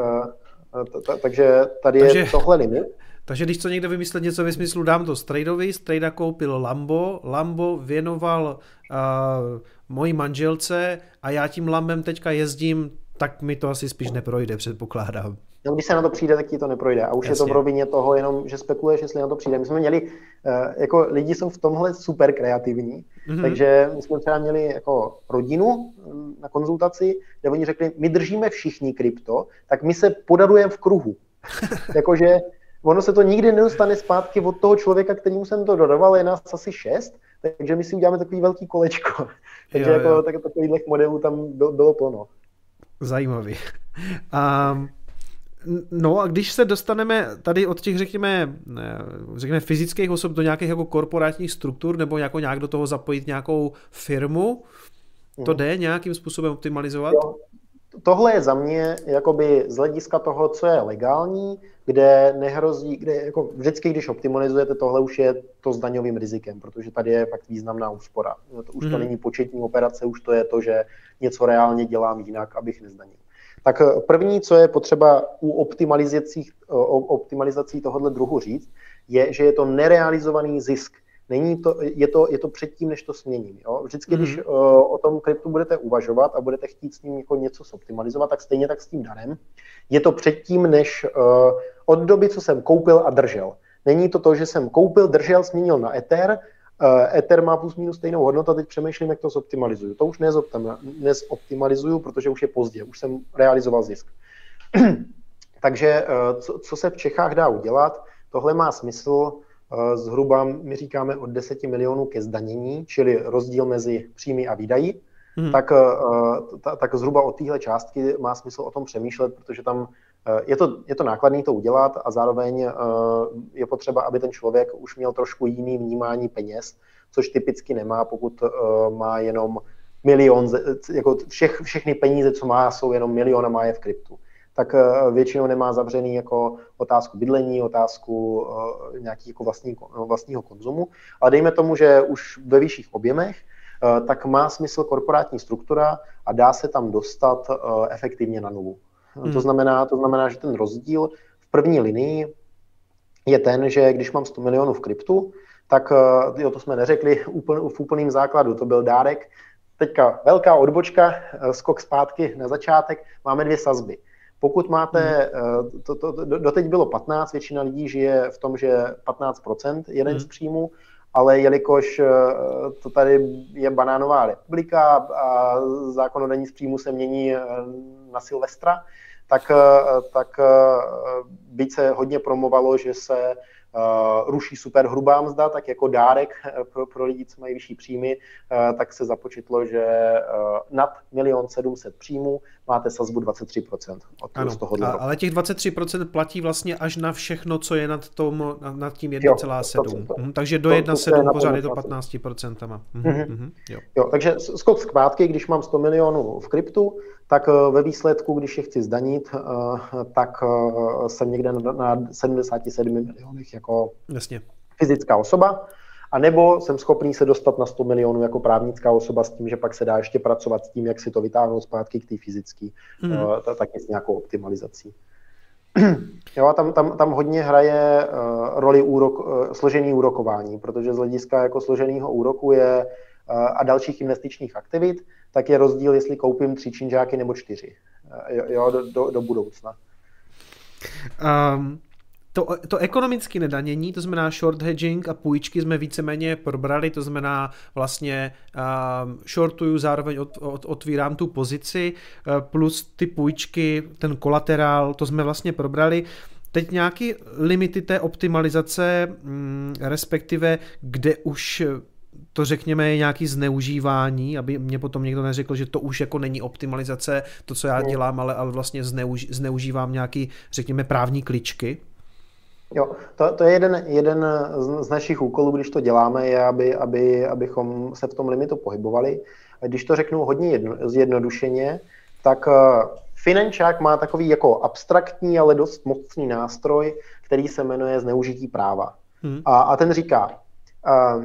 Takže tady takže, je tohle limit. Takže když to někdo vymyslet něco ve smyslu dám to strejdovi, strejda koupil Lambo, Lambo věnoval uh, mojí manželce a já tím Lambem teďka jezdím, tak mi to asi spíš neprojde, předpokládám. No, když se na to přijde, tak ti to neprojde. A už Jasně. je to v rovině toho jenom, že spekuluješ, jestli na to přijde. My jsme měli, uh, jako lidi jsou v tomhle super kreativní, mm-hmm. takže my jsme třeba měli jako rodinu na konzultaci, kde oni řekli, my držíme všichni krypto, tak my se podarujeme v kruhu. Jakože ono se to nikdy nedostane zpátky od toho člověka, kterému jsem to dodával, je nás asi šest, takže my si uděláme takový velký kolečko. Takže jo, jako, jo. Tak, takových modelů tam bylo, bylo plno. Zajímavý. Um... No a když se dostaneme tady od těch, řekněme, řekněme fyzických osob do nějakých jako korporátních struktur nebo jako nějak do toho zapojit nějakou firmu, to jde nějakým způsobem optimalizovat? Jo. Tohle je za mě jakoby z hlediska toho, co je legální, kde nehrozí, kde jako vždycky, když optimalizujete, tohle už je to s daňovým rizikem, protože tady je fakt významná úspora. To už mm. to není početní operace, už to je to, že něco reálně dělám jinak, abych nezdanil. Tak první, co je potřeba u optimalizací, optimalizací tohohle druhu říct, je, že je to nerealizovaný zisk. Není to, je, to, je to předtím, než to směním. Jo? Vždycky, mm-hmm. když uh, o tom kryptu budete uvažovat a budete chtít s ním jako něco zoptimalizovat, tak stejně tak s tím darem. Je to předtím, než uh, od doby, co jsem koupil a držel. Není to to, že jsem koupil, držel, změnil na Ether, uh, Ether má plus minus stejnou hodnotu a teď přemýšlím, jak to zoptimalizuju. To už nezoptimalizuju, protože už je pozdě, už jsem realizoval zisk. Takže uh, co, co se v Čechách dá udělat, tohle má smysl. Zhruba my říkáme od deseti milionů ke zdanění, čili rozdíl mezi příjmy a výdaji, hmm. tak, tak zhruba od téhle částky má smysl o tom přemýšlet, protože tam je to, je to nákladné to udělat a zároveň je potřeba, aby ten člověk už měl trošku jiný vnímání peněz, což typicky nemá, pokud má jenom milion, jako všech, všechny peníze, co má, jsou jenom milion a má je v kryptu. Tak většinou nemá zavřený jako otázku bydlení, otázku uh, nějaký jako vlastní, vlastního konzumu. Ale dejme tomu, že už ve vyšších objemech, uh, tak má smysl korporátní struktura a dá se tam dostat uh, efektivně na nulu. Hmm. To znamená, to znamená, že ten rozdíl v první linii je ten, že když mám sto milionů v kryptu, tak uh, jo, to jsme neřekli úpln, v úplným základu, to byl dárek. Teďka velká odbočka, uh, skok zpátky na začátek, máme dvě sazby. Pokud máte, to, to, doteď bylo patnáct, většina lidí žije v tom, že patnáct procent jeden hmm. z příjmu, ale jelikož to tady je banánová republika a zákon o daní z příjmu se mění na Silvestra, tak, tak byť se hodně promovalo, že se Uh, ruší super hrubá mzda, tak jako dárek pro, pro lidi, co mají vyšší příjmy, uh, tak se započítalo, že uh, nad milion sedm set příjmů máte sazbu dvacet tři procent. Od ano, z tohohle roku. Ale těch dvacet tři procent platí vlastně až na všechno, co je nad, tom, nad tím jedna celá sedm. Mhm, takže do jedna celá sedm pořád je to patnáct procent. Mhm, mm-hmm. mhm, jo. Jo, takže skok zpátky, když mám sto milionů v kryptu, tak ve výsledku, když je chci zdanit, tak jsem někde na sedmdesát sedm milionech jako Jasně. fyzická osoba, a nebo jsem schopný se dostat na sto milionů jako právnická osoba s tím, že pak se dá ještě pracovat s tím, jak si to vytáhnout zpátky k té fyzické, mm. taky s nějakou optimalizací. Jo, a tam, tam, tam hodně hraje uh, roli úrok, uh, složení úrokování, protože z hlediska jako složeného úroku je uh, a dalších investičních aktivit, tak je rozdíl, jestli koupím tři činžáky nebo čtyři uh, jo, do, do, do budoucna. Um... To, to ekonomické nedanění, to znamená short hedging a půjčky jsme víceméně probrali, to znamená vlastně um, shortuju, zároveň od, od, otvírám tu pozici, uh, plus ty půjčky, ten kolaterál, to jsme vlastně probrali. teď nějaký limity té optimalizace, respektive kde už to řekněme je nějaký zneužívání, aby mě potom někdo neřekl, že to už jako není optimalizace, to, co já dělám, ale, ale vlastně zneuž, zneužívám nějaký, řekněme, právní kličky? Jo, to, to je jeden, jeden z našich úkolů, když to děláme, je, aby, aby, abychom se v tom limitu pohybovali. Když to řeknu hodně jedno, zjednodušeně, tak finančák má takový jako abstraktní, ale dost mocný nástroj, který se jmenuje zneužití práva. Hmm. A, a ten říká, uh,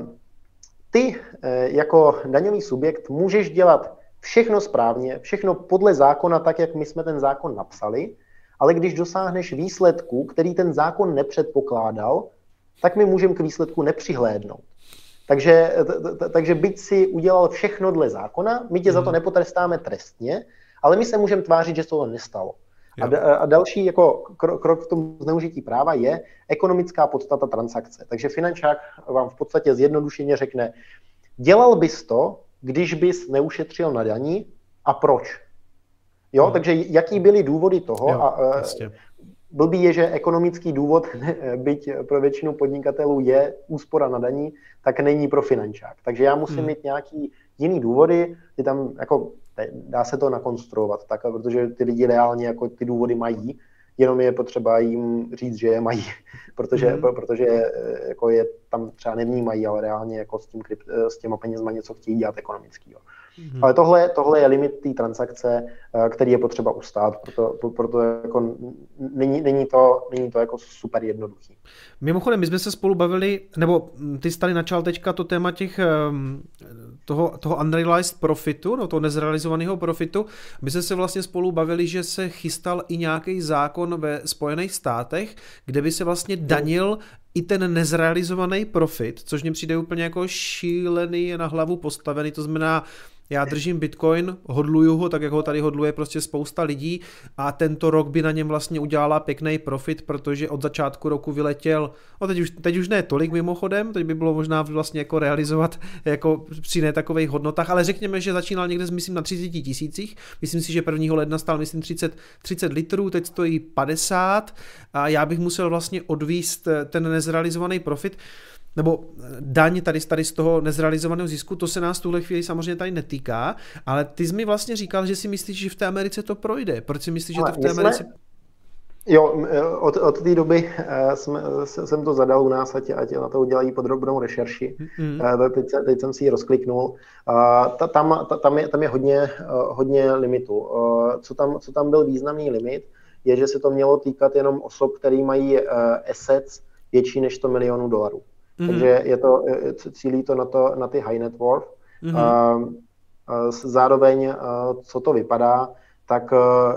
ty jako daňový subjekt můžeš dělat všechno správně, všechno podle zákona, tak jak my jsme ten zákon napsali, ale když dosáhneš výsledku, který ten zákon nepředpokládal, tak my můžeme k výsledku nepřihlédnout. Takže, takže byť si udělal všechno dle zákona, my tě za to nepotrestáme trestně, ale my se můžeme tvářit, že se to nestalo. A, d- a další jako krok v tom zneužití práva je ekonomická podstata transakce. Takže finančák vám v podstatě zjednodušeně řekne, dělal bys to, když bys neušetřil na daní a proč? Jo, hmm. takže jaký byly důvody toho? Jo, a, jasně. Blbý je, že ekonomický důvod, byť pro většinu podnikatelů je úspora na daní, tak není pro finančák. Takže já musím hmm. mít nějaký jiný důvody, ty tam jako dá se to nakonstruovat tak, protože ty lidi reálně jako ty důvody mají, jenom je potřeba jim říct, že je mají, protože, mm. protože jako je tam třeba nevnímají, ale reálně jako s, tím krypt, s těma penězma něco chtějí dělat ekonomického. Mm. Ale tohle, tohle je limit té transakce, který je potřeba ustát, proto, proto jako není, není, to, není to jako super jednoduchý. Mimochodem, my jsme se spolu bavili, nebo ty jsi tady načal teďka to téma těch toho, toho unrealized profitu, no toho nezrealizovaného profitu. My jsme se vlastně spolu bavili, že se chystal i nějaký zákon ve Spojených státech, kde by se vlastně danil i ten nezrealizovaný profit, což mně přijde úplně jako šílený, na hlavu postavený, to znamená, já držím Bitcoin, hodluju ho, tak jak ho tady hodluje prostě spousta lidí a tento rok by na něm vlastně udělala pěkný profit, protože od začátku roku vyletěl, no teď už, teď už ne tolik mimochodem, teď by bylo možná vlastně jako realizovat jako při ne takových hodnotách, ale řekněme, že začínal někde myslím na třicet tisících, myslím si, že prvního ledna stál myslím třicet, třicet litrů, teď stojí padesát a já bych musel vlastně odvíst ten nezrealizovaný profit, nebo daň tady, tady z toho nezrealizovaného zisku, to se nás v tuhle chvíli samozřejmě tady netýká, ale ty jsi mi vlastně říkal, že si myslíš, že v té Americe to projde. Proč si myslíš, že to v té jsme... Americe... Jo, od, od té doby jsme, jsem to zadal u nás, ať, ať na to udělají podrobnou rešerši. Mm-hmm. Teď, teď jsem si ji rozkliknul. Tam, tam, je, tam je hodně, hodně limitů. Co tam, co tam byl významný limit, je, že se to mělo týkat jenom osob, které mají assets větší než sto milionů dolarů. Mm-hmm. Takže je to, cílí to na, to na ty high net worth. Mm-hmm. Zároveň, co to vypadá, tak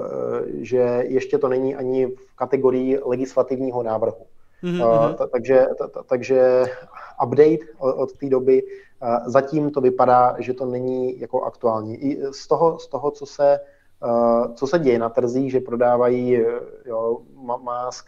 že ještě to není ani v kategorii legislativního návrhu. Mm-hmm. Ta, takže, ta, takže update od, od té doby, zatím to vypadá, že to není jako aktuální. I z toho, z toho co se co se děje na trzích, že prodávají jo, Musk,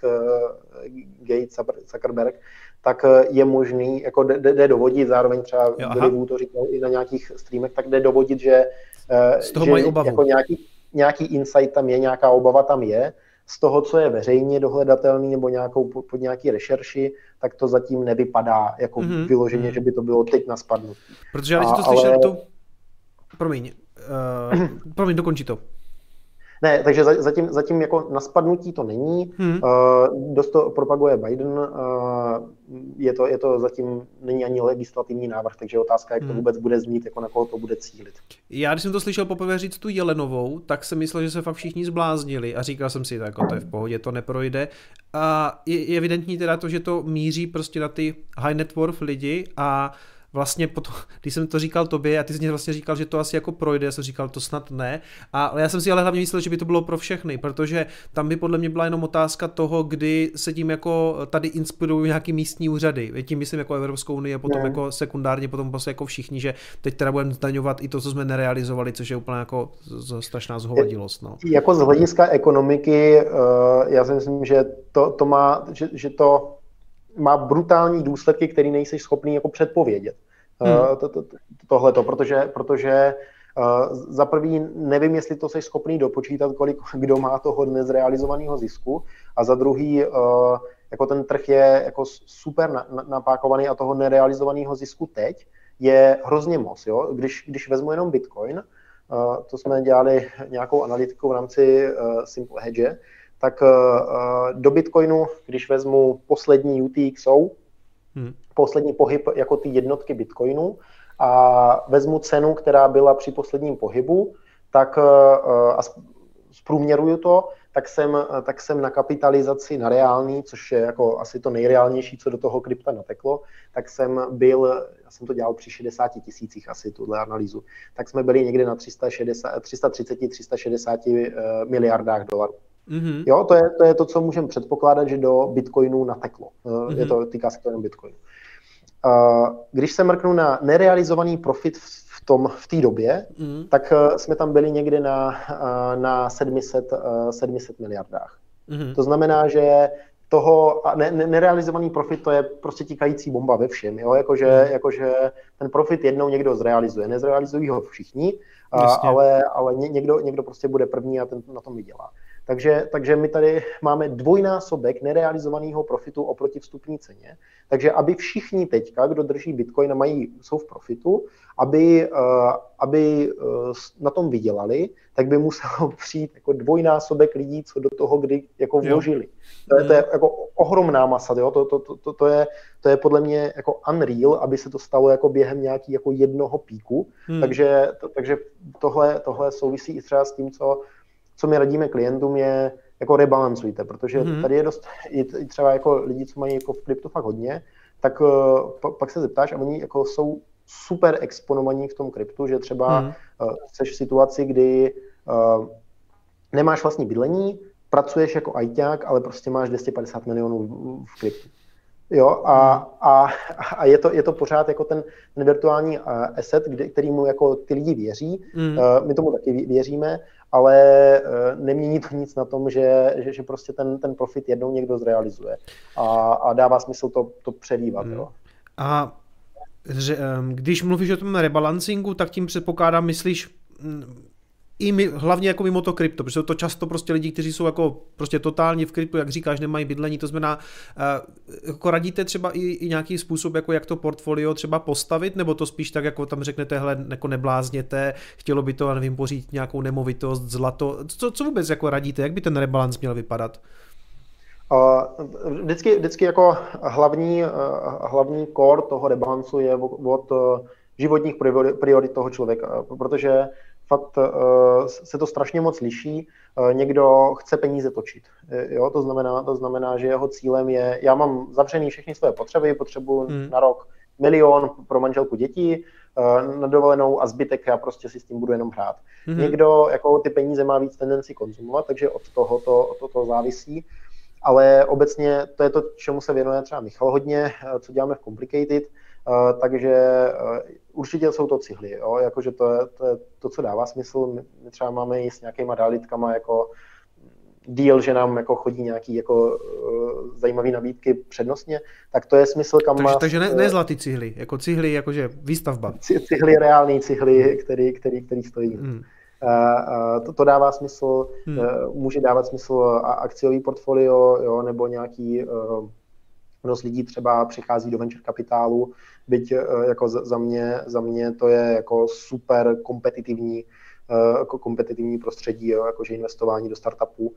Gates, Zuckerberg, tak je možný, jako jde dovodit, zároveň třeba Billy to říkal i na nějakých streamech, tak jde dovodit, že, z toho že mají obavu. Jako nějaký, nějaký insight tam je, nějaká obava tam je, z toho, co je veřejně dohledatelný nebo nějakou, pod nějaký rešerši, tak to zatím nevypadá jako mm-hmm. vyloženě, že by to bylo teď na spadnutí. Protože já když to slyšel, ale... to... Promiň, uh, promiň, dokončí to. Ne, takže zatím, zatím jako na spadnutí to není. Hmm. Uh, dost to propaguje Biden. Uh, je, to, je to zatím není ani legislativní návrh, takže otázka, jak to hmm. vůbec bude znít, jako na koho to bude cílit. Já, když jsem to slyšel poprvé říct tu Jelenovou, tak jsem myslel, že se fakt všichni zbláznili a říkal jsem si, jako to je v pohodě, to neprojde. A je, je evidentní teda to, že to míří prostě na ty high net worth lidi a vlastně potom, když jsem to říkal tobě a ty jsi mě vlastně říkal, že to asi jako projde, já jsem říkal, to snad ne. A já jsem si ale hlavně myslel, že by to bylo pro všechny, protože tam by podle mě byla jenom otázka toho, kdy se tím jako tady inspirují nějaký místní úřady. Tím myslím jako Evropskou unii a potom ne. jako sekundárně, potom prostě jako všichni, že teď teda budeme zdaňovat i to, co jsme nerealizovali, což je úplně jako strašná zhovadilost. No. Jako z hlediska ekonomiky, já si myslím, že to, to má, že, že to má brutální důsledky, které nejsi schopný jako předpovědět. Hmm. To, to, tohleto, protože, protože Za prvý nevím, jestli to jsi schopný dopočítat, kolik kdo má toho nezrealizovaného zisku, a za druhý jako ten trh je jako super napákovaný a toho nerealizovaného zisku teď je hrozně moc. Jo? Když, když vezmu jenom Bitcoin, to jsme dělali nějakou analytiku v rámci Simple Hedge, tak do Bitcoinu, když vezmu poslední U T X O, hmm. poslední pohyb jako ty jednotky Bitcoinu a vezmu cenu, která byla při posledním pohybu, tak a zprůměruju to, tak jsem, tak jsem na kapitalizaci, na reálný, což je jako asi to nejreálnější, co do toho krypta nateklo, tak jsem byl, já jsem to dělal při šedesáti tisících asi, tuhle analýzu, tak jsme byli někde na tři sta šedesát, tři sta třicet, tři sta šedesát miliardách dolarů. Mm-hmm. Jo, to je, to je to, co můžeme předpokládat, že do Bitcoinu nateklo. Mm-hmm. Je to, týká se to jenom Bitcoinu. Když se mrknu na nerealizovaný profit v tom v té době, mm. tak jsme tam byli někde na, na sedm set miliardách. Mm. To znamená, že toho ne, nerealizovaný profit, to je prostě tikající bomba ve všem. Jo? Jakože, mm. jakože ten profit jednou někdo zrealizuje. Nezrealizují ho všichni, ale, ale někdo, někdo prostě bude první a ten na tom vydělá. Takže, takže my tady máme dvojnásobek nerealizovaného profitu oproti vstupní ceně. Takže aby všichni teďka, kdo drží Bitcoin a mají, jsou v profitu, aby, uh, aby uh, na tom vydělali, tak by muselo přijít jako dvojnásobek lidí, co do toho kdy jako vložili. To je, to je jako ohromná masa, jo? To, to, to, to, to, je, to je podle mě jako unreal, aby se to stalo jako během nějaký jako jednoho píku. Hmm. Takže, to, takže tohle, tohle souvisí i třeba s tím, co Co my radíme klientům, je jako rebalancujte, protože mm-hmm. tady je dost, i třeba jako lidi, co mají jako v kryptu fakt hodně, tak uh, pak se zeptáš a oni jako jsou super exponovaní v tom kryptu, že třeba mm-hmm. uh, jsi v situaci, kdy uh, nemáš vlastní bydlení, pracuješ jako ajťák, ale prostě máš dvě stě padesát milionů v kryptu. Jo, a, a, a je, to, je to pořád jako ten, ten virtuální uh, asset, kdy, kterýmu jako ty lidi věří, mm. uh, my tomu taky věříme, ale uh, nemění to nic na tom, že, že, že prostě ten, ten profit jednou někdo zrealizuje a, a dává smysl to, to přelívat. Mm. Jo. A že, um, když mluvíš o tom rebalancingu, tak tím předpokládám, myslíš i my, hlavně jako mimo to krypto, protože jsou to často prostě lidi, kteří jsou jako prostě totálně v kryptu, jak říkáš, nemají bydlení, to znamená, jako radíte třeba i, i nějaký způsob, jako jak to portfolio třeba postavit, nebo to spíš tak, jako tam řeknete, hele, jako neblázněte, chtělo by to, nevím, pořídit nějakou nemovitost, zlato, co, co vůbec jako radíte, jak by ten rebalans měl vypadat? Vždycky, vždycky jako hlavní, hlavní core toho rebalancu je od životních priorit toho člověka, protože fakt uh, se to strašně moc liší. Uh, někdo chce peníze točit. Jo? To znamená, to znamená, že jeho cílem je, já mám zavřený všechny své potřeby, potřebuji hmm. na rok milion pro manželku dětí, uh, na dovolenou a zbytek já prostě si s tím budu jenom hrát. Hmm. Někdo jako ty peníze má víc tendenci konzumovat, takže od toho to, to, to závisí. Ale obecně to je to, čemu se věnuje třeba Michal hodně, co děláme v Complicated, Uh, takže uh, určitě jsou to cihly, jo? Jakože to je, to je to, co dává smysl. My, my třeba máme i s nějakýma realitkama jako deal, že nám jako chodí nějaký jako uh, zajímavý nabídky přednostně, tak to je smysl, kam takže, má... Takže ne, ne zlatý cihly, jako cihly, jakože výstavba. Cihly, reální cihly, který, který, který stojí. Hmm. Uh, uh, to, to dává smysl, hmm. uh, může dávat smysl akciový portfolio, jo? Nebo nějaký... Uh, Mnoho lidí třeba přichází do venture kapitálu, byť jako za mě, za mě to je jako super kompetitivní, jako kompetitivní prostředí, jo, jakože investování do startupů.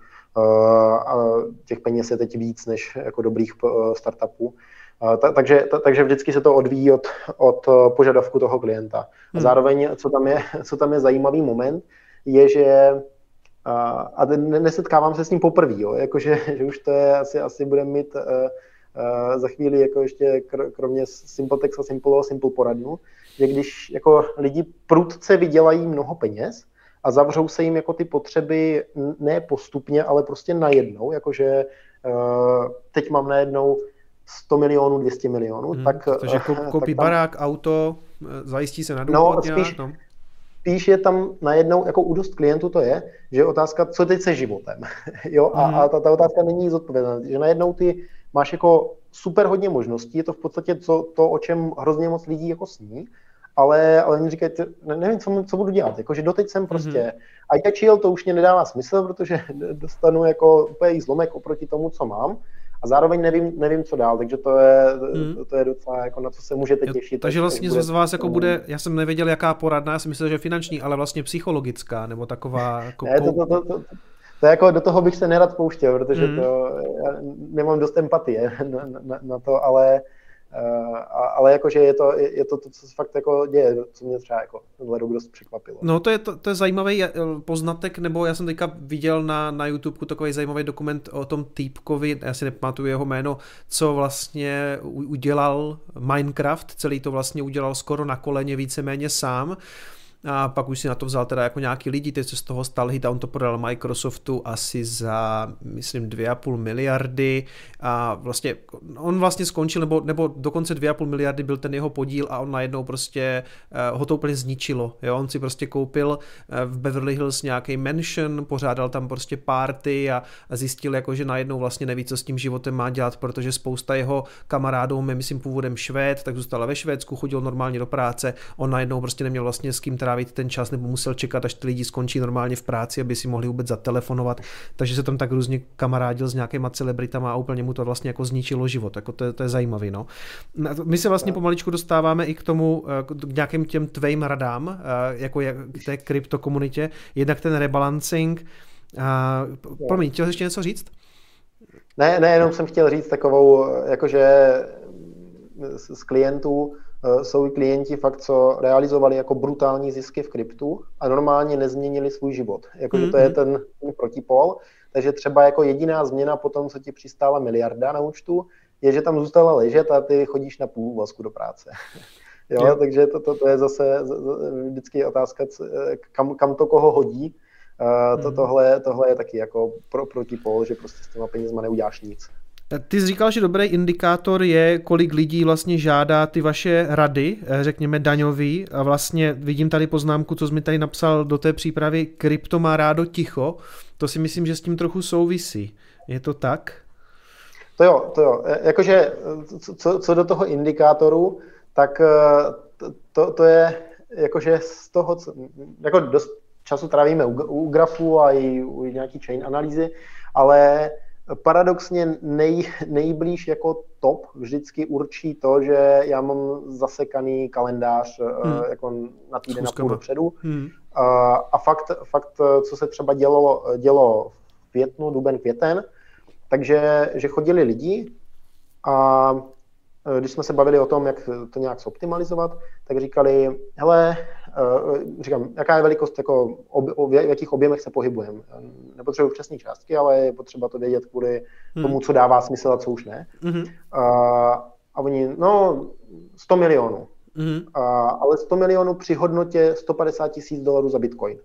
A těch peněz je teď víc než jako dobrých startupů. Takže, takže vždycky se to odvíjí od, od požadavku toho klienta. A zároveň, co tam je, co tam je zajímavý moment, je, že a nesetkávám se s ním poprvé, jo, jakože že už to je, asi, asi budeme mít Uh, za chvíli jako ještě kr- kromě Simpletex a Simple, Simple poradnu, že když jako lidi prudce vydělají mnoho peněz a zavřou se jim jako ty potřeby ne postupně, ale prostě najednou, jakože uh, teď mám najednou sto milionů, dvě stě milionů, hmm, tak... Takže koupí tak barák, auto, zajistí se na důchod. No, spíš, no. spíš je tam najednou, jako u dost klientů to je, že je otázka, co teď se životem. jo? A, hmm. a ta, ta otázka není zodpovědná, že najednou ty máš jako super hodně možností, je to v podstatě to, to, o čem hrozně moc lidí jako sní, ale, ale oni říkají, ne, nevím, co, co budu dělat, jakože doteď jsem prostě, mm-hmm. I chill, to už mě nedává smysl, protože dostanu jako úplně zlomek oproti tomu, co mám. A zároveň nevím, nevím, co dál, takže to je, hmm. to, to je docela jako na co se můžete těšit. Jo, takže vlastně bude... z vás jako bude, já jsem nevěděl, jaká poradna, já jsem myslel, že finanční, ale vlastně psychologická, nebo taková... Jako... Ne, to, to, to, to, to jako do toho bych se nerad pouštěl, protože hmm. to, já nemám dost empatie na, na, na to, ale... Uh, ale jakože je to, je to to, co se fakt jako děje, co mě třeba jako tenhle rok dost překvapilo. No to je, to, to je zajímavý poznatek, nebo já jsem teďka viděl na, na YouTube takový zajímavý dokument o tom týpkovi, já si nepamatuju jeho jméno, co vlastně udělal Minecraft, celý to vlastně udělal skoro na koleně víceméně sám. A pak už si na to vzal teda jako nějaký lidi, teď se z toho stal hit a on to prodal Microsoftu asi za, myslím, dvě a půl miliardy a vlastně on vlastně skončil, nebo, nebo dokonce dvě a půl miliardy byl ten jeho podíl a on najednou prostě uh, ho to úplně zničilo, jo, on si prostě koupil uh, v Beverly Hills nějaký mansion, pořádal tam prostě party a, a zjistil jako, že najednou vlastně neví, co s tím životem má dělat, protože spousta jeho kamarádů, my myslím původem Švéd, tak zůstala ve Švédsku, chodil normálně do práce, on najednou prostě neměl vlastně s kým trávit ten čas, nebo musel čekat, až ty lidi skončí normálně v práci, aby si mohli vůbec zatelefonovat, takže se tam tak různě kamarádil s nějakýma celebritama a úplně mu to vlastně jako zničilo život, jako to, je, to je zajímavý, no. My se vlastně pomaličku dostáváme i k tomu, k nějakým těm tvým radám, jako k té kryptokomunitě, jednak ten rebalancing, promiň, chtěl jsi ještě něco říct? Ne, ne, jenom jsem chtěl říct takovou, jakože z klientů jsou i klienti fakt, co realizovali jako brutální zisky v kryptu a normálně nezměnili svůj život. Jakože mm-hmm. to je ten, ten protipol. Takže třeba jako jediná změna po tom, co ti přistála miliarda na účtu, je, že tam zůstala ležet a ty chodíš na půl úvazku do práce. Jo, jo. Takže to, to, to je zase vždycky otázka, kam, kam to koho hodí. Uh, to, tohle, tohle je taky jako pro, protipol, že prostě s těma penězma neuděláš nic. Ty jsi říkal, že dobrý indikátor je, kolik lidí vlastně žádá ty vaše rady, řekněme daňový, a vlastně vidím tady poznámku, co jsi mi tady napsal do té přípravy, krypto má rádo ticho, to si myslím, že s tím trochu souvisí. Je to tak? To jo, to jo. Jakože co, co do toho indikátoru, tak to, to je jakože z toho, co, jako dost času trávíme u, u grafu a i u nějaký chain analýzy, ale paradoxně nej, nejblíž jako top vždycky určí to, že já mám zasekaný kalendář hmm. jako na týden a půl dopředu. Hmm. A, a fakt, fakt, co se třeba dělo, dělo v květnu, duben, květen, takže že chodili lidi a když jsme se bavili o tom, jak to nějak zoptimalizovat, tak říkali, hele, říkám, jaká je velikost, jako ob, v jakých objemech se pohybujeme. Nepotřebuji přesné částky, ale je potřeba to vědět kvůli hmm. tomu, co dává smysl a co už ne. Hmm. A, a oni, no, sto milionů. Hmm. A, ale sto milionů při hodnotě sto padesát tisíc dolarů za bitcoin.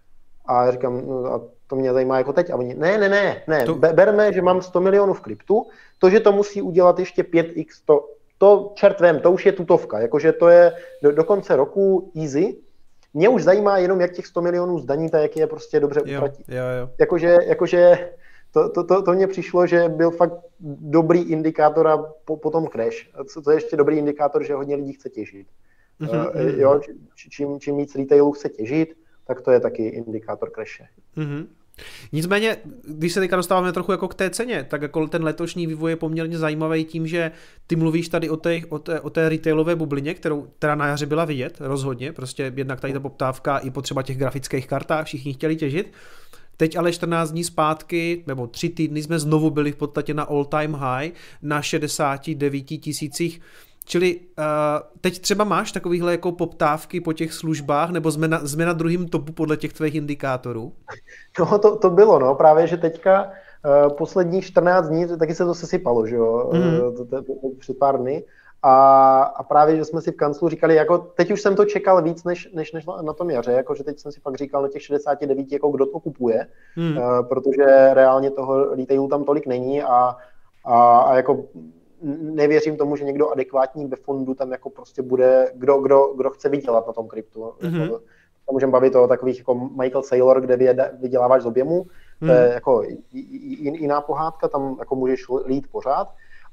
A já říkám, no, a to mě zajímá jako teď. A oni, ne, ne, ne, ne, to... berme, že mám sto milionů v kryptu, to, že to musí udělat ještě pět x, to, to čert vem, to už je tutovka, jakože to je do, do konce roku easy. Mě už zajímá jenom, jak těch sto milionů zdaníte, jak je prostě dobře utratit. Jo, jo, jo. Jakože, jakože to, to, to, to mně přišlo, že byl fakt dobrý indikátor a po, potom crash. Co to je ještě dobrý indikátor, že hodně lidí chce těžit. Mm-hmm. Uh, jo, čím, čím víc retailů chce těžit, tak to je taky indikátor crashe. Mm-hmm. Nicméně, když se teďka dostáváme trochu jako k té ceně, tak jako ten letošní vývoj je poměrně zajímavý tím, že ty mluvíš tady o té, o té, o té retailové bublině, kterou teda na jaře byla vidět, rozhodně, prostě jednak tady ta poptávka i potřeba těch grafických kartách, všichni chtěli těžit. Teď ale čtrnáct dní zpátky, nebo tři týdny jsme znovu byli v podstatě na all time high, na šedesát devět tisících. Čili uh, teď třeba máš takovýhle jako poptávky po těch službách, nebo jsme na, jsme na druhém topu podle těch tvých indikátorů? No to, to bylo, no, právě, že teďka uh, posledních čtrnáct dní, taky se to sesypalo, že jo, mm-hmm. uh, to, to, to, to před pár dny. A, a právě, že jsme si v kanclu říkali, jako teď už jsem to čekal víc, než, než, než na tom jaře, jakože teď jsem si fakt říkal na těch šedesát devět, jako kdo to kupuje, mm. uh, protože reálně toho retailu tam tolik není a, a, a jako nevěřím tomu, že někdo adekvátní ve fondu tam jako prostě bude, kdo, kdo, kdo chce vydělat na tom kryptu. Mm-hmm. Můžeme bavit o takových jako Michael Saylor, kde vyděláváš z objemu, mm. to je jako jiná pohádka, tam jako můžeš lít pořád,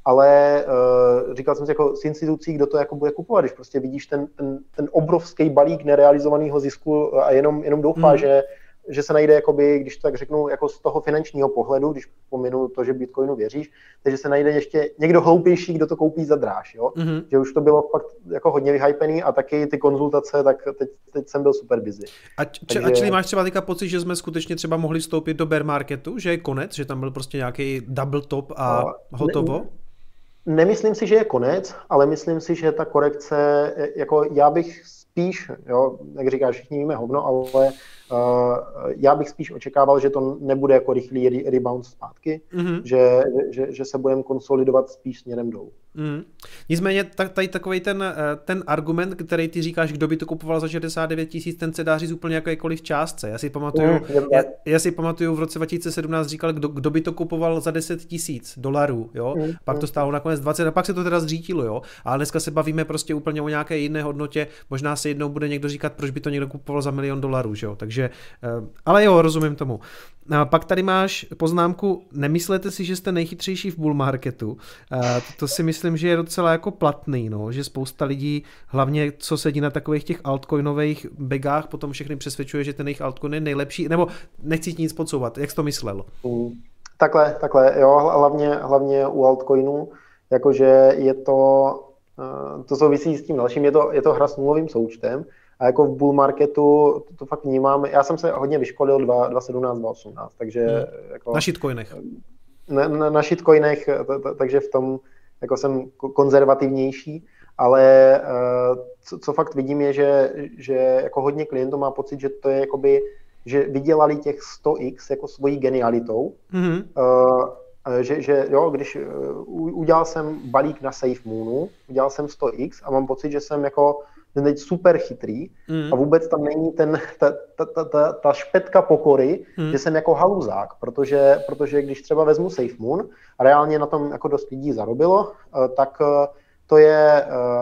ale uh, říkal jsem si jako z institucí, kdo to jako bude kupovat, když prostě vidíš ten, ten, ten obrovský balík nerealizovaného zisku a jenom, jenom doufá, mm. že že se najde, jakoby, když to tak řeknu, jako z toho finančního pohledu, když pominu to, že Bitcoinu věříš, takže se najde ještě někdo hloupější, kdo to koupí za dráž, jo? Mm-hmm. Že už to bylo fakt jako hodně vyhypený a taky ty konzultace, tak teď, teď jsem byl super busy. A, č- Takže... a čili máš třeba teďka pocit, že jsme skutečně třeba mohli vstoupit do bear marketu, že je konec, že tam byl prostě nějaký double top a no, hotovo? Ne, nemyslím si, že je konec, ale myslím si, že ta korekce, jako já bych spíš, jo, jak říkáš, všichni víme hovno, ale Uh, já bych spíš očekával, že to nebude jako rychlý re- rebound zpátky, mm-hmm. že, že, že se budeme konsolidovat spíš směrem dolů. Mm. Nicméně tady takovej ten, ten argument, který ty říkáš, kdo by to kupoval za šedesát devět tisíc, ten se dá říct úplně jakékoliv částce. Já si pamatuju, mm, já, já si pamatuju v roce dva tisíce sedmnáct říkal, kdo, kdo by to kupoval za deset tisíc dolarů, jo? Mm, pak to stálo nakonec dvacet a pak se to teda zřítilo, jo? Ale dneska se bavíme prostě úplně o nějaké jiné hodnotě, možná se jednou bude někdo říkat, proč by to někdo kupoval za milion dolarů, jo? Takže, ale jo, rozumím tomu. A pak tady máš poznámku, nemyslete si, že jste nejchytřejší v bull marketu. A to si myslím, že je docela jako platný, no, že spousta lidí, hlavně co sedí na takových těch altcoinových begách, potom všechny přesvědčuje, že ten jejich altcoin je nejlepší, nebo nechci nic podsouvat. Jak jsi to myslel? Mm, takhle, takhle, jo, hlavně, hlavně u altcoinů, jakože je to, to souvisí s tím dalším, je to, je to hra s nulovým součtem. A jako v bull marketu to, to fakt vnímám. Já jsem se hodně vyškolil dva sedmnáct, dva osmnáct, takže hmm. jako... Na shitcoinech. Na, na, na shitcoinech, t, t, takže v tom jako jsem konzervativnější, ale co, co fakt vidím je, že, že jako hodně klientů má pocit, že to je jakoby, že vydělali těch sto x jako svojí genialitou. Hmm. Uh, že, že jo, když uh, udělal jsem balík na SafeMoonu, udělal jsem sto x a mám pocit, že jsem jako ten teď super chytrý mm. a vůbec tam není ten, ta, ta, ta, ta, ta špetka pokory, mm. že jsem jako haluzák, protože, protože když třeba vezmu SafeMoon a reálně na tom jako dost lidí zarobilo, tak to je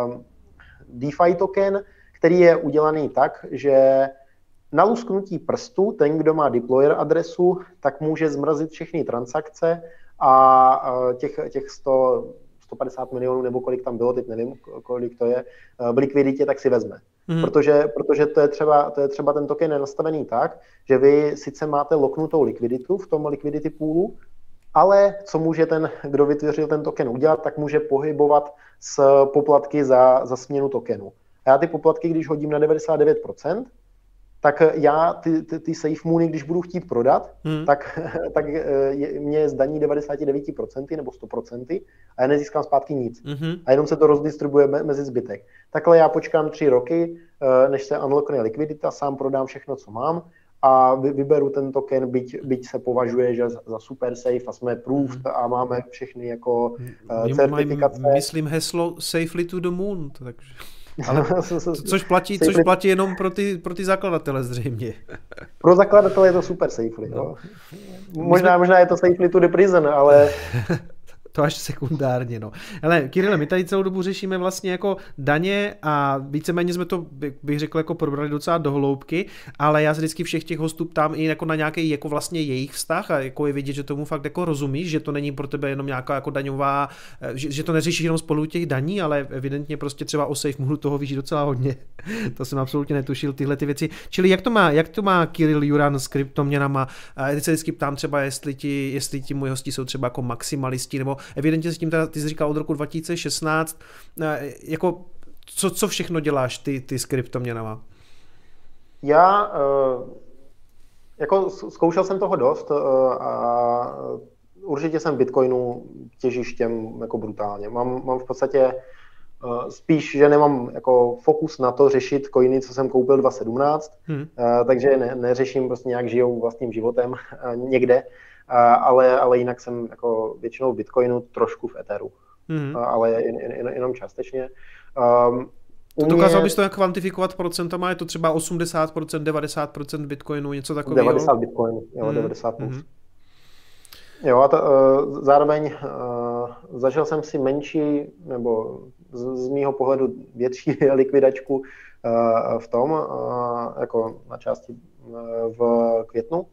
DeFi token, který je udělaný tak, že na lusknutí prstu ten, kdo má deployer adresu, tak může zmrazit všechny transakce a těch, těch sto sto padesát milionů nebo kolik tam bylo, teď nevím, kolik to je, v likviditě, tak si vezme. Mm. Protože, protože to, je třeba, to je třeba ten token je nastavený tak, že vy sice máte loknutou likviditu v tom liquidity poolu, ale co může ten, kdo vytvořil ten token udělat, tak může pohybovat s poplatky za, za směnu tokenu. A já ty poplatky, když hodím na devadesát devět procent, tak já ty, ty, ty SafeMoony, když budu chtít prodat, hmm. tak, tak je, mě zdaní devadesát devět procent nebo sto procent a já nezískám zpátky nic. Hmm. A jenom se to rozdistribuje mezi zbytek. Takhle já počkám tři roky, než se unlockne likvidita, sám prodám všechno, co mám a vyberu ten token, byť, byť se považuje, že za super safe a jsme proved hmm. a máme všechny jako uh, certifikace. Mají, myslím heslo safely to the moon, takže... Ale což platí, což platí jenom pro ty, pro ty zakladatele zřejmě. Pro zakladatele je to super safely. No. Možná, možná je to safely to the prison, ale... To až sekundárně, no. Ale Kyrile, my tady celou dobu řešíme vlastně jako daně a víceméně jsme to, bych řekl, jako probrali docela do hloubky, ale já se vždycky všech těch hostů ptám i jako na nějaký jako vlastně jejich vztah a jako je vidět, že tomu fakt jako rozumíš, že to není pro tebe jenom nějaká jako daňová, že, že to neřešíš jenom spolu těch daní, ale evidentně prostě třeba o SafeMoonu toho víš docela hodně. To jsem absolutně netušil, tyhle ty věci. Čili jak to má, jak to má Kirill Juran s kryptoměnama? Já se vždycky ptám třeba, jestli ti, jestli ti moji hosti jsou třeba jako maximalisti, nebo evidentně s tím teda, ty jsi říkal od roku dva tisíce šestnáct, jako co, co všechno děláš ty, ty s kryptoměnama? Já jako zkoušel jsem toho dost a určitě jsem Bitcoinu těžištěm jako brutálně. Mám, mám v podstatě spíš, že nemám jako fokus na to řešit coiny, co jsem koupil dva tisíce sedmnáct, hmm. takže ne, neřeším prostě nějak žijou vlastním životem někde. Ale, ale jinak jsem jako většinou v Bitcoinu, trošku v Etheru, mm-hmm. ale jen, jen, jenom částečně. Um, to dokázal bys to jak kvantifikovat procentama? Je to třeba osmdesát procent, devadesát procent Bitcoinu, něco takového? devadesát Bitcoinu, jo, mm-hmm. devadesát plus. Mm-hmm. Jo, a to, uh, zároveň uh, zažil jsem si menší, nebo z, z mýho pohledu větší likvidačku uh, v tom, uh, jako na části uh, v květnu,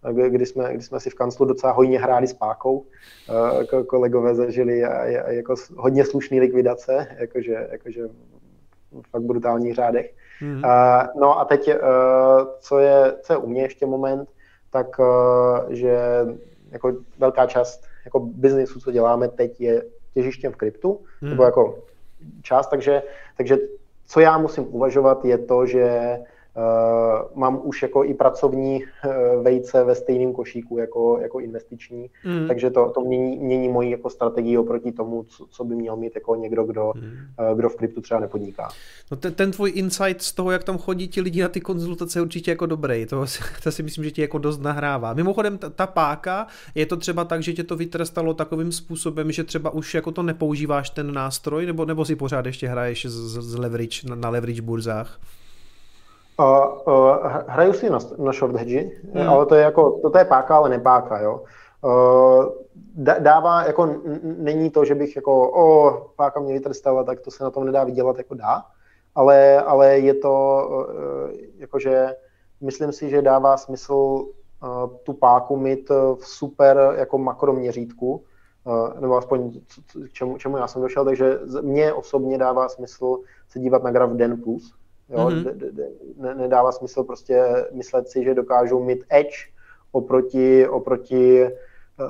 kdy jsme, kdy jsme si v kanclu docela hojně hráli s pákou. Kolegové zažili jako hodně slušný likvidace, jakože, jakože v fakt brutálních řádech. Mm. No a teď, co je, co je u mě ještě moment, tak že jako velká část jako biznesu, co děláme teď, je těžištěm v kryptu, mm. nebo jako část, takže, takže co já musím uvažovat, je to, že Uh, mám už jako i pracovní uh, vejce ve stejném košíku jako, jako investiční, mm. takže to, to mění, mění moji jako strategii oproti tomu, co, co by měl mít jako někdo, kdo, mm. uh, kdo v kryptu třeba nepodniká. No ten, ten tvůj insight z toho, jak tam chodí ti lidi na ty konzultace, je určitě jako dobrý, to, to si myslím, že ti jako dost nahrává. Mimochodem ta, ta páka, je to třeba tak, že tě to vytrestalo takovým způsobem, že třeba už jako to nepoužíváš ten nástroj, nebo, nebo si pořád ještě hraješ z, z leverage, na, na leverage burzách? Uh, uh, hraju si na, na short hedge, hmm. ale to je jako, to, to je páka, ale nepáka, jo. Uh, dává, jako n- není to, že bych jako, o, páka mě vytrstala, tak to se na tom nedá vydělat, jako dá, ale, ale je to, uh, jakože, myslím si, že dává smysl uh, tu páku mít v super jako makroměřítku, uh, nebo aspoň k čemu, čemu já jsem došel, takže mně osobně dává smysl se dívat na graf den plus. Jo, mm-hmm. d- d- d- nedává smysl prostě myslet si, že dokážou mít edge oproti, oproti uh,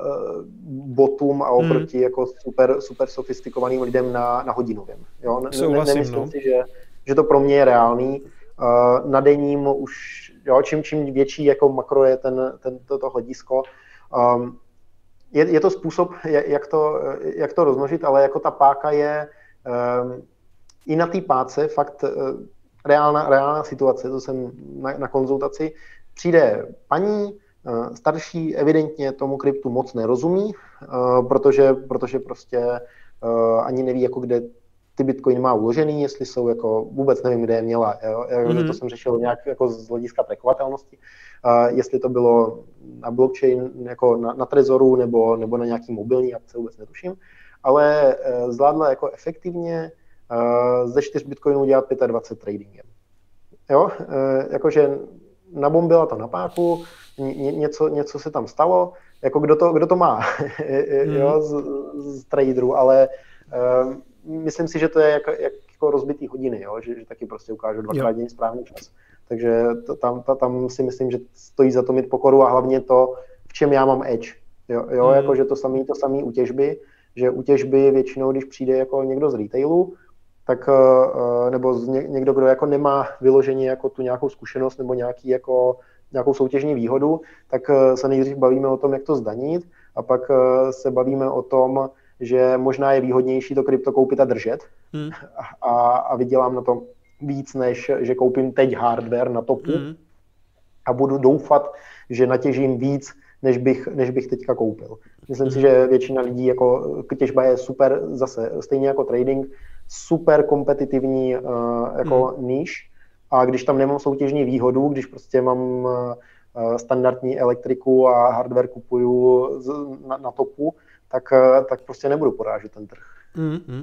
botům a oproti mm. jako super, super sofistikovaným lidem na, na hodinovém. Jo? Ne, ne, nemyslím no. si, že, že to pro mě je reálný. Uh, na denním už, jo, čím, čím větší jako makro je ten, ten, toto hledisko, um, je, je to způsob, jak to, jak to rozmnožit, ale jako ta páka je um, i na té páce fakt uh, Reálná, reálná situace, to jsem na, na konzultaci, přijde paní, uh, starší, evidentně tomu kryptu moc nerozumí, uh, protože, protože prostě uh, ani neví, jako kde ty bitcoiny má uložený, jestli jsou jako, vůbec nevím, kde je měla, jo? Mm-hmm. To jsem řešil nějak jako z hlediska trackovatelnosti, uh, jestli to bylo na blockchain, jako na, na Trezoru, nebo, nebo na nějaký mobilní apce, vůbec netuším, ale uh, zvládla jako efektivně Uh, ze čtyř bitcoinů dělat dvacet pět tradingem. Jo, uh, jakože nabombila to na páku, ně, něco, něco se tam stalo, jako kdo to, kdo to má, mm. jo, z, z traderů, ale uh, myslím si, že to je jak, jak jako rozbitý hodiny, jo, že, že taky prostě ukážu dvakrát denně správný čas. Takže to, tam, to, tam si myslím, že stojí za to mít pokoru a hlavně to, v čem já mám edge. Jo, jo mm. jakože to samý, to samý u těžby, že u těžby většinou, když přijde jako někdo z retailu, tak nebo někdo, kdo jako nemá vyloženě jako tu nějakou zkušenost nebo nějaký jako, nějakou soutěžní výhodu, tak se nejdřív bavíme o tom, jak to zdanit, a pak se bavíme o tom, že možná je výhodnější to krypto koupit a držet hmm. a, a vydělám na to víc, než že koupím teď hardware na topu hmm. a budu doufat, že natěžím víc, než bych, než bych teďka koupil. Myslím hmm. si, že většina lidí, jako těžba je super, zase stejně jako trading, super kompetitivní uh, jako hmm. níž, a když tam nemám soutěžní výhodu, když prostě mám uh, standardní elektriku a hardware kupuju z, na, na topu, tak, uh, tak prostě nebudu porážet ten trh. Hmm.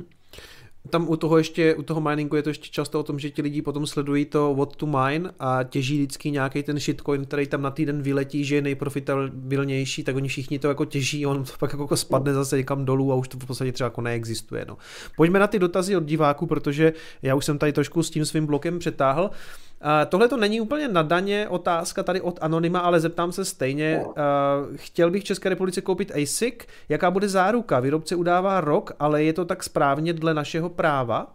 Tam u toho ještě, u toho miningu je to ještě často o tom, že ti lidi potom sledují to what to mine a těží vždycky nějaký ten shitcoin, který tam na týden vyletí, že je nejprofitabilnější, tak oni všichni to jako těží, on to pak jako spadne zase někam dolů a už to v podstatě třeba jako neexistuje. No. Pojďme na ty dotazy od diváků, protože já už jsem tady trošku s tím svým blokem přetáhl. Tohle to není úplně na daně otázka tady od Anonyma, ale zeptám se stejně. Chtěl bych v České republice koupit A S I C, jaká bude záruka? Výrobce udává rok, ale je to tak správně dle našeho práva?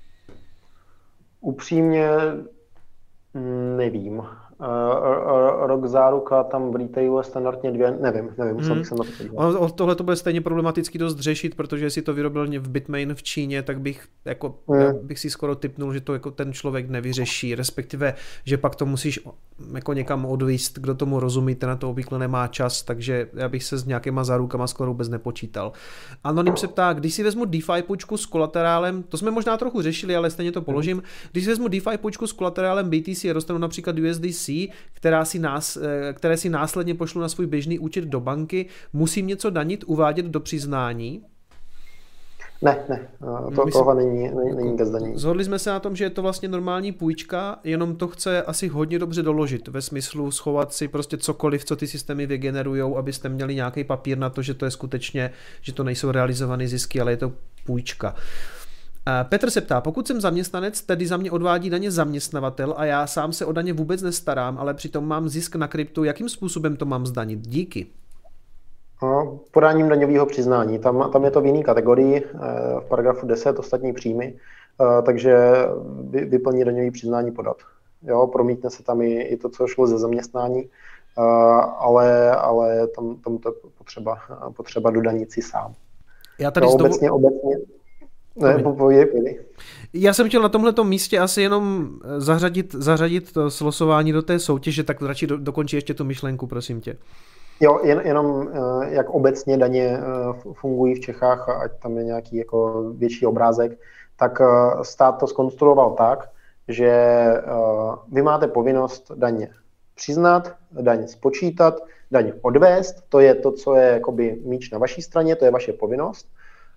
Upřímně nevím. Rok záruka tam v retailu je standardně dvě, nevím, nevím, musel bych se na to podívat. Tohle to bude stejně problematicky dost řešit, protože jestli to vyrobil v Bitmain v Číně, tak bych, jako, mm. bych si skoro tipnul, že to jako ten člověk nevyřeší, respektive, že pak to musíš jako někam odvíst, kdo tomu rozumí, ten na to obvykle nemá čas, takže já bych se s nějakýma zárukama skoro vůbec nepočítal. Anonym se ptá, když si vezmu DeFi půjčku s kolaterálem, to jsme možná trochu řešili, ale stejně to položím, když si vezmu DeFi půjčku s kolaterálem B T C a dostanu například U S D C, která si nás, které si následně pošlu na svůj běžný účet do banky, musím něco danit, uvádět do přiznání? Ne, ne, to, My tohle si... není, není, není ke zdanění. Zhodli jsme se na tom, že je to vlastně normální půjčka, jenom to chce asi hodně dobře doložit, ve smyslu schovat si prostě cokoliv, co ty systémy vygenerujou, abyste měli nějaký papír na to, že to je skutečně, že to nejsou realizované zisky, ale je to půjčka. Petr se ptá, pokud jsem zaměstnanec, tedy za mě odvádí daně zaměstnavatel a já sám se o daně vůbec nestarám, ale přitom mám zisk na kryptu, jakým způsobem to mám zdanit? Díky. No, podáním daňového přiznání. Tam, tam je to v jiné kategorii, v paragrafu deset, ostatní příjmy, takže vyplní daňové přiznání podat. Jo, promítne se tam i, i to, co šlo ze zaměstnání, ale, ale tam, tam to je potřeba, potřeba dodanit si sám. Já tady no, znovu... obecně, obecně. Ne, pověděj, pověděj. Já jsem chtěl na tomhleto místě asi jenom zařadit, zařadit to slosování do té soutěže, tak radši do, dokončí ještě tu myšlenku, prosím tě. Jo, jen, jenom jak obecně daně fungují v Čechách, ať tam je nějaký jako větší obrázek, tak stát to zkonstruoval tak, že vy máte povinnost daně přiznat, daně spočítat, daně odvést, to je to, co je jakoby míč na vaší straně, to je vaše povinnost.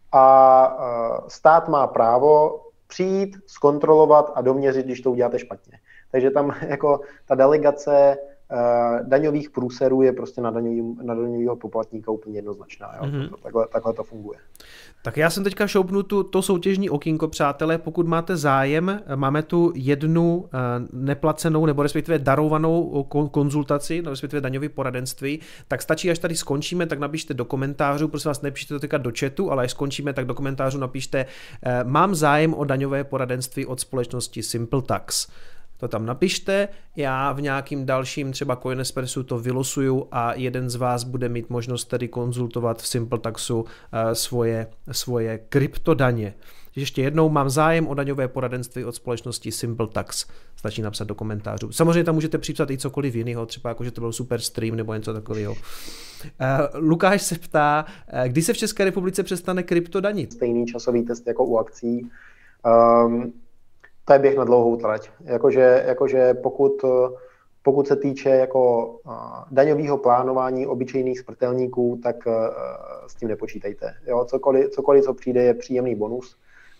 A stát má právo přijít, zkontrolovat a doměřit, když to uděláte špatně. Takže tam jako ta delegace uh, daňových průserů je prostě na, daňový, na daňového poplatníka úplně jednoznačná. Jo? Mm-hmm. Takhle, takhle to funguje. Tak já jsem teďka šoupnu tu, to soutěžní okýnko, přátelé, pokud máte zájem, máme tu jednu uh, neplacenou nebo respektive darovanou konzultaci, no, respektive daňové poradenství, tak stačí, až tady skončíme, tak napište do komentářů, prosím vás, nepíšte to teďka do chatu, ale až skončíme, tak do komentářů napište, uh, mám zájem o daňové poradenství od společnosti SimpleTax. To tam napište, já v nějakým dalším třeba Coinespressu to vylosuju a jeden z vás bude mít možnost tedy konzultovat v SimpleTaxu uh, svoje, svoje kryptodaně. Ještě jednou, mám zájem o daňové poradenství od společnosti SimpleTax. Stačí napsat do komentářů. Samozřejmě tam můžete připsat i cokoliv jiného, třeba jako, že to byl super stream nebo něco takového. Uh, Lukáš se ptá, uh, kdy se v České republice přestane krypto danit? Stejný časový test jako u akcí. Um... To je běh na dlouhou trať. Jakože, jakože pokud, pokud se týče jako daňového plánování obyčejných smrtelníků, tak s tím nepočítejte. Jo, cokoliv, cokoliv, co přijde, je příjemný bonus,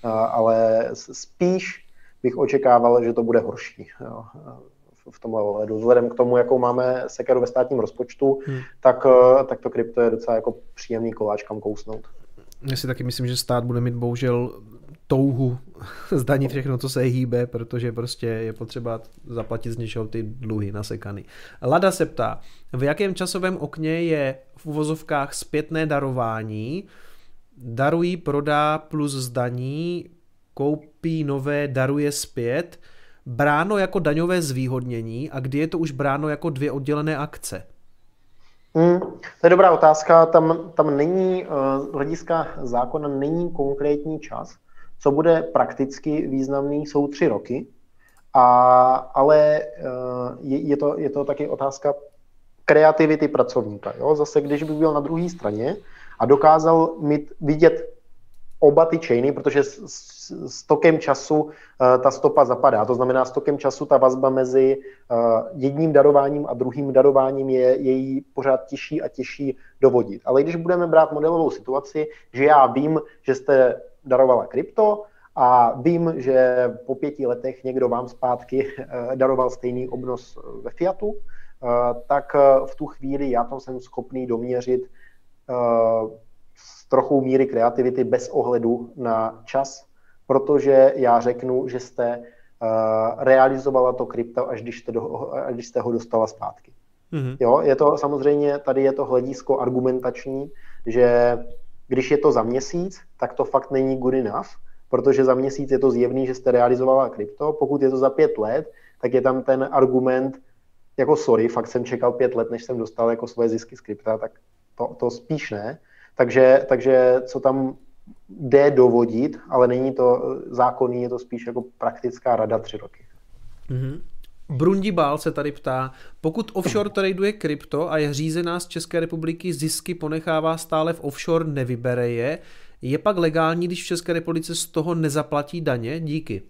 ale spíš bych očekával, že to bude horší. Jo, v tomhle ohledu. Vzhledem k tomu, jakou máme sekeru ve státním rozpočtu, hmm. tak, tak to krypto je docela jako příjemný koláč, kam kousnout. Já si taky myslím, že stát bude mít bohužel touhu zdanit všechno, co se hýbe, protože prostě je potřeba zaplatit z něčeho ty dluhy nasekany. Lada se ptá, v jakém časovém okně je v uvozovkách zpětné darování, darují, prodá plus zdaní, koupí nové, daruje zpět, bráno jako daňové zvýhodnění a kdy je to už bráno jako dvě oddělené akce? Hmm, to je dobrá otázka, tam, tam není, z hlediska zákona není konkrétní čas. Co bude prakticky významný, jsou tři roky, a, ale je, je, to, je to taky otázka kreativity pracovníka. Jo? Zase, když by byl na druhé straně a dokázal mít, vidět oba ty chainy, protože s, s, s tokem času uh, ta stopa zapadá. To znamená, s tokem času ta vazba mezi uh, jedním darováním a druhým darováním je, je jí pořád těžší a těžší dovodit. Ale když budeme brát modelovou situaci, že já vím, že jste darovala krypto a vím, že po pěti letech někdo vám zpátky uh, daroval stejný obnos ve fiatu, uh, tak uh, v tu chvíli já tam jsem schopný doměřit uh, s trochou míry kreativity bez ohledu na čas, protože já řeknu, že jste uh, realizovala to krypto, až když jste, do, až když jste ho dostala zpátky. Mm-hmm. Jo, je to samozřejmě, tady je to hledisko argumentační, že když je to za měsíc, tak to fakt není good enough, protože za měsíc je to zjevný, že jste realizovala krypto. Pokud je to za pět let, tak je tam ten argument, jako sorry, fakt jsem čekal pět let, než jsem dostal jako svoje zisky z krypta, tak to, to spíš ne. Takže, takže co tam jde dovodit, ale není to zákonný, je to spíš jako praktická rada tři roky. Mm-hmm. Brundibál se tady ptá, pokud offshore traduje krypto a je řízená z České republiky, zisky ponechává stále v offshore, nevybere je, je pak legální, když v České republice z toho nezaplatí daně? Díky.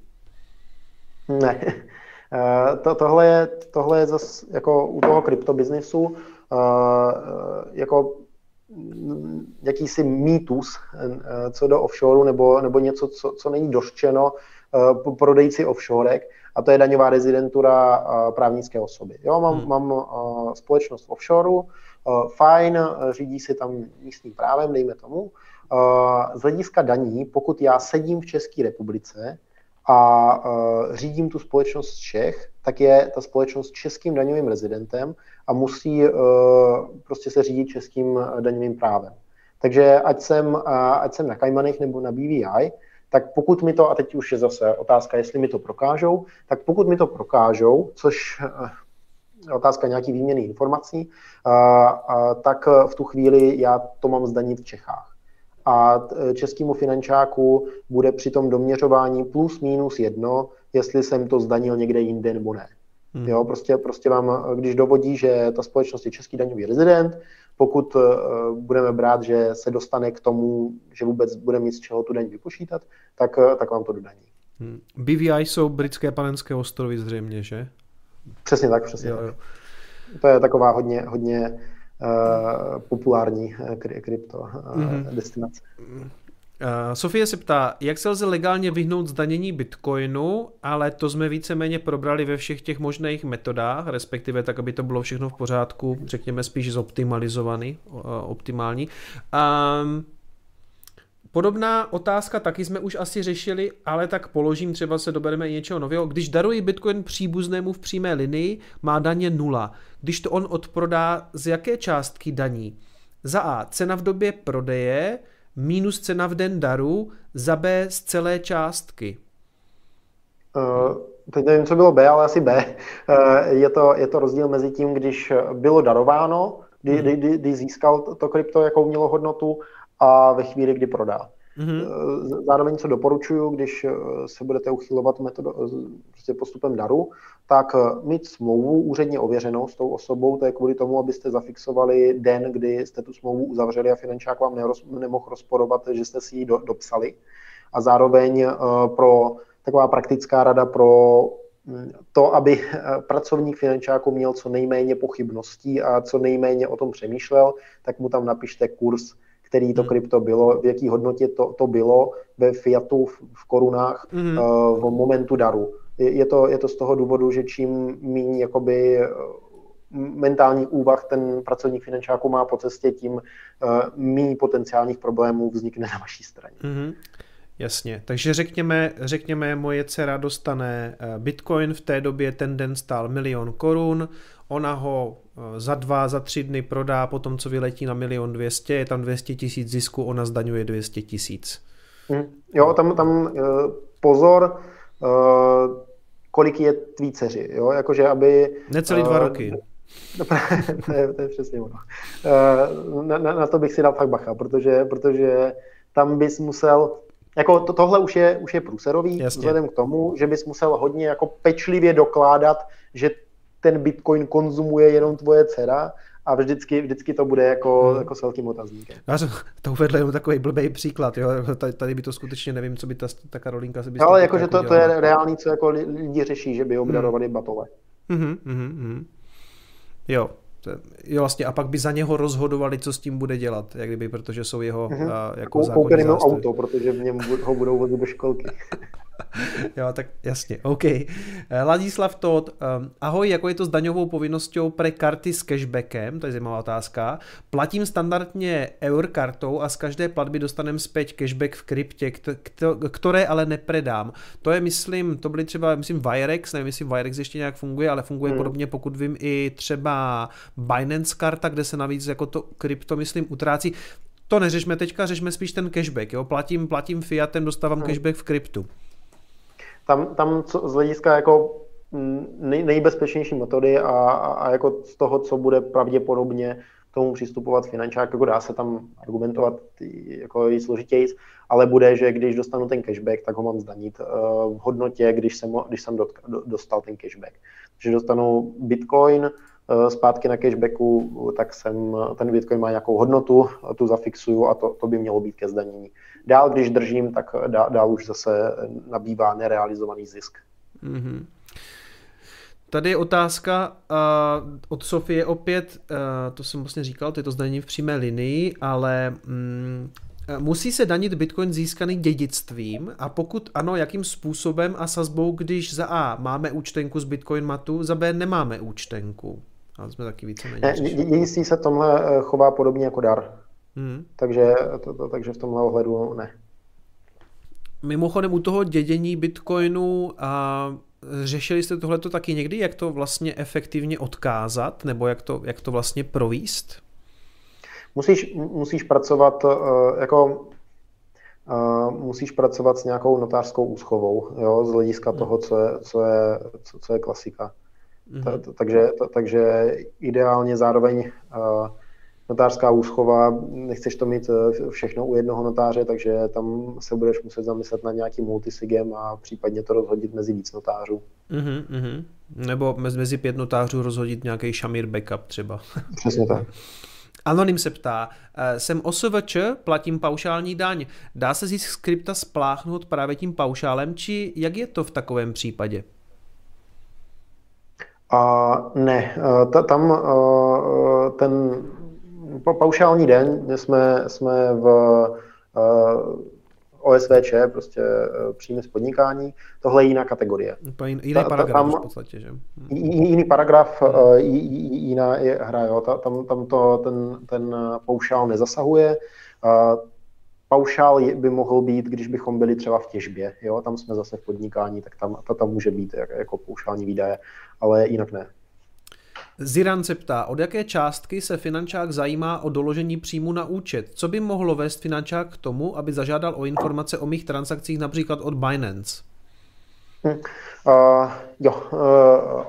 Ne. To, tohle je, tohle je zase jako u toho kryptobiznisu jako jakýsi mýtus co do offshore nebo, nebo něco, co, co není dořčeno po prodejci offshorek, a to je daňová rezidentura právnické osoby. Jo, mám, hmm. mám společnost v offshoreu, fajn, řídí si tam místním právem, dejme tomu. Z hlediska daní, pokud já sedím v České republice a řídím tu společnost z Čech, tak je ta společnost českým daňovým rezidentem a musí prostě se řídit českým daňovým právem. Takže ať jsem, ať jsem na Kajmanech nebo na B V I, tak pokud mi to, a teď už je zase otázka, jestli mi to prokážou, tak pokud mi to prokážou, což je otázka nějaký výměny informací, tak v tu chvíli já to mám zdanit v Čechách. A českému finančáku bude při tom doměřování plus minus jedno, jestli jsem to zdanil někde jinde nebo ne. Hmm. Jo, prostě, prostě vám, když dovodí, že ta společnost je český daňový rezident, pokud uh, budeme brát, že se dostane k tomu, že vůbec bude mít z čeho tu daň vypočítat, tak, uh, tak vám to dodaní. Hmm. B V I jsou britské Panenské ostrovy zřejmě, že? Přesně tak, přesně jo, tak. Jo. To je taková hodně, hodně uh, populární kry, krypto uh, mm-hmm. destinace. Uh, Sofie se ptá, jak se lze legálně vyhnout zdanění bitcoinu, ale to jsme víceméně probrali ve všech těch možných metodách, respektive tak, aby to bylo všechno v pořádku, řekněme spíš zoptimalizovaný, uh, optimální. Um, Podobná otázka taky jsme už asi řešili, ale tak položím, třeba se dobereme i něčeho nového. Když daruji bitcoin příbuznému v přímé linii, má daně nula. Když to on odprodá, z jaké částky daní? Za A, cena v době prodeje, minus cena v den daru, za B z celé částky. Uh, teď nevím, co bylo B, ale asi B. Uh, je, to, je to rozdíl mezi tím, když bylo darováno, kdy, hmm. kdy, kdy získal to, to krypto, jakou mělo hodnotu, a ve chvíli, kdy prodá. Mm-hmm. Zároveň, co doporučuju, když se budete uchylovat metodo, prostě postupem daru, tak mít smlouvu úředně ověřenou s tou osobou, to je kvůli tomu, abyste zafixovali den, kdy jste tu smlouvu uzavřeli a finančák vám neroz, nemohl rozporovat, že jste si ji do, dopsali. A zároveň pro taková praktická rada pro to, aby pracovník finančáku měl co nejméně pochybností a co nejméně o tom přemýšlel, tak mu tam napište kurz, který to krypto bylo, v jaký hodnotě to, to bylo ve fiatu, v, v korunách, mm. uh, v momentu daru. Je, je, to, je to z toho důvodu, že čím méně jakoby mentální úvah ten pracovník finančáku má po cestě, tím uh, méně potenciálních problémů vznikne na vaší straně. Mm. Jasně, takže řekněme, řekněme, moje dcera dostane bitcoin, v té době ten den stál milion korun, ona ho za dva, za tři dny prodá, potom co vyletí na milion dvěstě, je tam dvě stě tisíc zisku, ona zdaňuje dvě stě tisíc. Hmm. Jo, tam, tam pozor, kolik je tvý dceři, jo, jakože aby... Necelý dva roky. to, je, to je přesně ono. Na, na, na to bych si dal fakt bacha, protože, protože tam bys musel... Jako to, tohle už je, už je průserový, jasně, vzhledem k tomu, že bys musel hodně jako pečlivě dokládat, že ten bitcoin konzumuje jenom tvoje dcera a vždycky, vždycky to bude jako, hmm. jako s velkým otazníkem. Já jsem to uvedl jenom takový blbý příklad, jo? Tady, tady by to skutečně nevím, co by ta, ta Karolinka se by... No, ale jakože to, to je reálný, co jako lidi řeší, že by obdarovali hmm. batole. Hmm, hmm, hmm. Jo. Jo, vlastně, a pak by za něho rozhodovali, co s tím bude dělat, jak kdyby, protože jsou jeho mm-hmm. uh, jako zákonní zástupci. Auto, protože v něm ho budou vozit do školky. Jo, tak jasně, OK. Ladislav Todt, um, ahoj, jako je to s daňovou povinností pre karty s cashbackem, to je zajímavá otázka. Platím standardně eur kartou a z každé platby dostanem zpět cashback v kryptě, které ale nepredám. To je, myslím, to byly třeba, myslím, Wirex, nevím, jestli Wirex ještě nějak funguje, ale funguje hmm. podobně, pokud vím, i třeba Binance karta, kde se navíc jako to krypto, myslím, utrácí. To neřešme teďka, řešme spíš ten cashback, jo? Platím, platím fiatem, dostávám hmm. cashback v kryptu. Tam, tam co, z hlediska jako nej, nejbezpečnější metody a, a, a jako z toho, co bude pravděpodobně tomu přistupovat finančák, jako dá se tam argumentovat jako i složitěji, ale bude, že když dostanu ten cashback, tak ho mám zdanit uh, v hodnotě, když jsem, když jsem do, do, dostal ten cashback. Když dostanu bitcoin uh, zpátky na cashbacku, tak jsem, ten bitcoin má nějakou hodnotu, tu zafixuju a to, to by mělo být ke zdanění. Dál, když držím, tak dál, dál už zase nabývá nerealizovaný zisk. Mm-hmm. Tady je otázka uh, od Sofie opět, uh, to jsem vlastně říkal, to je to zdanění v přímé linii, ale um, musí se danit bitcoin získaný dědictvím a pokud ano, jakým způsobem a sazbou, když za A máme účtenku z Bitcoin matu, za B nemáme účtenku. Ale jsme taky víceméně dědictví se v tomhle chová podobně jako dar. Hmm. Takže, to, to, takže v tomhle ohledu ne. Mimochodem u toho dědění bitcoinu a řešili jste tohleto taky někdy, jak to vlastně efektivně odkázat, nebo jak to, jak to vlastně províst? Musíš, musíš pracovat jako musíš pracovat s nějakou notářskou úschovou, jo, z hlediska toho, co je, co je, co, co je klasika. Mm-hmm. Ta, ta, takže, ta, takže ideálně zároveň notářská úschova, nechceš to mít všechno u jednoho notáře, takže tam se budeš muset zamyslet nad nějakým multisigem a případně to rozhodit mezi víc notářů. Mm-hmm, mm-hmm. Nebo mezi pět notářů rozhodit nějaký Shamir backup třeba. Přesně tak. Anonym se ptá, jsem O S V Č, platím paušální daň. Dá se zisk z krypta spláchnout právě tím paušálem, či jak je to v takovém případě? Uh, ne, uh, tam uh, ten paušální den jsme, jsme v uh, O S V Č, prostě uh, příjmy z podnikání, tohle je jiná kategorie. Jiný paragraf tam, v podstatě, že? Jiný paragraf, hmm. uh, jiná je hra, jo. Tam, tam to ten, ten paušál nezasahuje. Uh, paušál by mohl být, když bychom byli třeba v těžbě, jo, tam jsme zase v podnikání, tak tam, ta tam může být jako paušální výdaje, ale jinak ne. Ziran se ptá, od jaké částky se finančák zajímá o doložení příjmu na účet? Co by mohlo vést finančák k tomu, aby zažádal o informace o mých transakcích například od Binance? Hmm. Uh, jo, uh,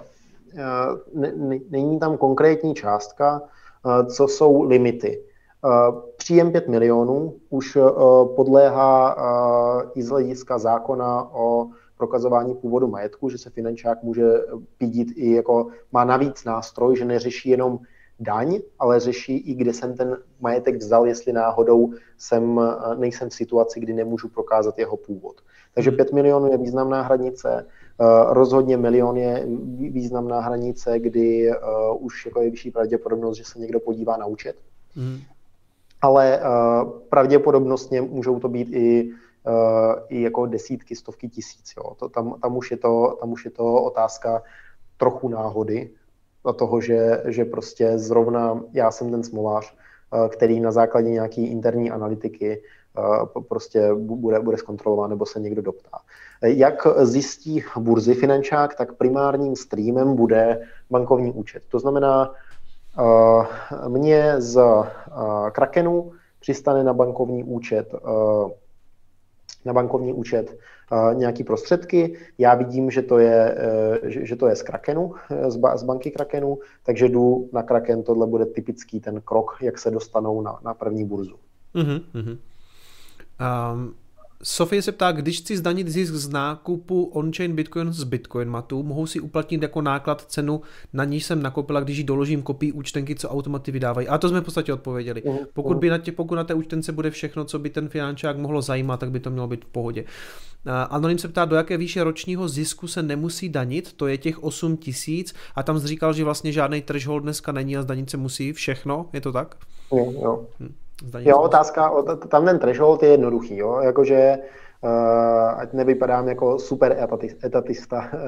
uh, není tam konkrétní částka, uh, co jsou limity. Uh, příjem pět milionů už uh, podléhá uh, i z hlediska zákona o prokazování původu majetku, že se finančák může pídit i jako, má navíc nástroj, že neřeší jenom daň, ale řeší i, kde jsem ten majetek vzal, jestli náhodou jsem, nejsem v situaci, kdy nemůžu prokázat jeho původ. Takže pět milionů je významná hranice, uh, rozhodně milion je významná hranice, kdy uh, už jako je vyšší pravděpodobnost, že se někdo podívá na účet. Mm. Ale uh, pravděpodobnostně můžou to být i Uh, i jako desítky, stovky tisíc. Jo. To, tam, tam, už je to, tam už je to otázka trochu náhody a toho, že, že prostě zrovna já jsem ten smolář, uh, který na základě nějaký interní analytiky uh, prostě bude, bude zkontrolován nebo se někdo doptá. Jak zjistí burzy finančák, tak primárním streamem bude bankovní účet. To znamená, uh, mě z uh, Krakenu přistane na bankovní účet uh, na bankovní účet uh, nějaký prostředky. Já vidím, že to je, uh, že, že to je z Krakenu, z, ba, z banky Krakenu, takže jdu na Kraken, tohle bude typický ten krok, jak se dostanou na, na první burzu. Uh-huh, uh-huh. Um, Sofie se ptá, když chci zdanit zisk z nákupu on-chain Bitcoin z Bitcoin matu, mohou si uplatnit jako náklad cenu, na níž jsem nakoupila, když ji doložím kopii účtenky, co automaty vydávají. A to jsme v podstatě odpověděli. Uh-huh. Pokud, by na tě, pokud na té účtence bude všechno, co by ten finančák mohlo zajímat, tak by to mělo být v pohodě. Anonym se ptá, do jaké výše ročního zisku se nemusí danit, to je těch osm tisíc a tam říkal, že vlastně žádný threshold dneska není a zdanit se musí všechno, je to tak? Jo, jo. Hm. Jo, otázka, tam ten threshold je jednoduchý, jo, jakože uh, ať nevypadám jako super etatista, uh,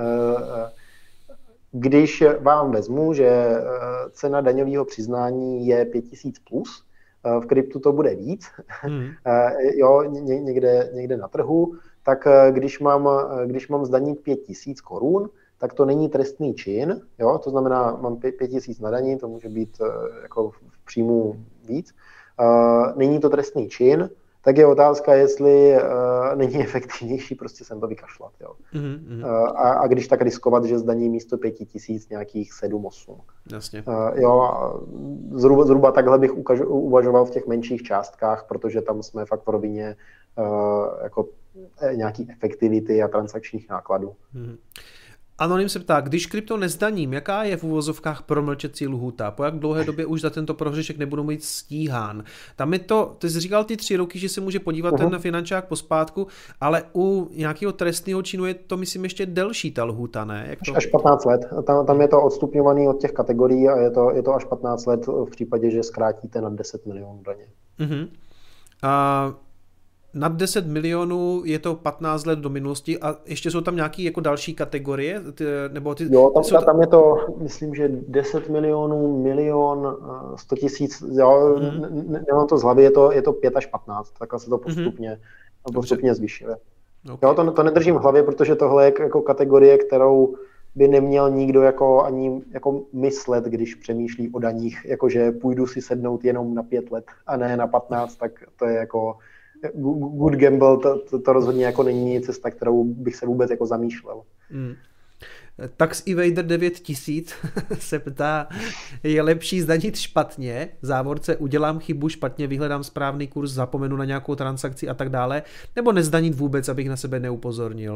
když vám vezmu, že uh, cena daňového přiznání je pět tisíc plus, uh, v kryptu to bude víc, hmm. uh, jo, ně, někde, někde na trhu, tak uh, když mám, když mám zdanit pět tisíc korun, tak to není trestný čin, jo, to znamená, mám pět tisíc na daní, to může být uh, jako v příjmu víc, Uh, není to trestný čin, tak je otázka, jestli uh, není efektivnější prostě sem to vykašlat. Jo. Mm-hmm. Uh, a, a když tak riskovat, že zdaní místo pěti tisíc nějakých sedm osm. Jasně. Uh, jo, zhruba, zhruba takhle bych ukaž, uvažoval v těch menších částkách, protože tam jsme fakt v rovině uh, jako nějaký efektivity a transakčních nákladů. Mm-hmm. Anonym se ptá, když krypto nezdaním, jaká je v uvozovkách promlčecí lhůta? Po jak dlouhé době už za tento prohřešek nebudu mít stíhán? Tam je to, ty jsi říkal ty tři roky, že se může podívat uh-huh. ten finančák pospátku, ale u nějakého trestného činu je to, myslím, ještě delší ta lhůta, ne? Jak to... Až patnáct let. Tam, tam je to odstupňovaný od těch kategorií a je to, je to až patnáct let v případě, že zkrátíte na deset milionů daně. Uh-huh. A nad deset milionů je to patnáct let do minulosti a ještě jsou tam nějaké jako další kategorie? Ty, nebo ty, jo, tam, jsou tam je to, myslím, že deset milionů, milion, sto tisíc, jo, mm. nemám to z hlavy, je to, je to pět až patnáct, takhle se to postupně, mm. postupně zvýšuje. Okay. Jo, to, to nedržím v hlavě, protože tohle je jako kategorie, kterou by neměl nikdo jako ani jako myslet, když přemýšlí o daních, jakože půjdu si sednout jenom na pět let a ne na patnáct, tak to je jako good gamble, to, to, to rozhodně jako není cesta, kterou bych se vůbec jako zamýšlel. Hmm. Tax Evader devět tisíc se ptá, je lepší zdanit špatně, závorce udělám chybu, špatně vyhledám správný kurz, zapomenu na nějakou transakci a tak dále, nebo nezdanit vůbec, abych na sebe neupozornil?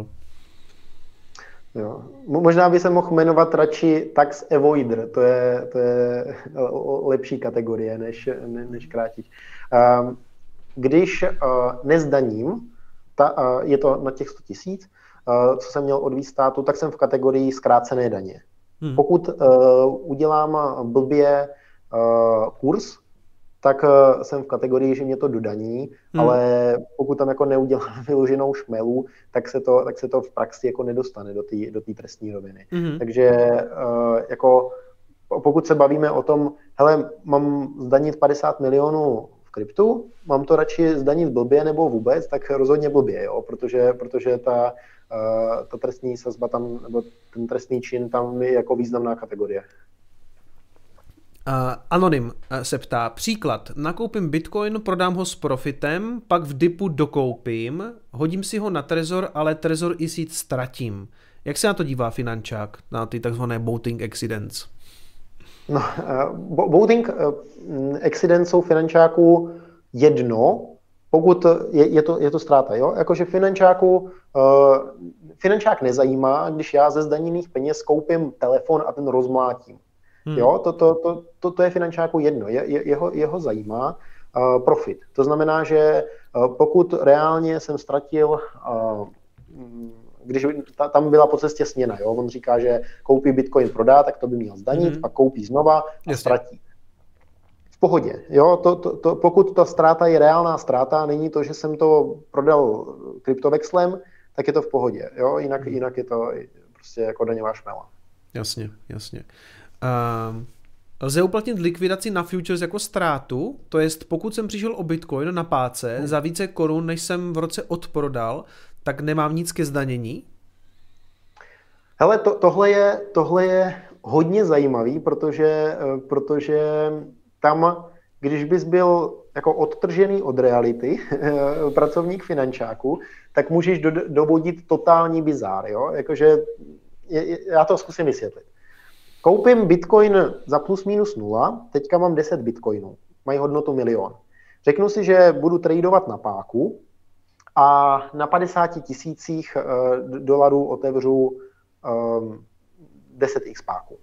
Jo. Možná by se mohl jmenovat radši Tax Avoider, to je, to je lepší kategorie než, než krátit. Um, Když uh, nezdaním, ta, uh, je to na těch sto tisíc, uh, co jsem měl od státu, tak jsem v kategorii zkrácené daně. Hmm. Pokud uh, udělám blbě uh, kurz, tak uh, jsem v kategorii, že mě to dodaní, hmm. ale pokud tam jako neudělám vyloženou šmelu, tak se to, tak se to v praxi jako nedostane do té do té trestní roviny. Hmm. Takže uh, jako pokud se bavíme o tom, hele, mám zdanit padesát milionů kryptu, mám to radši zdanit blbě nebo vůbec, tak rozhodně blbě, jo? Protože, protože ta, uh, ta trestní sazba tam, nebo ten trestný čin tam je jako významná kategorie. Uh, Anonym se ptá, příklad, nakoupím Bitcoin, prodám ho s profitem, pak v dipu dokoupím, hodím si ho na Trezor, ale Trezor i síť ztratím. Jak se na to dívá finančák, na ty takzvané boating accidents? No, uh, boating uh, accidents jsou finančáků jedno, pokud je, je, to, je to ztráta, jo? Jakože finančáku, uh, finančák nezajímá, když já ze zdaněných peněz koupím telefon a ten rozmlátím. Hmm. Jo? To, to, to, to, to je finančáku jedno, je, je, jeho, jeho zajímá uh, profit. To znamená, že uh, pokud reálně jsem ztratil uh, když ta, tam byla po cestě směna, jo? On říká, že koupí Bitcoin, prodá, tak to by měl zdanit, mm-hmm. pak koupí znova a Jasně. ztratí. V pohodě, jo? To, to, to, pokud ta ztráta je reálná ztráta, není to, že jsem to prodal kryptovexlem, tak je to v pohodě, jo? Jinak, mm-hmm. jinak je to prostě jako daňová šmela. Jasně, jasně. Um... Lze uplatnit likvidaci na futures jako ztrátu, to jest pokud jsem přišel o Bitcoin na páce hmm. za více korun, než jsem v roce odprodal, tak nemám nic ke zdanění? Hele, to, tohle, je, tohle je hodně zajímavý, protože, protože tam, když bys byl jako odtržený od reality, pracovník finančáku, tak můžeš do, dovodit totální bizár, jo? Jakože, je, já to zkusím vysvětlit. Koupím Bitcoin za plus minus nula, teďka mám deset Bitcoinů, mají hodnotu milion. Řeknu si, že budu tradovat na páku a na padesáti tisících dolarů otevřu um, deset x páků.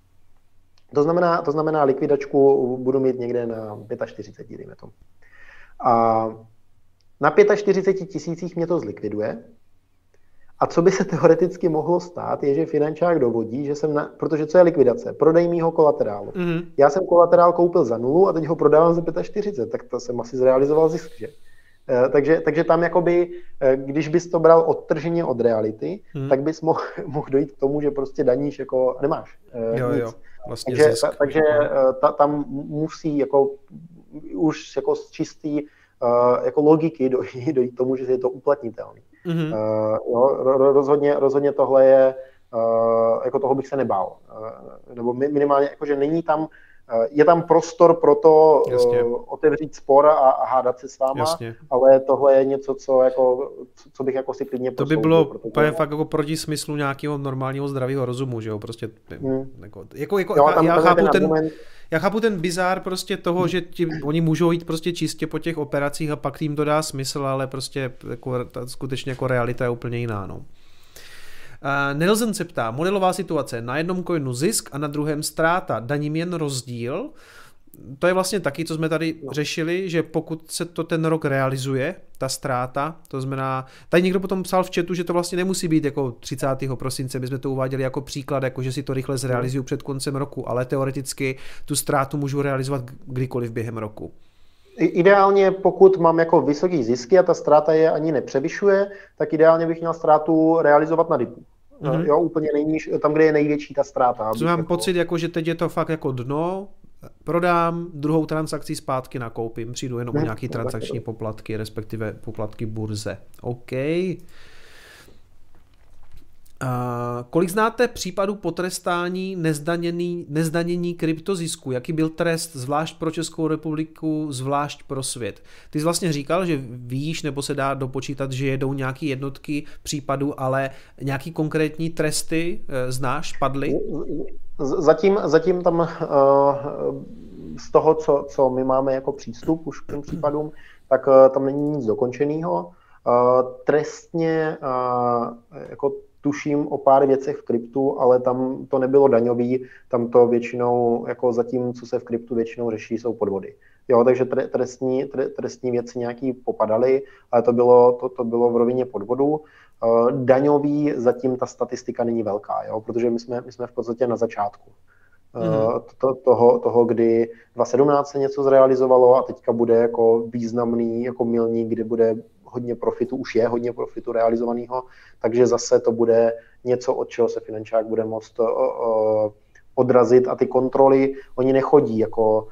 To znamená, to znamená, likvidačku budu mít někde na čtyřicet pět, dejme tomu. A na čtyřicet pět tisících mě to zlikviduje. A co by se teoreticky mohlo stát, je, že finančák dovodí, že jsem na, protože co je likvidace? Prodej mýho kolaterálu. Mm-hmm. Já jsem kolaterál koupil za nulu a teď ho prodávám za čtyřicet pět, tak to jsem asi zrealizoval zisk, že? E, takže, takže tam jakoby, e, když bys to bral odtrženě od reality, mm-hmm. tak bys mohl, mohl dojít k tomu, že prostě daníš jako nemáš e, jo, nic. Jo, vlastně takže zisk. Ta, takže ta, tam musí jako už jako z čistý uh, jako logiky dojít, dojít k tomu, že je to uplatnitelný. Mm-hmm. Uh, jo, rozhodně, rozhodně tohle je, uh, jako toho bych se nebál. Uh, nebo minimálně, jakože není tam, uh, je tam prostor pro to uh, otevřít spor a, a hádat se s váma, Jasně. ale tohle je něco, co, jako, co, co bych jako si klidně To by bylo úplně fakt jako proti smyslu nějakého normálního zdravého rozumu, že jo, prostě hmm. jako, jako, jako jo, já, já chápu ten, argument... já chápu ten bizár prostě toho, že ti, oni můžou jít prostě čistě po těch operacích a pak jim to dá smysl, ale prostě jako, ta, skutečně jako realita je úplně jiná, no. Nelson se ptá, modelová situace, na jednom coinu zisk a na druhém ztráta, daním jen rozdíl. To je vlastně taky, co jsme tady no. řešili, že pokud se to ten rok realizuje, ta ztráta, to znamená, tady někdo potom psal v chatu, že to vlastně nemusí být jako třicátého prosince, my jsme to uváděli jako příklad, jako že si to rychle zrealizuju před koncem roku, ale teoreticky tu ztrátu můžu realizovat kdykoliv během roku. Ideálně, pokud mám jako vysoký zisky a ta ztráta je ani nepřevyšuje, tak ideálně bych měl ztrátu realizovat na dipu. Mm-hmm. Jo, úplně nejníž, tam, kde je největší ta ztráta. Co mám jako... pocit, jako, že teď je to fakt jako dno, prodám, druhou transakci zpátky nakoupím, přijdu jenom o nějaký transakční poplatky, respektive poplatky burze. OK. A kolik znáte případů potrestání nezdanění, nezdanění kryptozisku? Jaký byl trest, zvlášť pro Českou republiku, zvlášť pro svět? Ty jsi vlastně říkal, že víš, nebo se dá dopočítat, že jedou nějaké jednotky případů, ale nějaký konkrétní tresty znáš, padly? Zatím, zatím tam uh, z toho, co, co my máme jako přístup už k těm případům, tak uh, tam není nic dokončeného. Uh, trestně uh, jako tuším o pár věcech v kryptu, ale tam to nebylo daňový, tam to většinou, jako zatím, co se v kryptu většinou řeší, jsou podvody. Jo, takže trestní, trestní věci nějaký popadaly, ale to bylo, to, to bylo v rovině podvodu. Daňový zatím ta statistika není velká, jo, protože my jsme, my jsme v podstatě na začátku. Mm. To, toho, toho, kdy dva tisíce sedmnáct se něco zrealizovalo a teďka bude jako významný jako milník, kdy bude hodně profitu, už je hodně profitu realizovaného, takže zase to bude něco, od čeho se finančák bude moct uh, uh, odrazit a ty kontroly, oni nechodí jako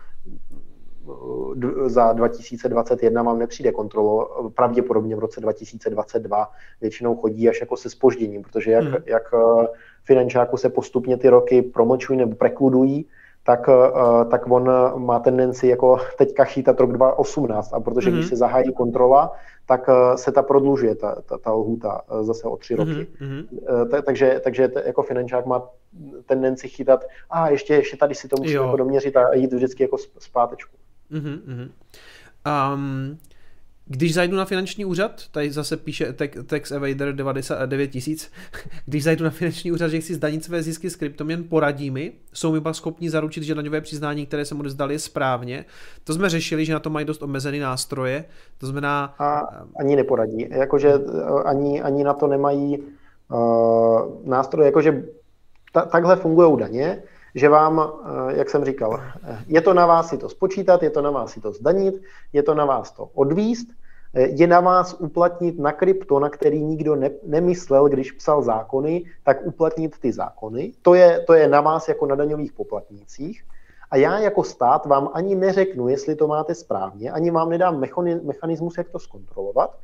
uh, za dva tisíce dvacet jedna vám nepřijde kontrolo, pravděpodobně v roce dva tisíce dvacet dva většinou chodí až jako se zpožděním, protože jak, mm. jak uh, finančáku se postupně ty roky promlčují nebo prekludují, tak, tak on má tendenci jako teďka chytat rok dva tisíce osmnáct a protože mm-hmm. když se zahájí kontrola, tak se ta prodlužuje, ta, ta, ta lhůta zase o tři roky. Mm-hmm. Ta, takže, takže jako finančák má tendenci chytat a ještě, ještě tady si to musíme jako doměřit a jít vždycky jako zpátečku. Mm-hmm. Um... Když zajdu na finanční úřad, tady zase píše Tax Evader devadesát devět tisíc, když zajdu na finanční úřad, že chci zdanit své zisky s kryptoměn, poradí mi, jsou mi pak schopni zaručit, že daňové přiznání, které jsem odevzdal, je správně. To jsme řešili, že na to mají dost omezený nástroje, to znamená... A ani neporadí, jakože ani, ani na to nemají uh, nástroje, jakože ta, takhle fungují daně, že vám, jak jsem říkal, je to na vás si to spočítat, je to na vás si to zdanit, je to na vás to odvíst, je na vás uplatnit na krypto, na který nikdo ne, nemyslel, když psal zákony, tak uplatnit ty zákony. To je, to je na vás jako na daňových poplatnících. A já jako stát vám ani neřeknu, jestli to máte správně, ani vám nedám mechanismus, jak to zkontrolovat,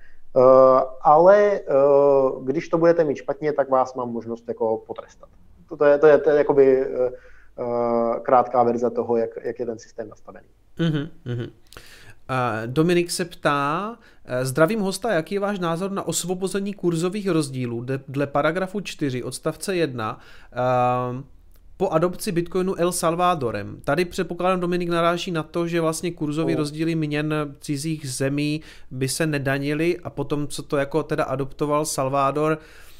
ale když to budete mít špatně, tak vás mám možnost jako potrestat. To je, to je, to je jakoby krátká verze toho, jak, jak je ten systém nastavený. Uh-huh, uh-huh. Uh, Dominik se ptá, uh, zdravím hosta, jaký je váš názor na osvobození kurzových rozdílů de, dle paragrafu čtyři odstavce jedna uh, po adopci Bitcoinu El Salvadorem. Tady předpokládám, Dominik naráží na to, že vlastně kurzové rozdíly měn cizích zemí by se nedanily a potom, co to jako teda adoptoval Salvador,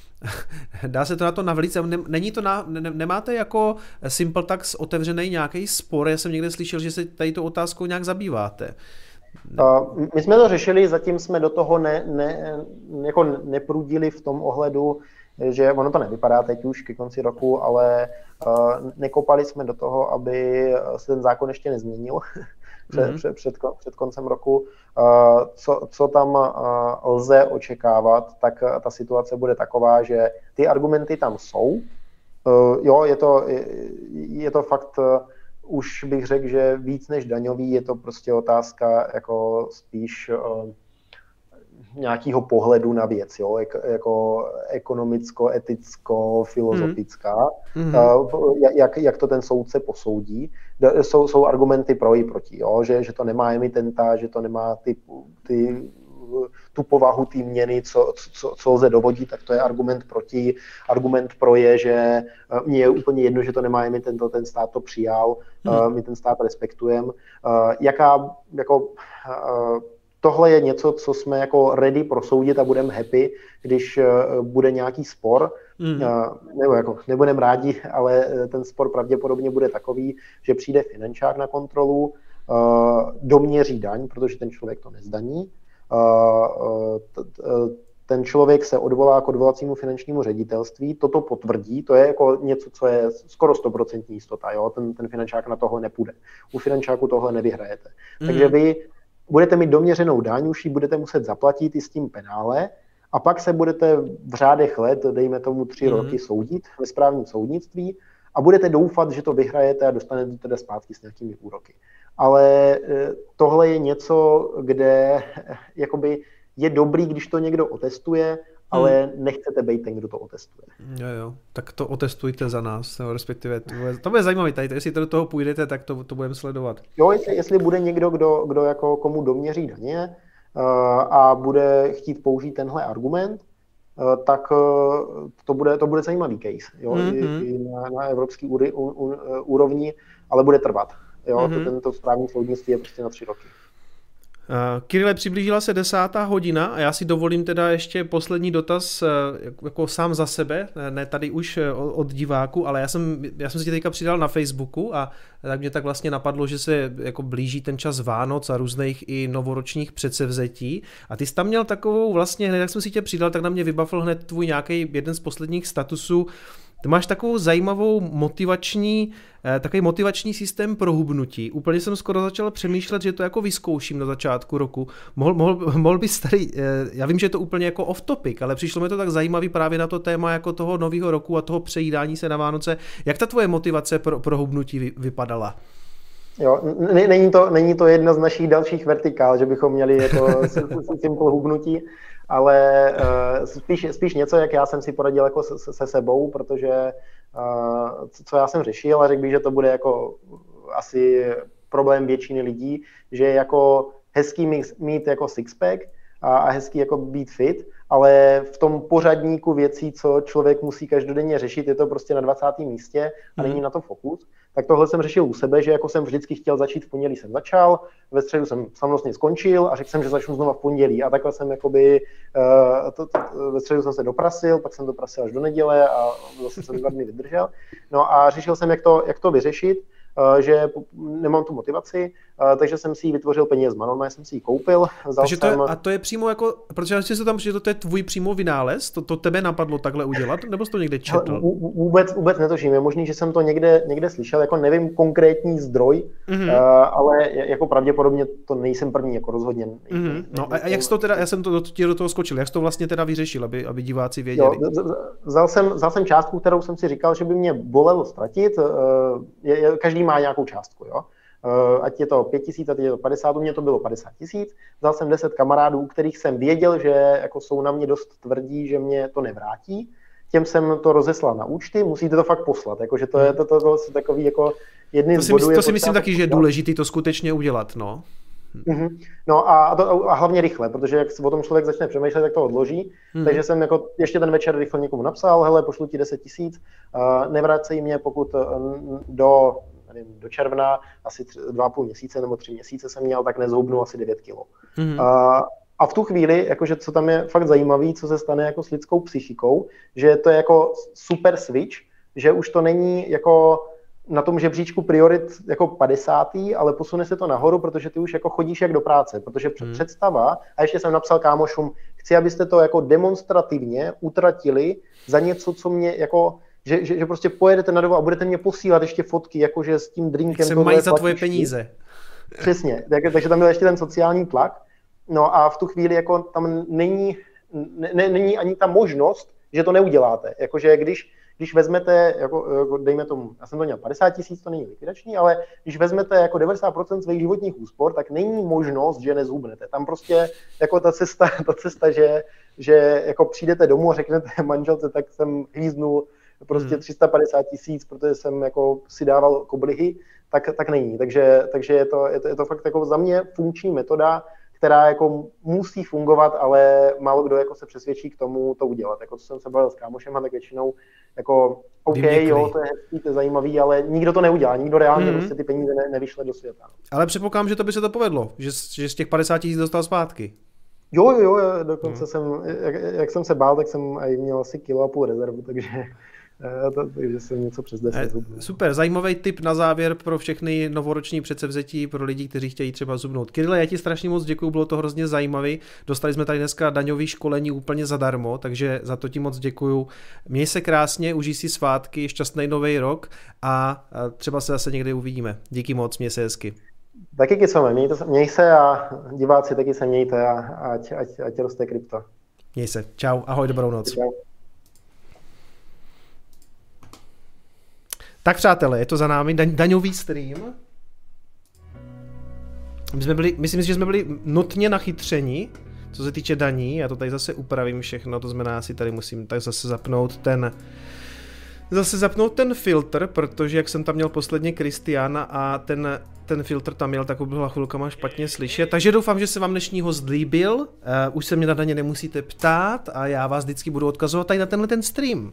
dá se to na to navlít? Není to na, ne, nemáte jako SimpleTax otevřený nějaký spor? Já jsem někde slyšel, že se tady tou otázkou nějak zabýváte. Uh, my jsme to řešili, zatím jsme do toho ne, ne, jako neprudili v tom ohledu, že ono to nevypadá teď už ke konci roku, ale uh, nekopali jsme do toho, aby se ten zákon ještě nezměnil před, mm-hmm. před, před, před koncem roku. Uh, co, co tam uh, lze očekávat, tak ta situace bude taková, že ty argumenty tam jsou. Uh, jo, je to, je, je to fakt, uh, už bych řekl, že víc než daňový, je to prostě otázka jako spíš uh, nějakého pohledu na věc, jo, jako ekonomicko, eticko, filozofická, mm. uh, jak, jak to ten soudce posoudí. Jsou, jsou argumenty pro i proti, jo, že, že to nemá emitenta, že to nemá ty, ty, tu povahu té měny, co, co, co lze dovodit, tak to je argument proti. Argument pro je, že mně je úplně jedno, že to nemá emitenta, ten stát to přijal, mm. uh, my ten stát respektujeme. Uh, jaká, jako, uh, tohle je něco, co jsme jako ready prosoudit a budeme happy, když bude nějaký spor, mm. nebo jako nebudeme rádi, ale ten spor pravděpodobně bude takový, že přijde finančák na kontrolu, doměří daň, protože ten člověk to nezdaní, ten člověk se odvolá k odvolacímu finančnímu ředitelství, toto potvrdí, to je jako něco, co je skoro stoprocentní jistota, jo? Ten, ten finančák na tohle nepůjde. U finančáku tohle nevyhrajete. Mm. Takže vy budete mít doměřenou daň, už ji budete muset zaplatit i s tím penále a pak se budete v řádech let, dejme tomu tři mm. roky, soudit ve správním soudnictví a budete doufat, že to vyhrajete a dostanete to teda zpátky s nějakými úroky. Ale tohle je něco, kde jakoby je dobrý, když to někdo otestuje, ale hmm. nechcete být ten, kdo to otestuje. Jo, jo, tak to otestujte za nás, nebo respektive to bude, to bude zajímavý tady, jestli to do toho půjdete, tak to, to budeme sledovat. Jo, jestli, jestli bude někdo, kdo, kdo jako komu doměří daně uh, a bude chtít použít tenhle argument, uh, tak uh, to, bude, to bude zajímavý case, jo, mm-hmm. i, i na, na evropský úry, u, u, úrovni, ale bude trvat. Jo, mm-hmm. to, tento správní soudnictví je prostě na tři roky. Uh, Kirile, přiblížila se desátá hodina a já si dovolím teda ještě poslední dotaz uh, jako sám za sebe, ne tady už uh, od diváku, ale já jsem, já jsem si teďka přidal na Facebooku a tak mě tak vlastně napadlo, že se jako blíží ten čas Vánoc a různých i novoročních předsevzetí a ty jsi tam měl takovou vlastně, hned jak jsem si tě přidal, tak na mě vybavil hned tvůj nějaký jeden z posledních statusů. Ty máš takovou zajímavou motivační, takový motivační systém pro hubnutí. Úplně jsem skoro začal přemýšlet, že to jako vyzkouším na začátku roku. Mohl, mohl, mohl bys tady, já vím, že je to úplně jako off topic, ale přišlo mi to tak zajímavý právě na to téma jako toho nového roku a toho přejídání se na Vánoce. Jak ta tvoje motivace pro, pro hubnutí vypadala? Jo, není to, není to jedna z našich dalších vertikál, že bychom měli jako simple hubnutí, ale uh, spíš, spíš něco, jak já jsem si poradil jako se, se sebou, protože uh, co já jsem řešil a řekl bych, že to bude jako asi problém většiny lidí, že je jako hezký mít, mít jako sixpack a, a hezký jako být fit, ale v tom pořadníku věcí, co člověk musí každodenně řešit, je to prostě na dvacátém místě a není na to fokus. Tak tohle jsem řešil u sebe, že jako jsem vždycky chtěl začít v pondělí, jsem začal, ve středu jsem slavnostně skončil a řekl jsem, že začnu znova v pondělí a takhle jsem jakoby, uh, to, to, ve středu jsem se doprasil, pak jsem doprasil až do neděle a zase jsem dva dny vydržel. No a řešil jsem, jak to, jak to vyřešit, uh, že nemám tu motivaci, uh, takže jsem si ji vytvořil penězma, normálně jsem si ji koupil. Takže to je, a to je přímo jako, protože jsi se tam, že to je tvůj přímo vynález, to, to tebe napadlo takhle udělat, nebo jsi to někde četl? Vůbec, vůbec netuším, je možný, že jsem to někde, někde slyšel, jako nevím konkrétní zdroj, mm-hmm. uh, ale jako pravděpodobně to nejsem první, jako rozhodně. Mm-hmm. No a jak jsi to teda, já jsem to do, do toho skočil, jak jsi to vlastně teda vyřešil, aby, aby diváci věděli? Jo, vzal, jsem, vzal jsem částku, kterou jsem si říkal, že by mě bolelo ztratit, uh, je, je, každý má nějakou částku, jo. Uh, ať je to pět tisíc, ať je to padesát, u mě to bylo padesát tisíc. Vzal jsem deset kamarádů, u kterých jsem věděl, že jako jsou na mě dost tvrdí, že mě to nevrátí. Těm jsem to rozeslal na účty, musíte to fakt poslat. Jakože to je to, to, to, to takový jako jedný to z si bodů. Mysl, to si myslím taky, že je důležité to skutečně udělat, no. Mm-hmm. No a, to, a hlavně rychle, protože jak o tom člověk začne přemýšlet, tak to odloží. Mm. Takže jsem jako ještě ten večer rychle někomu napsal, hele, pošlu ti deset tisíc, uh, nevracej mě, pokud uh, do nevím, do června, asi tři, dva a půl měsíce nebo tři měsíce jsem měl, tak nezhoubnu asi devět kilo. Mm-hmm. A, a v tu chvíli, jakože co tam je fakt zajímavé, co se stane jako s lidskou psychikou, že to je jako super switch, že už to není jako na tom žebříčku priorit jako padesátý, ale posune se to nahoru, protože ty už jako chodíš jak do práce, protože mm. představa, a ještě jsem napsal kámošům, chci, abyste to jako demonstrativně utratili za něco, co mě jako Že, že, že prostě pojedete na dobu a budete mě posílat ještě fotky, jakože s tím drinkem. Se mají za tvoje peníze. Přesně, tak, takže tam byl ještě ten sociální tlak. No a v tu chvíli jako tam není, ne, není ani ta možnost, že to neuděláte. Jakože když, když vezmete, jako, jako dejme tomu, já jsem to měl padesát tisíc, to není likvidační, ale když vezmete jako devadesát procent svých životních úspor, tak není možnost, že nezhubnete. Tam prostě jako ta cesta, ta cesta že, že jako přijdete domů a řeknete manželce, tak jsem hýznul prostě tři sta padesát tisíc, protože jsem jako si dával koblihy, tak, tak není. Takže, takže je, to, je, to, je to fakt jako za mě funkční metoda, která jako musí fungovat, ale málo kdo jako se přesvědčí k tomu to udělat. Jako co jsem se bavil s kámošem, tak většinou jako OK, Vyměkli. jo, to je hezký, to je zajímavý, ale nikdo to neudělá, nikdo reálně mm. prostě ty peníze ne, nevyšle do světa. Ale předpokládám, že to by se to povedlo, že, že z těch padesát tisíc dostal zpátky. Jo, jo, jo, dokonce mm. jsem, jak, jak jsem se bál, tak jsem aj měl asi kilo a půl rezervu, takže... To, takže jsem něco přes deset zubnul. Super, zajímavý tip na závěr pro všechny novoroční předsevzetí, pro lidi, kteří chtějí třeba zubnout. Kyrile, já ti strašně moc děkuju, bylo to hrozně zajímavý. Dostali jsme tady dneska daňový školení úplně zadarmo, takže za to ti moc děkuju. Měj se krásně, užij si svátky, šťastný nový rok a třeba se zase někdy uvidíme. Díky moc, měj se hezky. Taky kicome, měj, měj se a diváci taky se mějte a ať, ať, ať roste krypto. Měj se, čau, ahoj, dobrou noc. Čau. Tak přátelé, je to za námi daň, daňový stream. My jsme byli, myslím si, že jsme byli notně nachytřeni, co se týče daní. Já to tady zase upravím všechno, to znamená, si tady musím tak zase zapnout ten zase zapnout ten filtr, protože jak jsem tam měl posledně Kristiána a ten, ten filtr tam měl, tak byla chvilkama špatně slyšet. Takže doufám, že se vám dnešní host líbil. Uh, už se mě na daně nemusíte ptát a já vás vždycky budu odkazovat tady na tenhle ten stream.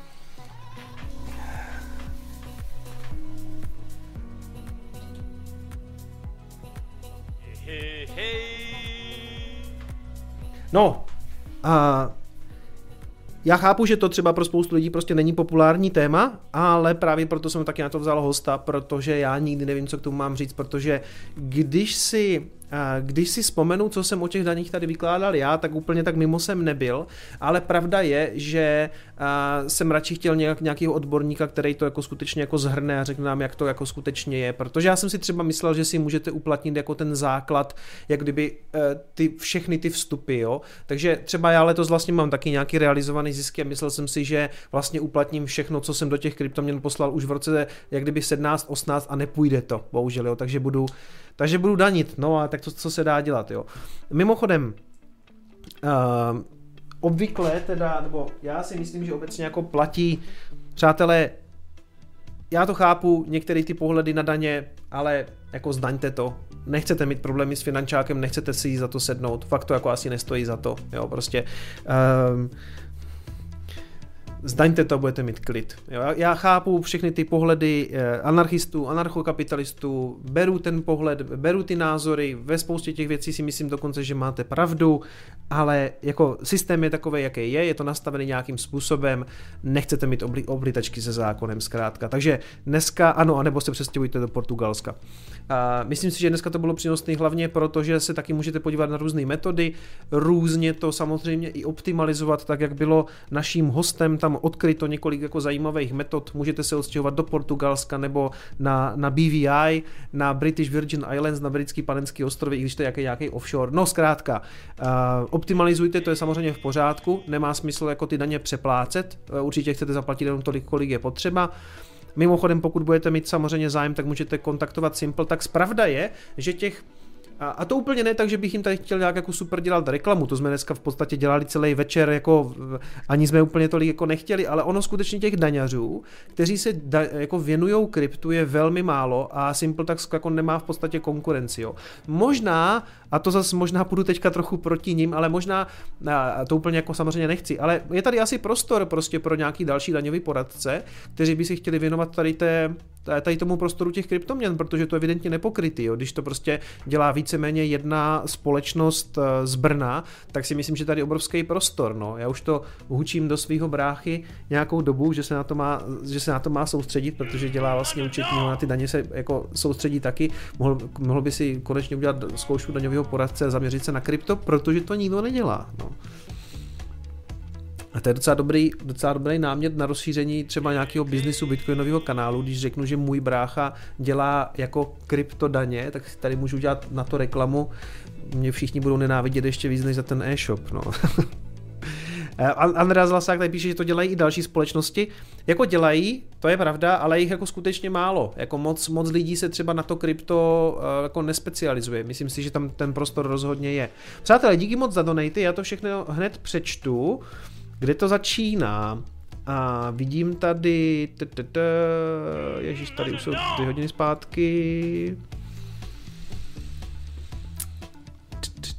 No, a já chápu, že to třeba pro spoustu lidí prostě není populární téma, ale právě proto jsem taky na to vzal hosta, protože já nikdy nevím, co k tomu mám říct, protože když si, když si vzpomenu, co jsem o těch daních tady vykládal já, tak úplně tak mimo jsem nebyl, ale pravda je, že jsem radši chtěl nějak, nějakého odborníka, který to jako skutečně jako zhrne a řekne nám, jak to jako skutečně je, protože já jsem si třeba myslel, že si můžete uplatnit jako ten základ, jak kdyby ty, všechny ty vstupy, jo, takže třeba já letos vlastně mám taky nějaký realizovaný zisky a myslel jsem si, že vlastně uplatním všechno, co jsem do těch kryptoměn poslal už v roce jak kdyby sedmnáct, osmnáct a nepůjde to, bohužel, jo, takže budu Takže budu danit, no a tak to, co se dá dělat, jo. Mimochodem, uh, obvykle teda, nebo já si myslím, že obecně jako platí, přátelé, já to chápu, některé ty pohledy na daně, ale jako zdaňte to. Nechcete mít problémy s finančákem, nechcete si za to sednout, fakt to jako asi nestojí za to, jo, prostě. Um, Zdaňte to, budete mít klid. Jo, já chápu všechny ty pohledy anarchistů, anarchokapitalistů, beru ten pohled, beru ty názory, ve spoustě těch věcí si myslím dokonce, že máte pravdu, ale jako systém je takový, jaký je, je to nastavený nějakým způsobem, nechcete mít obli, oblitačky se zákonem zkrátka. Takže dneska ano, anebo se přestěhujte do Portugalska. A myslím si, že dneska to bylo přínosné hlavně proto, že se taky můžete podívat na různé metody, různě to samozřejmě i optimalizovat, tak jak bylo naším hostem tam odkryto několik jako zajímavých metod, můžete se odstěhovat do Portugalska nebo na, na B V I, na British Virgin Islands, na britský Panenský ostrovy, i když to je jaký, nějaký offshore. No zkrátka, uh, optimalizujte, to je samozřejmě v pořádku, nemá smysl jako ty daně přeplácet, uh, určitě chcete zaplatit jenom tolik, kolik je potřeba. Mimochodem, pokud budete mít samozřejmě zájem, tak můžete kontaktovat SimpleTax. Pravda je, že těch A, a to úplně ne tak, že bych jim tady chtěl nějak jako super dělat reklamu, to jsme dneska v podstatě dělali celý večer, jako ani jsme úplně tolik jako nechtěli, ale ono skutečně těch daňařů, kteří se da, jako věnujou kryptu, je velmi málo a SimpleTax jako nemá v podstatě konkurenci. Jo. Možná, a to zase možná půjdu teďka trochu proti ním, ale možná, a to úplně jako samozřejmě nechci, ale je tady asi prostor prostě pro nějaký další daňový poradce, kteří by si chtěli věnovat tady, té, tady tomu prostoru těch kryptoměn, protože to je evidentně nepokrytý, jo. Když to prostě dělá víceméně jedna společnost z Brna, tak si myslím, že tady je obrovský prostor. No. Já už to hučím do svého bráchy nějakou dobu, že se na to má, že se na to má soustředit, protože dělá vlastně účetní, na ty daně se jako soustředí taky. Mohl, mohl by si konečně udělat zkoušku daňového poradce a zaměřit se na krypto, protože to nikdo nedělá. No. A to je docela dobrý, docela dobrý námět na rozšíření třeba nějakého biznisu bitcoinového kanálu, když řeknu, že můj brácha dělá jako kryptodaně, tak tady můžu dělat na to reklamu. Mě všichni budou nenávidět ještě víc než za ten e-shop. No. Andreas Lasák tady píše, že to dělají i další společnosti. Jako dělají, to je pravda, ale jich jako skutečně málo. Jako moc, moc lidí se třeba na to krypto jako nespecializuje. Myslím si, že tam ten prostor rozhodně je. Přátelé, díky moc za donaty, já to všechno hned přečtu. Kde to začíná? A vidím tady... Ježíš, tady už jsou dvě hodiny zpátky.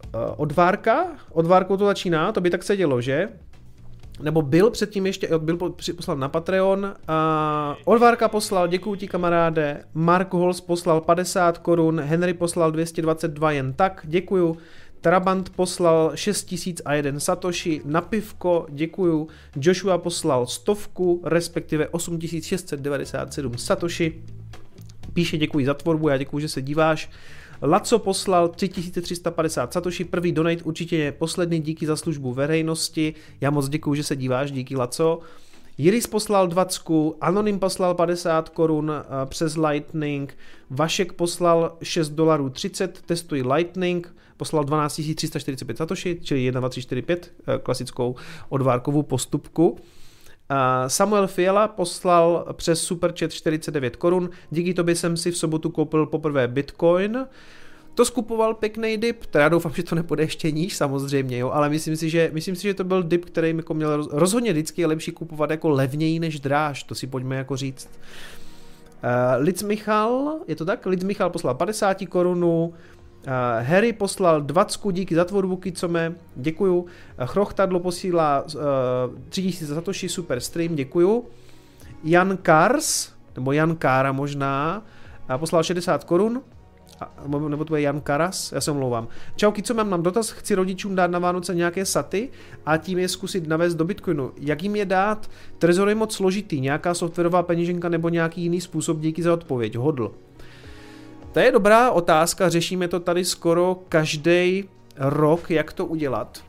od Várka, od Várku to začíná, to by tak sedělo, že? Nebo byl předtím ještě, byl poslal na Patreon, uh, od Várka poslal, děkuju ti kamaráde, Mark Holz poslal padesát korun, Henry poslal dvě stě dvacet dva jen tak, děkuju, Trabant poslal šest tisíc a jeden satoshi, na pivko, děkuju, Joshua poslal stovku, respektive osm tisíc šest set devadesát sedm satoshi, píše děkuji za tvorbu, já děkuju, že se díváš, Laco poslal tři tisíce tři sta padesát satoshi, první donate určitě je poslední, díky za službu veřejnosti, já moc děkuju, že se díváš, díky Laco. Jiris poslal dvacet, Anonym poslal padesát korun přes Lightning, Vašek poslal šest dolarů třicet, testuj Lightning, poslal dvanáct tisíc tři sta čtyřicet pět satoshi, čili jedna, dva, tři, čtyři, pět, klasickou odvárkovou postupku. Samuel Fiala poslal přes Superchat čtyřicet devět korun, díky tobě jsem si v sobotu koupil poprvé Bitcoin, to skupoval pěkný dip, to já doufám, že to nepůjde ještě níž samozřejmě, jo, ale myslím si, že, myslím si, že to byl dip, který jako měl rozhodně vždycky je lepší kupovat jako levněji než dráž, to si pojďme jako říct. Uh, Lidz Michal, je to tak? Lidz Michal poslal padesát korunů, uh, Harry poslal dvacet, díky za tvorbu Kicome, děkuju. Uh, Chrochtadlo posílá uh, tři tisíce satoshi, super stream, děkuju. Jan Kars, nebo Jan Kára možná, uh, poslal šedesát korun. Nebo to je Jan Karas, já se omlouvám. Čau, co mám, mám dotaz, chci rodičům dát na Vánoce nějaké saty a tím je zkusit navést do Bitcoinu. Jak jim je dát? Trezor je moc složitý, nějaká softwarová peněženka nebo nějaký jiný způsob, díky za odpověď, hodl. To je dobrá otázka, řešíme to tady skoro každý rok, jak to udělat.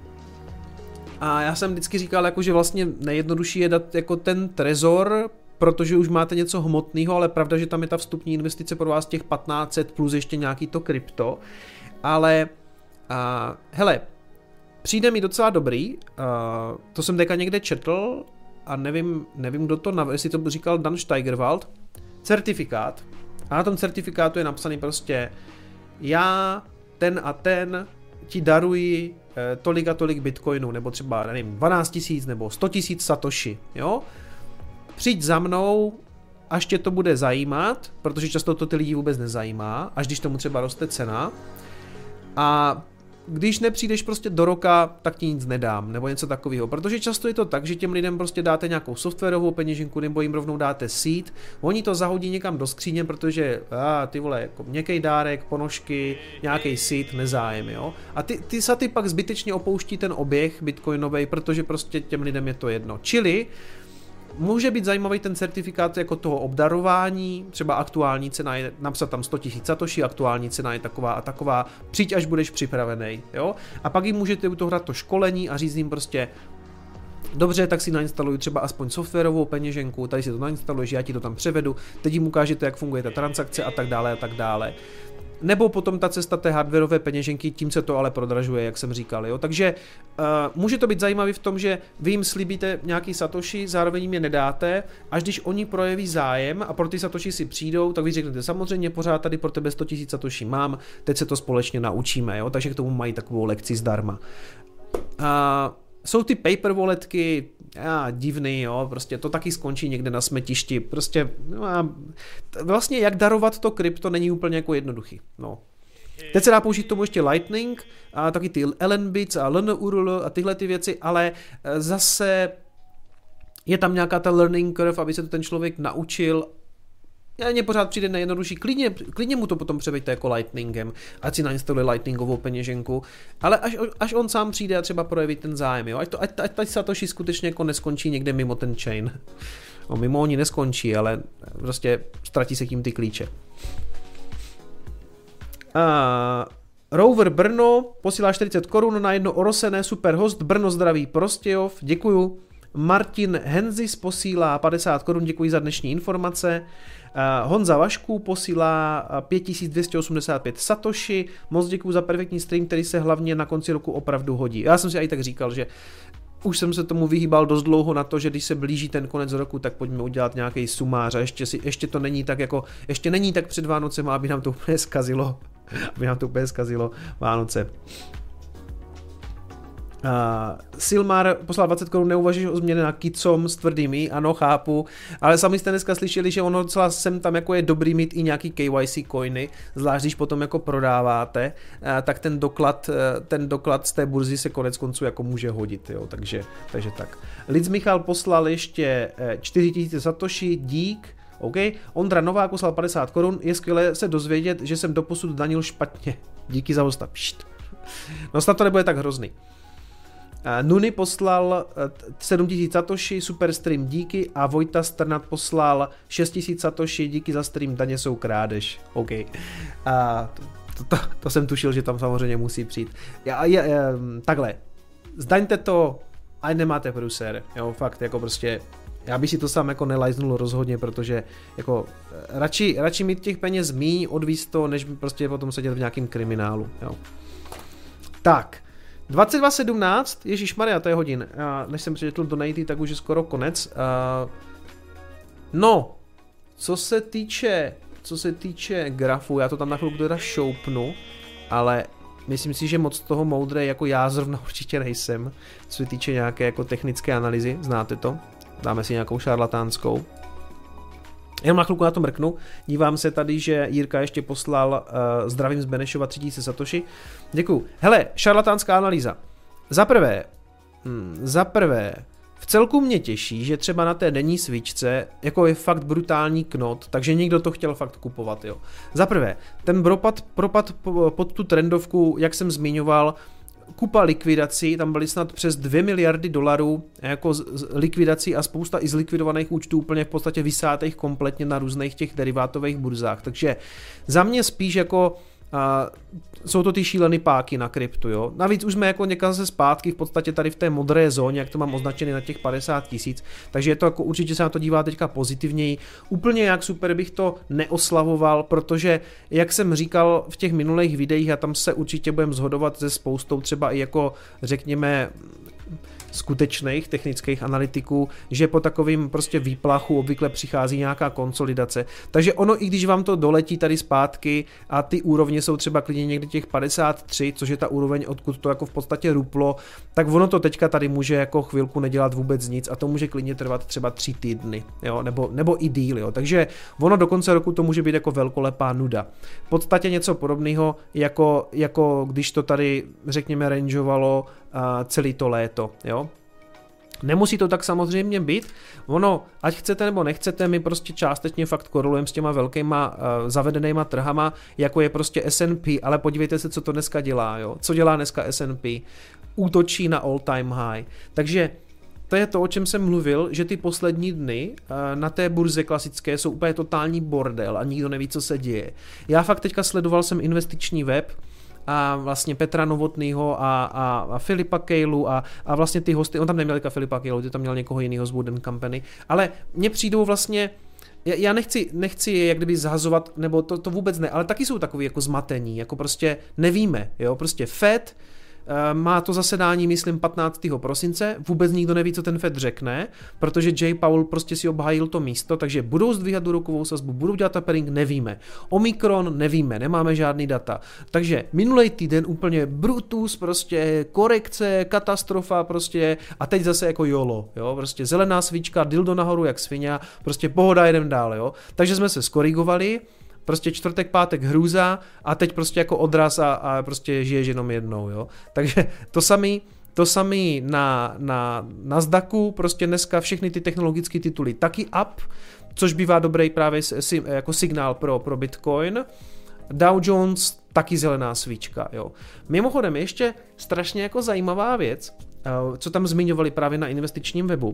A já jsem vždycky říkal, jako, že vlastně nejjednodušší je dát jako ten trezor, protože už máte něco hmotného, ale pravda, že tam je ta vstupní investice pro vás těch patnáct set plus ještě nějaký to krypto, ale uh, hele, přijde mi docela dobrý, uh, to jsem teďka někde četl a nevím, nevím kdo to, nav- jestli to říkal Dan Steigerwald, certifikát a na tom certifikátu je napsaný prostě já, ten a ten ti daruji eh, tolik a tolik bitcoinů, nebo třeba, nevím, dvanáct tisíc nebo sto tisíc satoshi, jo? Přijď za mnou, až tě to bude zajímat, protože často to ty lidi vůbec nezajímá, až když tomu třeba roste cena. A když nepřijdeš prostě do roka, tak ti nic nedám, nebo něco takového. Protože často je to tak, že těm lidem prostě dáte nějakou softwarovou peněženku, nebo jim rovnou dáte seed, oni to zahodí někam do skříně, protože a, ty vole, jako měkký dárek, ponožky, nějaký seed, nezájem, jo. A ty, ty saty pak zbytečně opouští ten oběh bitcoinovej, protože prostě těm lidem je to jedno. Čili může být zajímavý ten certifikát jako toho obdarování, třeba aktuální cena je, napsat tam sto tisíc satoshi, aktuální cena je taková a taková, přijď až budeš připravený, jo? A pak jim můžete u toho hrát to školení a říct jim prostě, dobře, tak si nainstaluju třeba aspoň softwarovou peněženku, tady si to nainstaluješ, já ti to tam převedu, teď jim ukážete, jak funguje ta transakce a tak dále a tak dále. Nebo potom ta cesta té hardwareové peněženky, tím se to ale prodražuje, jak jsem říkal, jo. Takže uh, může to být zajímavý v tom, že vy jim slíbíte nějaký satoshi, zároveň jim je nedáte, až když oni projeví zájem a pro ty satoshi si přijdou, tak vy řeknete, samozřejmě pořád tady pro tebe sto tisíc satoshi mám, teď se to společně naučíme, jo. Takže k tomu mají takovou lekci zdarma. Uh, Jsou ty paper walletky, já, divný, jo, prostě to taky skončí někde na smetišti, prostě no, vlastně jak darovat to krypto není úplně jako jednoduchý, no. Teď se dá použít k tomu ještě Lightning a taky ty L N bits a L N U R L a tyhle ty věci, ale zase je tam nějaká ta learning curve, aby se to ten člověk naučil. Mně pořád přijde nejjednodušší, klidně, klidně mu to potom převeďte jako Lightningem, ať si nainstaluje Lightningovou peněženku, ale až, až on sám přijde a třeba projeví ten zájem, jo? Ať, to, ať, ať, ať Satoshi skutečně jako neskončí někde mimo ten chain. No, mimo oni neskončí, ale prostě ztratí se tím ty klíče. A Rover Brno posílá čtyřicet korun na jedno orosené super host, Brno zdraví Prostějov, děkuju. Martin Henzis posílá padesát korun, děkuji za dnešní informace. Uh, Honza Vašku posílá pět tisíc dvě stě osmdesát pět satoshi, moc děkuji za perfektní stream, který se hlavně na konci roku opravdu hodí. Já jsem si i tak říkal, že už jsem se tomu vyhýbal dost dlouho na to, že když se blíží ten konec roku, tak pojďme udělat nějaký sumář a ještě, si, ještě to není tak jako, ještě není tak před Vánocem, aby nám to úplně zkazilo, aby nám to úplně zkazilo Vánoce. Uh, Silmar poslal dvacet korun, neuvažuješ o změně na Kicom s tvrdými, ano, chápu, ale sami jste dneska slyšeli, že ono docela sem tam jako je dobrý mít i nějaký K Y C coiny, zvlášť když potom jako prodáváte, uh, tak ten doklad, uh, ten doklad z té burzy se konec konců jako může hodit, jo, takže, takže tak. Lidz Michal poslal ještě uh, čtyři tisíce satoshi, dík. OK, Ondra Novák poslal padesát korun, je skvělé se dozvědět, že jsem doposud danil špatně. Díky za hosta. Pšt. No snad to nebude tak hrozný. Nuny poslal sedm tisíc satoshi, super stream, díky, a Vojta Strnat poslal šest tisíc satoshi, díky za stream, daně jsou krádež. OK. A to, to, to jsem tušil, že tam samozřejmě musí přijít. Já, já, já, takhle, zdaňte to, ať nemáte pruser, jo, fakt, jako prostě, já bych si to sám jako nelajznul rozhodně, protože jako radši, radši mít těch peněz míň, odvízt to, než prostě potom sedět v nějakém kriminálu, jo. Tak, dvacet dva sedmnáct, ježišmarja, to je hodin, než jsem přečetl donaty, tak už je skoro konec. No, co se týče, co se týče grafu, já to tam na chvilku teda šoupnu, ale myslím si, že moc toho moudré jako já zrovna určitě nejsem, co se týče nějaké jako technické analýzy, znáte to? Dáme si nějakou šarlatánskou. Jenom na chvilku na to mrknu. Dívám se tady, že Jirka ještě poslal uh, zdravím z Benešova tři tisíce satoshi. Děkuju. Hele, šarlatánská analýza. Za prvé, hm, za prvé, v celku mě těší, že třeba na té denní svíčce jako je fakt brutální knot, takže někdo to chtěl fakt kupovat, jo. Za prvé, ten propad, propad pod tu trendovku, jak jsem zmiňoval, kupa likvidací, tam byly snad přes dvě miliardy dolarů jako z, z likvidací a spousta i zlikvidovaných účtů úplně v podstatě vysátých kompletně na různých těch derivátových burzách, takže za mě spíš jako a, jsou to ty šílený páky na kryptu, jo. Navíc už jsme jako někam se zpátky v podstatě tady v té modré zóně, jak to mám označený na těch padesát tisíc, takže je to jako určitě se na to dívá teďka pozitivněji. Úplně jak super bych to neoslavoval, protože jak jsem říkal v těch minulých videích, a tam se určitě budeme shodovat se spoustou třeba i jako řekněme skutečných technických analytiků, že po takovým prostě výplachu obvykle přichází nějaká konsolidace. Takže ono, i když vám to doletí tady zpátky a ty úrovně jsou třeba klidně někdy těch padesát tři, což je ta úroveň, odkud to jako v podstatě ruplo, tak ono to teďka tady může jako chvilku nedělat vůbec nic a to může klidně trvat třeba tři týdny, jo, nebo, nebo i díl, jo. Takže ono do konce roku to může být jako velkolepá nuda. V podstatě něco podobného, jako, jako když to tady, řekněme, rangeovalo celý to léto, jo. Nemusí to tak samozřejmě být, ono, ať chcete nebo nechcete, my prostě částečně fakt korelujeme s těma velkýma uh, zavedenýma trhama, jako je prostě S and P, ale podívejte se, co to dneska dělá, jo. Co dělá dneska S and P? Útočí na all time high, takže to je to, o čem jsem mluvil, že ty poslední dny uh, na té burze klasické jsou úplně totální bordel a nikdo neví, co se děje. Já fakt teďka sledoval jsem investiční web, a vlastně Petra Novotnýho a, a, a Filipa Kejlu a, a vlastně ty hosty, on tam neměl teďka Filipa Kejlu, ty tam měl někoho jiného z Wooden Company, ale mně přijdou vlastně, já nechci, nechci je jak kdyby zhazovat, nebo to, to vůbec ne, ale taky jsou takový jako zmatení, jako prostě nevíme, jo, prostě Fed má to zasedání, myslím, patnáctého prosince, vůbec nikdo neví, co ten Fed řekne, protože Jay Powell prostě si obhájil to místo, takže budou zdvíhat úrokovou sazbu, budou dělat tapering, nevíme. Omikron nevíme, nemáme žádný data. Takže minulý týden úplně brutus, prostě korekce, katastrofa prostě a teď zase jako jolo, jo, prostě zelená svíčka, dildo nahoru jak svině, prostě pohoda, jedem dál, jo. Takže jsme se skorigovali, prostě čtvrtek, pátek hrůza a teď prostě jako odraz a, a prostě žiješ jenom jednou, jo. Takže to samý, to samý na, na Nasdaqu, prostě dneska všechny ty technologické tituly taky up, což bývá dobrý právě si, jako signál pro, pro Bitcoin. Dow Jones taky zelená svíčka, jo. Mimochodem ještě strašně jako zajímavá věc, co tam zmiňovali právě na investičním webu,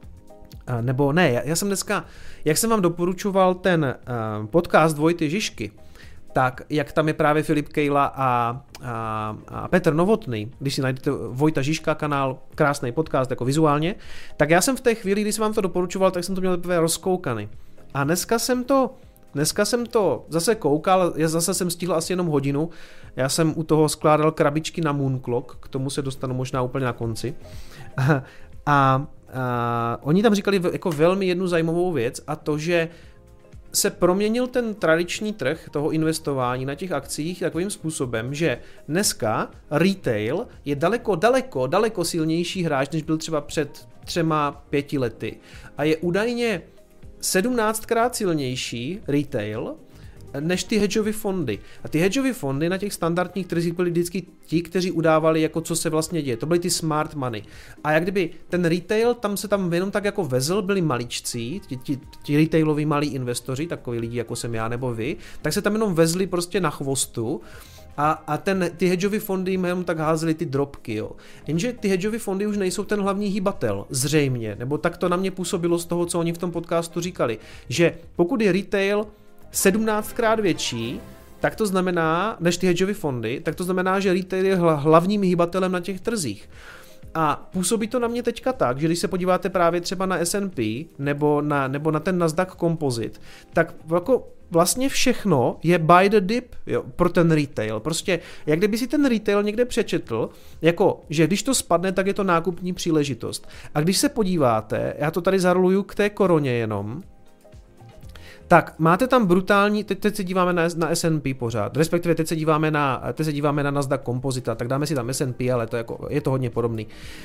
nebo ne, já, já jsem dneska, jak jsem vám doporučoval ten uh, podcast Vojty Žižky, tak jak tam je právě Filip Kejla a, a, a Petr Novotný, když si najdete Vojta Žižka kanál, krásný podcast jako vizuálně, tak já jsem v té chvíli, když jsem vám to doporučoval, tak jsem to měl teprve rozkoukaný. A dneska jsem to, dneska jsem to zase koukal, já zase jsem stihl asi jenom hodinu, já jsem u toho skládal krabičky na Moonclock, k tomu se dostanu možná úplně na konci. A, a Uh, oni tam říkali jako velmi jednu zajímavou věc a to, že se proměnil ten tradiční trh toho investování na těch akcích takovým způsobem, že dneska retail je daleko, daleko, daleko silnější hráč, než byl třeba před třema, pěti lety. A je údajně sedmnáctkrát silnější retail než ty hedžové fondy. A ty hedžové fondy na těch standardních trzích byli vždycky ti, kteří udávali, jako co se vlastně děje. To byly ty smart money. A jak kdyby ten retail, tam se tam jenom tak jako vezl, byli maličcí, ti, ti, ti retailoví malí investoři, takoví lidi jako jsem já nebo vy, tak se tam jenom vezli prostě na chvostu a, a ten, ty hedžové fondy jim jenom tak házely ty drobky. Jo. Jenže ty hedžové fondy už nejsou ten hlavní hýbatel, zřejmě, nebo tak to na mě působilo z toho, co oni v tom podcastu říkali, že pokud je retail sedmnáctkrát větší, tak to znamená, než ty hedžové fondy, tak to znamená, že retail je hlavním hýbatelem na těch trzích. A působí to na mě teďka tak, že když se podíváte právě třeba na S and P nebo na, nebo na ten Nasdaq Composite, tak jako vlastně všechno je buy the dip, jo, pro ten retail. Prostě jak kdyby si ten retail někde přečetl, jako, že když to spadne, tak je to nákupní příležitost. A když se podíváte, já to tady zaroluju k té koroně jenom, tak máte tam brutální, teď, teď se díváme na, na S and P pořád, respektive teď se díváme na, teď se díváme na Nasdaq Composite, tak dáme si tam S and P, ale to je, jako, je to hodně podobný.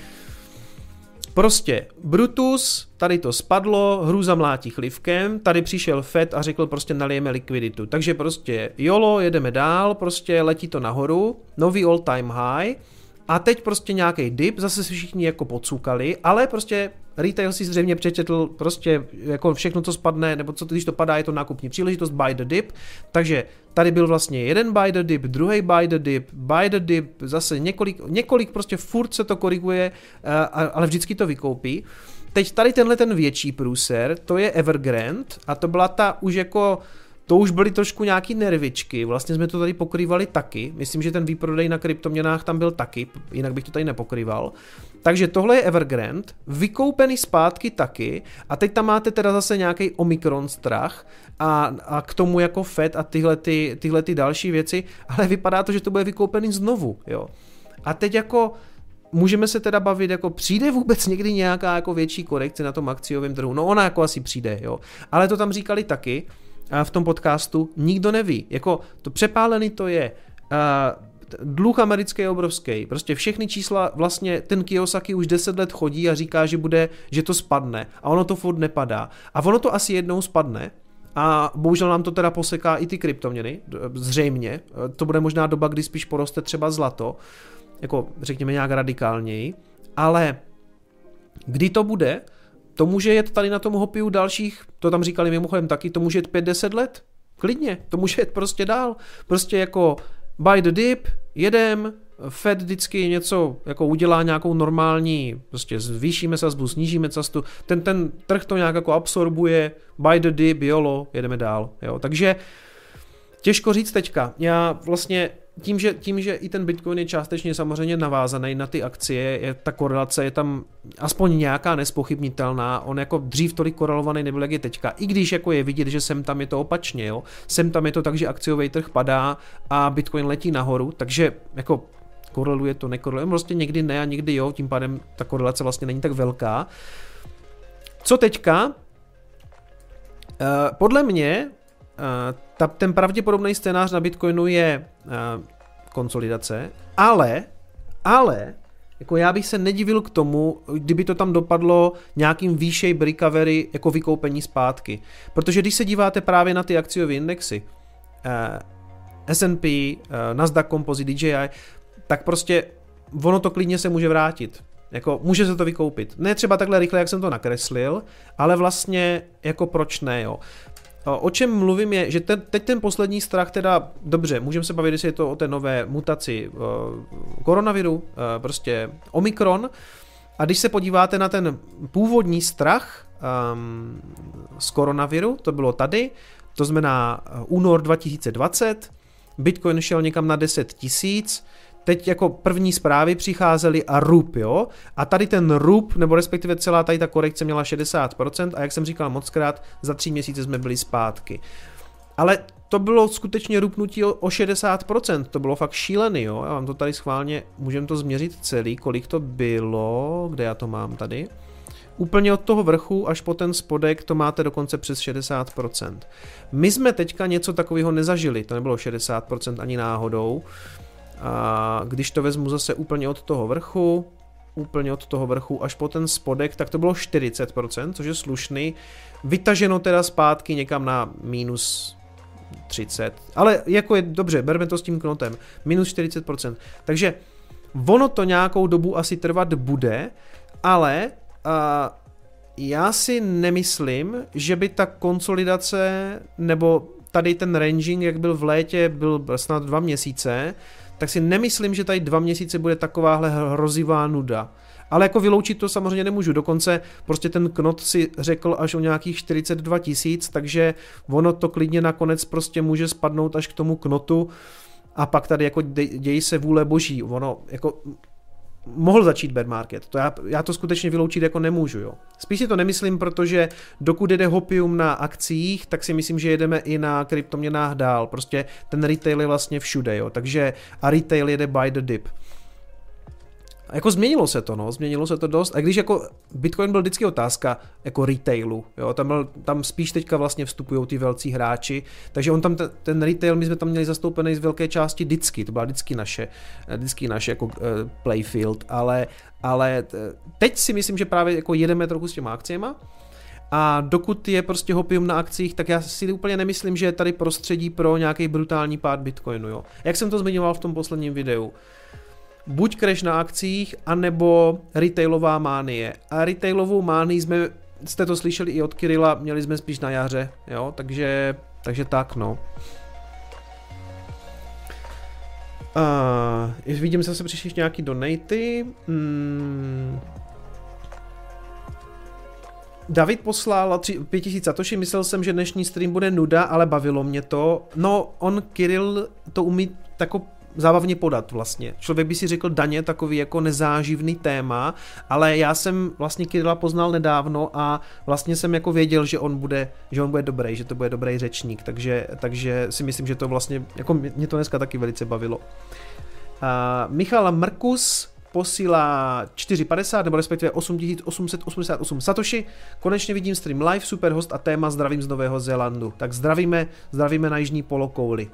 Prostě Brutus, tady to spadlo, hrůza mlátí chlivkem, tady přišel Fed a řekl prostě nalijeme likviditu. Takže prostě jolo, jedeme dál, prostě letí to nahoru, nový all time high a teď prostě nějaký dip, zase si všichni jako podsukali, ale prostě retail si zřejmě přečetl prostě jako všechno, co spadne, nebo co, když to padá, je to nákupní příležitost, buy the dip, takže tady byl vlastně jeden buy the dip, druhý buy the dip, buy the dip, zase několik, několik prostě furt se to koriguje, ale vždycky to vykoupí. Teď tady tenhle ten větší průser, to je Evergrande a to byla ta už jako, to už byly trošku nějaký nervičky, vlastně jsme to tady pokrývali taky, myslím, že ten výprodej na kryptoměnách tam byl taky, jinak bych to tady nepokrýval. Takže tohle je Evergrande, vykoupený zpátky taky a teď tam máte teda zase nějaký Omikron strach a, a k tomu jako Fed a tyhle, ty, tyhle ty další věci, ale vypadá to, že to bude vykoupený znovu, jo. A teď jako můžeme se teda bavit, jako přijde vůbec někdy nějaká jako větší korekce na tom akciovém trhu, no ona jako asi přijde, jo. Ale to tam říkali taky v tom podcastu, nikdo neví, jako to přepálený to je, uh, dluh americký je obrovský, prostě všechny čísla, vlastně ten Kiyosaki už deset let chodí a říká, že bude, že to spadne a ono to furt nepadá a ono to asi jednou spadne a bohužel nám to teda poseká i ty kryptoměny, zřejmě, to bude možná doba, kdy spíš poroste třeba zlato, jako řekněme nějak radikálněji, ale kdy to bude, to může jet tady na tom hopiu dalších, to tam říkali mimochodem taky, to může jet pět deset let, klidně, to může jet prostě dál, prostě jako buy the dip, jedem, Fed vždycky něco jako udělá nějakou normální, prostě zvýšíme sazbu, snížíme sazbu, ten, ten trh to nějak jako absorbuje, buy the dip, jolo, jedeme dál, jo, takže těžko říct teďka, já vlastně tím že, tím, že i ten Bitcoin je částečně samozřejmě navázaný na ty akcie, je, ta korelace je tam aspoň nějaká nespochybnitelná, on jako dřív tolik korelovaný nebyl, jak je teďka, i když jako je vidět, že sem tam je to opačně, jo, sem tam je to tak, že akciový trh padá a Bitcoin letí nahoru, takže jako koreluje to, nekoreluje, prostě někdy ne a někdy jo, tím pádem ta korelace vlastně není tak velká. Co teďka? Uh, podle mě Uh, ta, ten pravděpodobný scénář na Bitcoinu je uh, konsolidace, ale, ale, jako já bych se nedivil k tomu, kdyby to tam dopadlo nějakým výšej recovery jako vykoupení zpátky. Protože když se díváte právě na ty akciové indexy, uh, S and P, uh, Nasdaq Composite, D J I, tak prostě ono to klidně se může vrátit. Jako může se to vykoupit. Ne třeba takhle rychle, jak jsem to nakreslil, ale vlastně jako proč ne, jo. O čem mluvím je, že ten, teď ten poslední strach teda, dobře, můžeme se bavit, jestli je to o té nové mutaci uh, koronaviru, uh, prostě Omikron, a když se podíváte na ten původní strach um, z koronaviru, to bylo tady, to znamená únor dva tisíce dvacet, Bitcoin šel někam na deset tisíc, teď jako první zprávy přicházely a rup, jo, a tady ten rup, nebo respektive celá tady ta korekce měla šedesát procent a jak jsem říkal mockrát, za tři měsíce jsme byli zpátky. Ale to bylo skutečně rupnutí o šedesát procent, to bylo fakt šílený, jo, já vám to tady schválně, můžeme to změřit celý, kolik to bylo, kde já to mám tady, úplně od toho vrchu až po ten spodek to máte dokonce přes šedesát procent. My jsme teďka něco takového nezažili, to nebylo šedesát procent ani náhodou. A když to vezmu zase úplně od toho vrchu, úplně od toho vrchu až po ten spodek, tak to bylo čtyřicet procent, což je slušný. Vytaženo teda zpátky někam na minus třicet, ale jako je dobře, berme to s tím knotem, minus čtyřicet procent. Takže ono to nějakou dobu asi trvat bude, ale uh, já si nemyslím, že by ta konsolidace nebo tady ten ranging, jak byl v létě, byl snad dva měsíce, tak si nemyslím, že tady dva měsíce bude takováhle hrozivá nuda. Ale jako vyloučit to samozřejmě nemůžu, dokonce prostě ten knot si řekl až o nějakých čtyřicet dva tisíc, takže ono to klidně nakonec prostě může spadnout až k tomu knotu a pak tady jako dějí se vůle boží, ono jako mohl začít bear market, to já, já to skutečně vyloučit jako nemůžu, jo. Spíš si to nemyslím, protože dokud jede hopium na akcích, tak si myslím, že jedeme i na kryptoměnách dál, prostě ten retail je vlastně všude, jo, takže a retail jede by the dip. Jako změnilo se to, no, změnilo se to dost, a když jako Bitcoin byl vždycky otázka jako retailu, jo, tam, byl, tam spíš teďka vlastně vstupují ty velcí hráči, takže on tam ten, ten retail, my jsme tam měli zastoupený z velké části vždycky, to byla vždycky naše, vždycky naše jako uh, playfield, ale, ale teď si myslím, že právě jako jedeme trochu s těma akciema a dokud je prostě hopium na akcích, tak já si úplně nemyslím, že je tady prostředí pro nějaký brutální pád Bitcoinu, jo. Jak jsem to zmiňoval v tom posledním videu, buď crash na akcích, anebo retailová mánie. A retailovou mánii jsme, jste to slyšeli i od Kirila, měli jsme spíš na jaře, jo, takže, takže tak, no. Uh, vidím, že se přišli nějaký donaty. Hmm. David poslal pět tisíc satoshi, myslel jsem, že dnešní stream bude nuda, ale bavilo mě to. No, on, Kiril, to umí tako zábavně podat vlastně. Člověk by si řekl daně, takový jako nezáživný téma, ale já jsem vlastně Kirila poznal nedávno a vlastně jsem jako věděl, že on bude, že on bude dobrý, že to bude dobrý řečník, takže, takže si myslím, že to vlastně, jako mě to dneska taky velice bavilo. Uh, Michal Mrkus posílá čtyři padesát, nebo respektive osm tisíc osm set osmdesát osm satoshi. Konečně vidím stream live, super host a téma zdravím z Nového Zélandu. Tak zdravíme, zdravíme na jižní polokouli.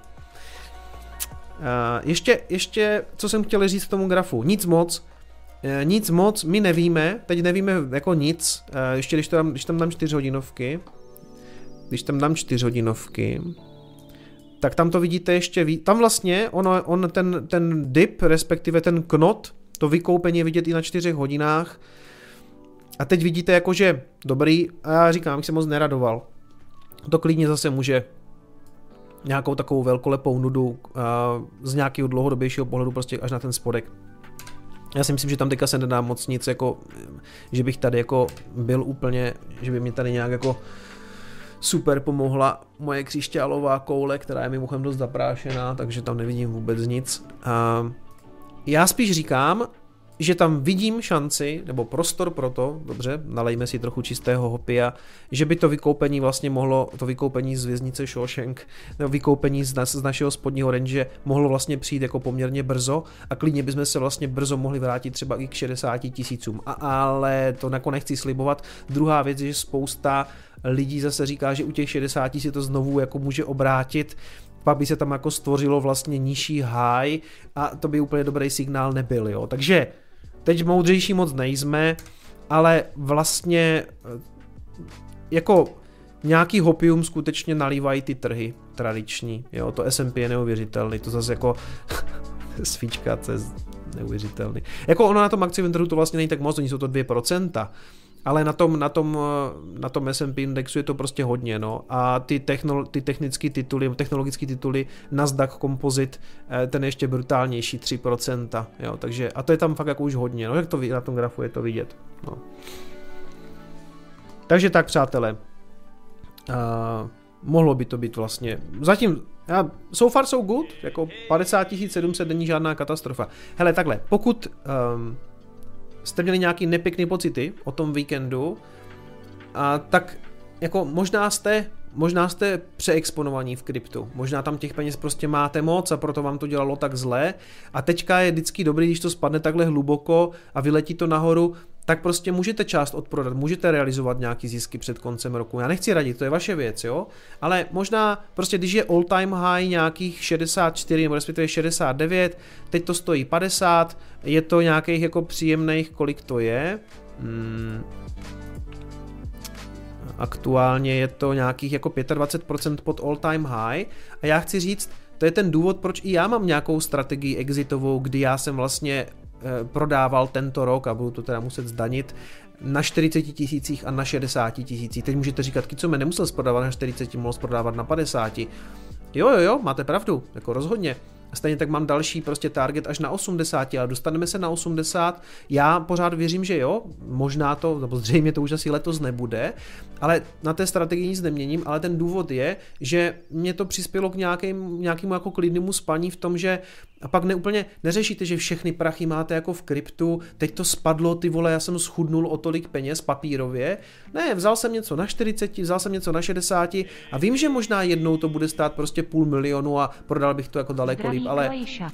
Uh, ještě, ještě, co jsem chtěl říct k tomu grafu, nic moc, uh, nic moc, my nevíme, teď nevíme jako nic, uh, ještě když, to dám, když tam dám čtyřhodinovky, když tam dám čtyřhodinovky, tak tam to vidíte ještě víc, tam vlastně ono, on ten, ten dip, respektive ten knot, to vykoupení je vidět i na čtyřech hodinách a teď vidíte jakože dobrý, a já říkám, bych se moc neradoval, to klidně zase může nějakou takovou velkolepou nudu uh, z nějakého dlouhodobějšího pohledu prostě až na ten spodek. Já si myslím, že tam teďka se nedá moc nic jako, že bych tady jako byl úplně, že by mi tady nějak jako super pomohla moje křišťálová koule, která je mimochodem dost zaprášená, takže tam nevidím vůbec nic. Uh, já spíš říkám, že tam vidím šanci, nebo prostor pro to, dobře, nalejme si trochu čistého hopia, že by to vykoupení vlastně mohlo, to vykoupení z věznice Shawshank, nebo vykoupení z, z našeho spodního range mohlo vlastně přijít jako poměrně brzo a klidně bychom se vlastně brzo mohli vrátit třeba i k šedesáti tisícům, a, ale to nakonec nechci slibovat. Druhá věc je, že spousta lidí zase říká, že u těch šedesáti se to znovu jako může obrátit, pak by se tam jako stvořilo vlastně nižší high a to by úplně dobrý signál nebyl, jo, takže teď moudřejší moc nejsme, ale vlastně jako nějaký hopium skutečně nalívají ty trhy tradiční, jo, to S and P je neuvěřitelný, to zase jako svíčka, to je neuvěřitelný. Jako ono na tom akciovém trhu to vlastně není tak moc, oni jsou to dvě procenta, ale na tom, na tom, na tom S and P indexu je to prostě hodně, no. A ty, technolo, ty technické tituly, technologické tituly, Nasdaq Composite, ten je ještě brutálnější, tři procenta, jo, takže, a to je tam fakt jako už hodně, no, jak to na tom grafu je to vidět, no. Takže tak, přátelé, uh, mohlo by to být vlastně, zatím, já, so far so good, jako padesát tisíc sedm set není žádná katastrofa. Hele, takhle, pokud um, jste měli nějaký nepěkný pocity o tom víkendu, a tak jako možná jste, možná jste přeexponovaní v kryptu, možná tam těch peněz prostě máte moc a proto vám to dělalo tak zle a teďka je vždycky dobrý, když to spadne takhle hluboko a vyletí to nahoru, tak prostě můžete část odprodat, můžete realizovat nějaký zisky před koncem roku. Já nechci radit, to je vaše věc, jo, ale možná prostě když je all time high nějakých šedesát čtyři nebo respektive šedesát devět, teď to stojí padesát, je to nějakých jako příjemných, kolik to je? Hmm. Aktuálně je to nějakých jako dvacet pět procent pod all time high a já chci říct, to je ten důvod, proč i já mám nějakou strategii exitovou, kdy já jsem vlastně e, prodával tento rok a budu to teda muset zdanit na čtyřicet tisících a na šedesát tisících. Teď můžete říkat, Kicome, nemusel jsi prodávat na čtyřicet, mohl jsi prodávat na padesát. Jo, jo, jo, máte pravdu, jako rozhodně. Stejně tak mám další prostě target až na osmdesát, ale dostaneme se na osmdesát. Já pořád věřím, že jo, možná to, nebo zřejmě to už asi letos nebude, ale na té strategii nic neměním, ale ten důvod je, že mě to přispělo k nějakým, nějakému jako klidnému spaní v tom, že a pak neúplně neřešíte, že všechny prachy máte jako v kryptu, teď to spadlo, ty vole, já jsem schudnul o tolik peněz papírově. Ne, vzal jsem něco na čtyřicet, vzal jsem něco na šedesát a vím, že možná jednou to bude stát prostě půl milionu a prodal bych to jako daleko líp, ale...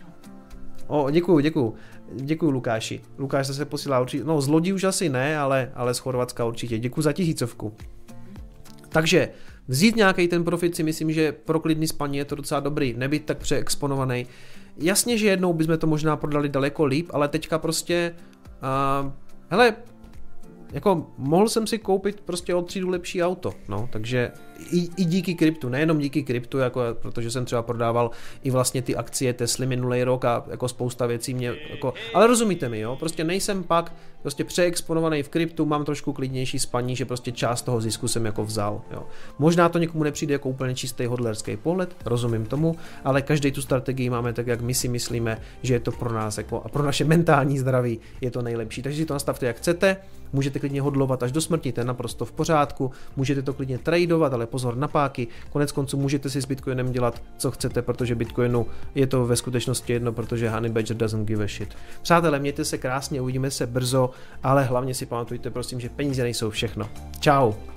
O, děkuju, děkuju. Děkuju Lukáši. Lukáš zase posílá určitě, no z lodí už asi ne, ale, ale z Chorvatska určitě. Děkuju za tisícovku. Takže vzít nějaký ten profit si myslím, že pro klidný spaní je to docela dobrý, nebýt tak přeexponovaný. Jasně, že jednou bychom to možná prodali daleko líp, ale teďka prostě, uh, hele, jako mohl jsem si koupit prostě o třídu lepší auto, no, takže i, i díky kryptu, nejenom díky kryptu, jako, protože jsem třeba prodával i vlastně ty akcie Tesly minulý rok a jako spousta věcí mě, jako, ale rozumíte mi, jo, prostě nejsem pak prostě přeexponovaný v kryptu, mám trošku klidnější spaní, že prostě část toho zisku jsem jako vzal, jo. Možná to někomu nepřijde jako úplně čistý hodlerský pohled, rozumím tomu, ale každý tu strategii máme tak, jak my si myslíme, že je to pro nás jako a pro naše mentální zdraví je to nejlepší, takže si to nastavte jak chcete, můžete klidně hodlovat až do smrti, to je naprosto v pořádku, můžete to klidně tradovat, ale pozor na páky, konec konců můžete si s Bitcoinem dělat, co chcete, protože Bitcoinu je to ve skutečnosti jedno, protože Honey Badger doesn't give a shit. Přátelé, mějte se krásně, uvidíme se brzo, ale hlavně si pamatujte prosím, že peníze nejsou všechno. Čau.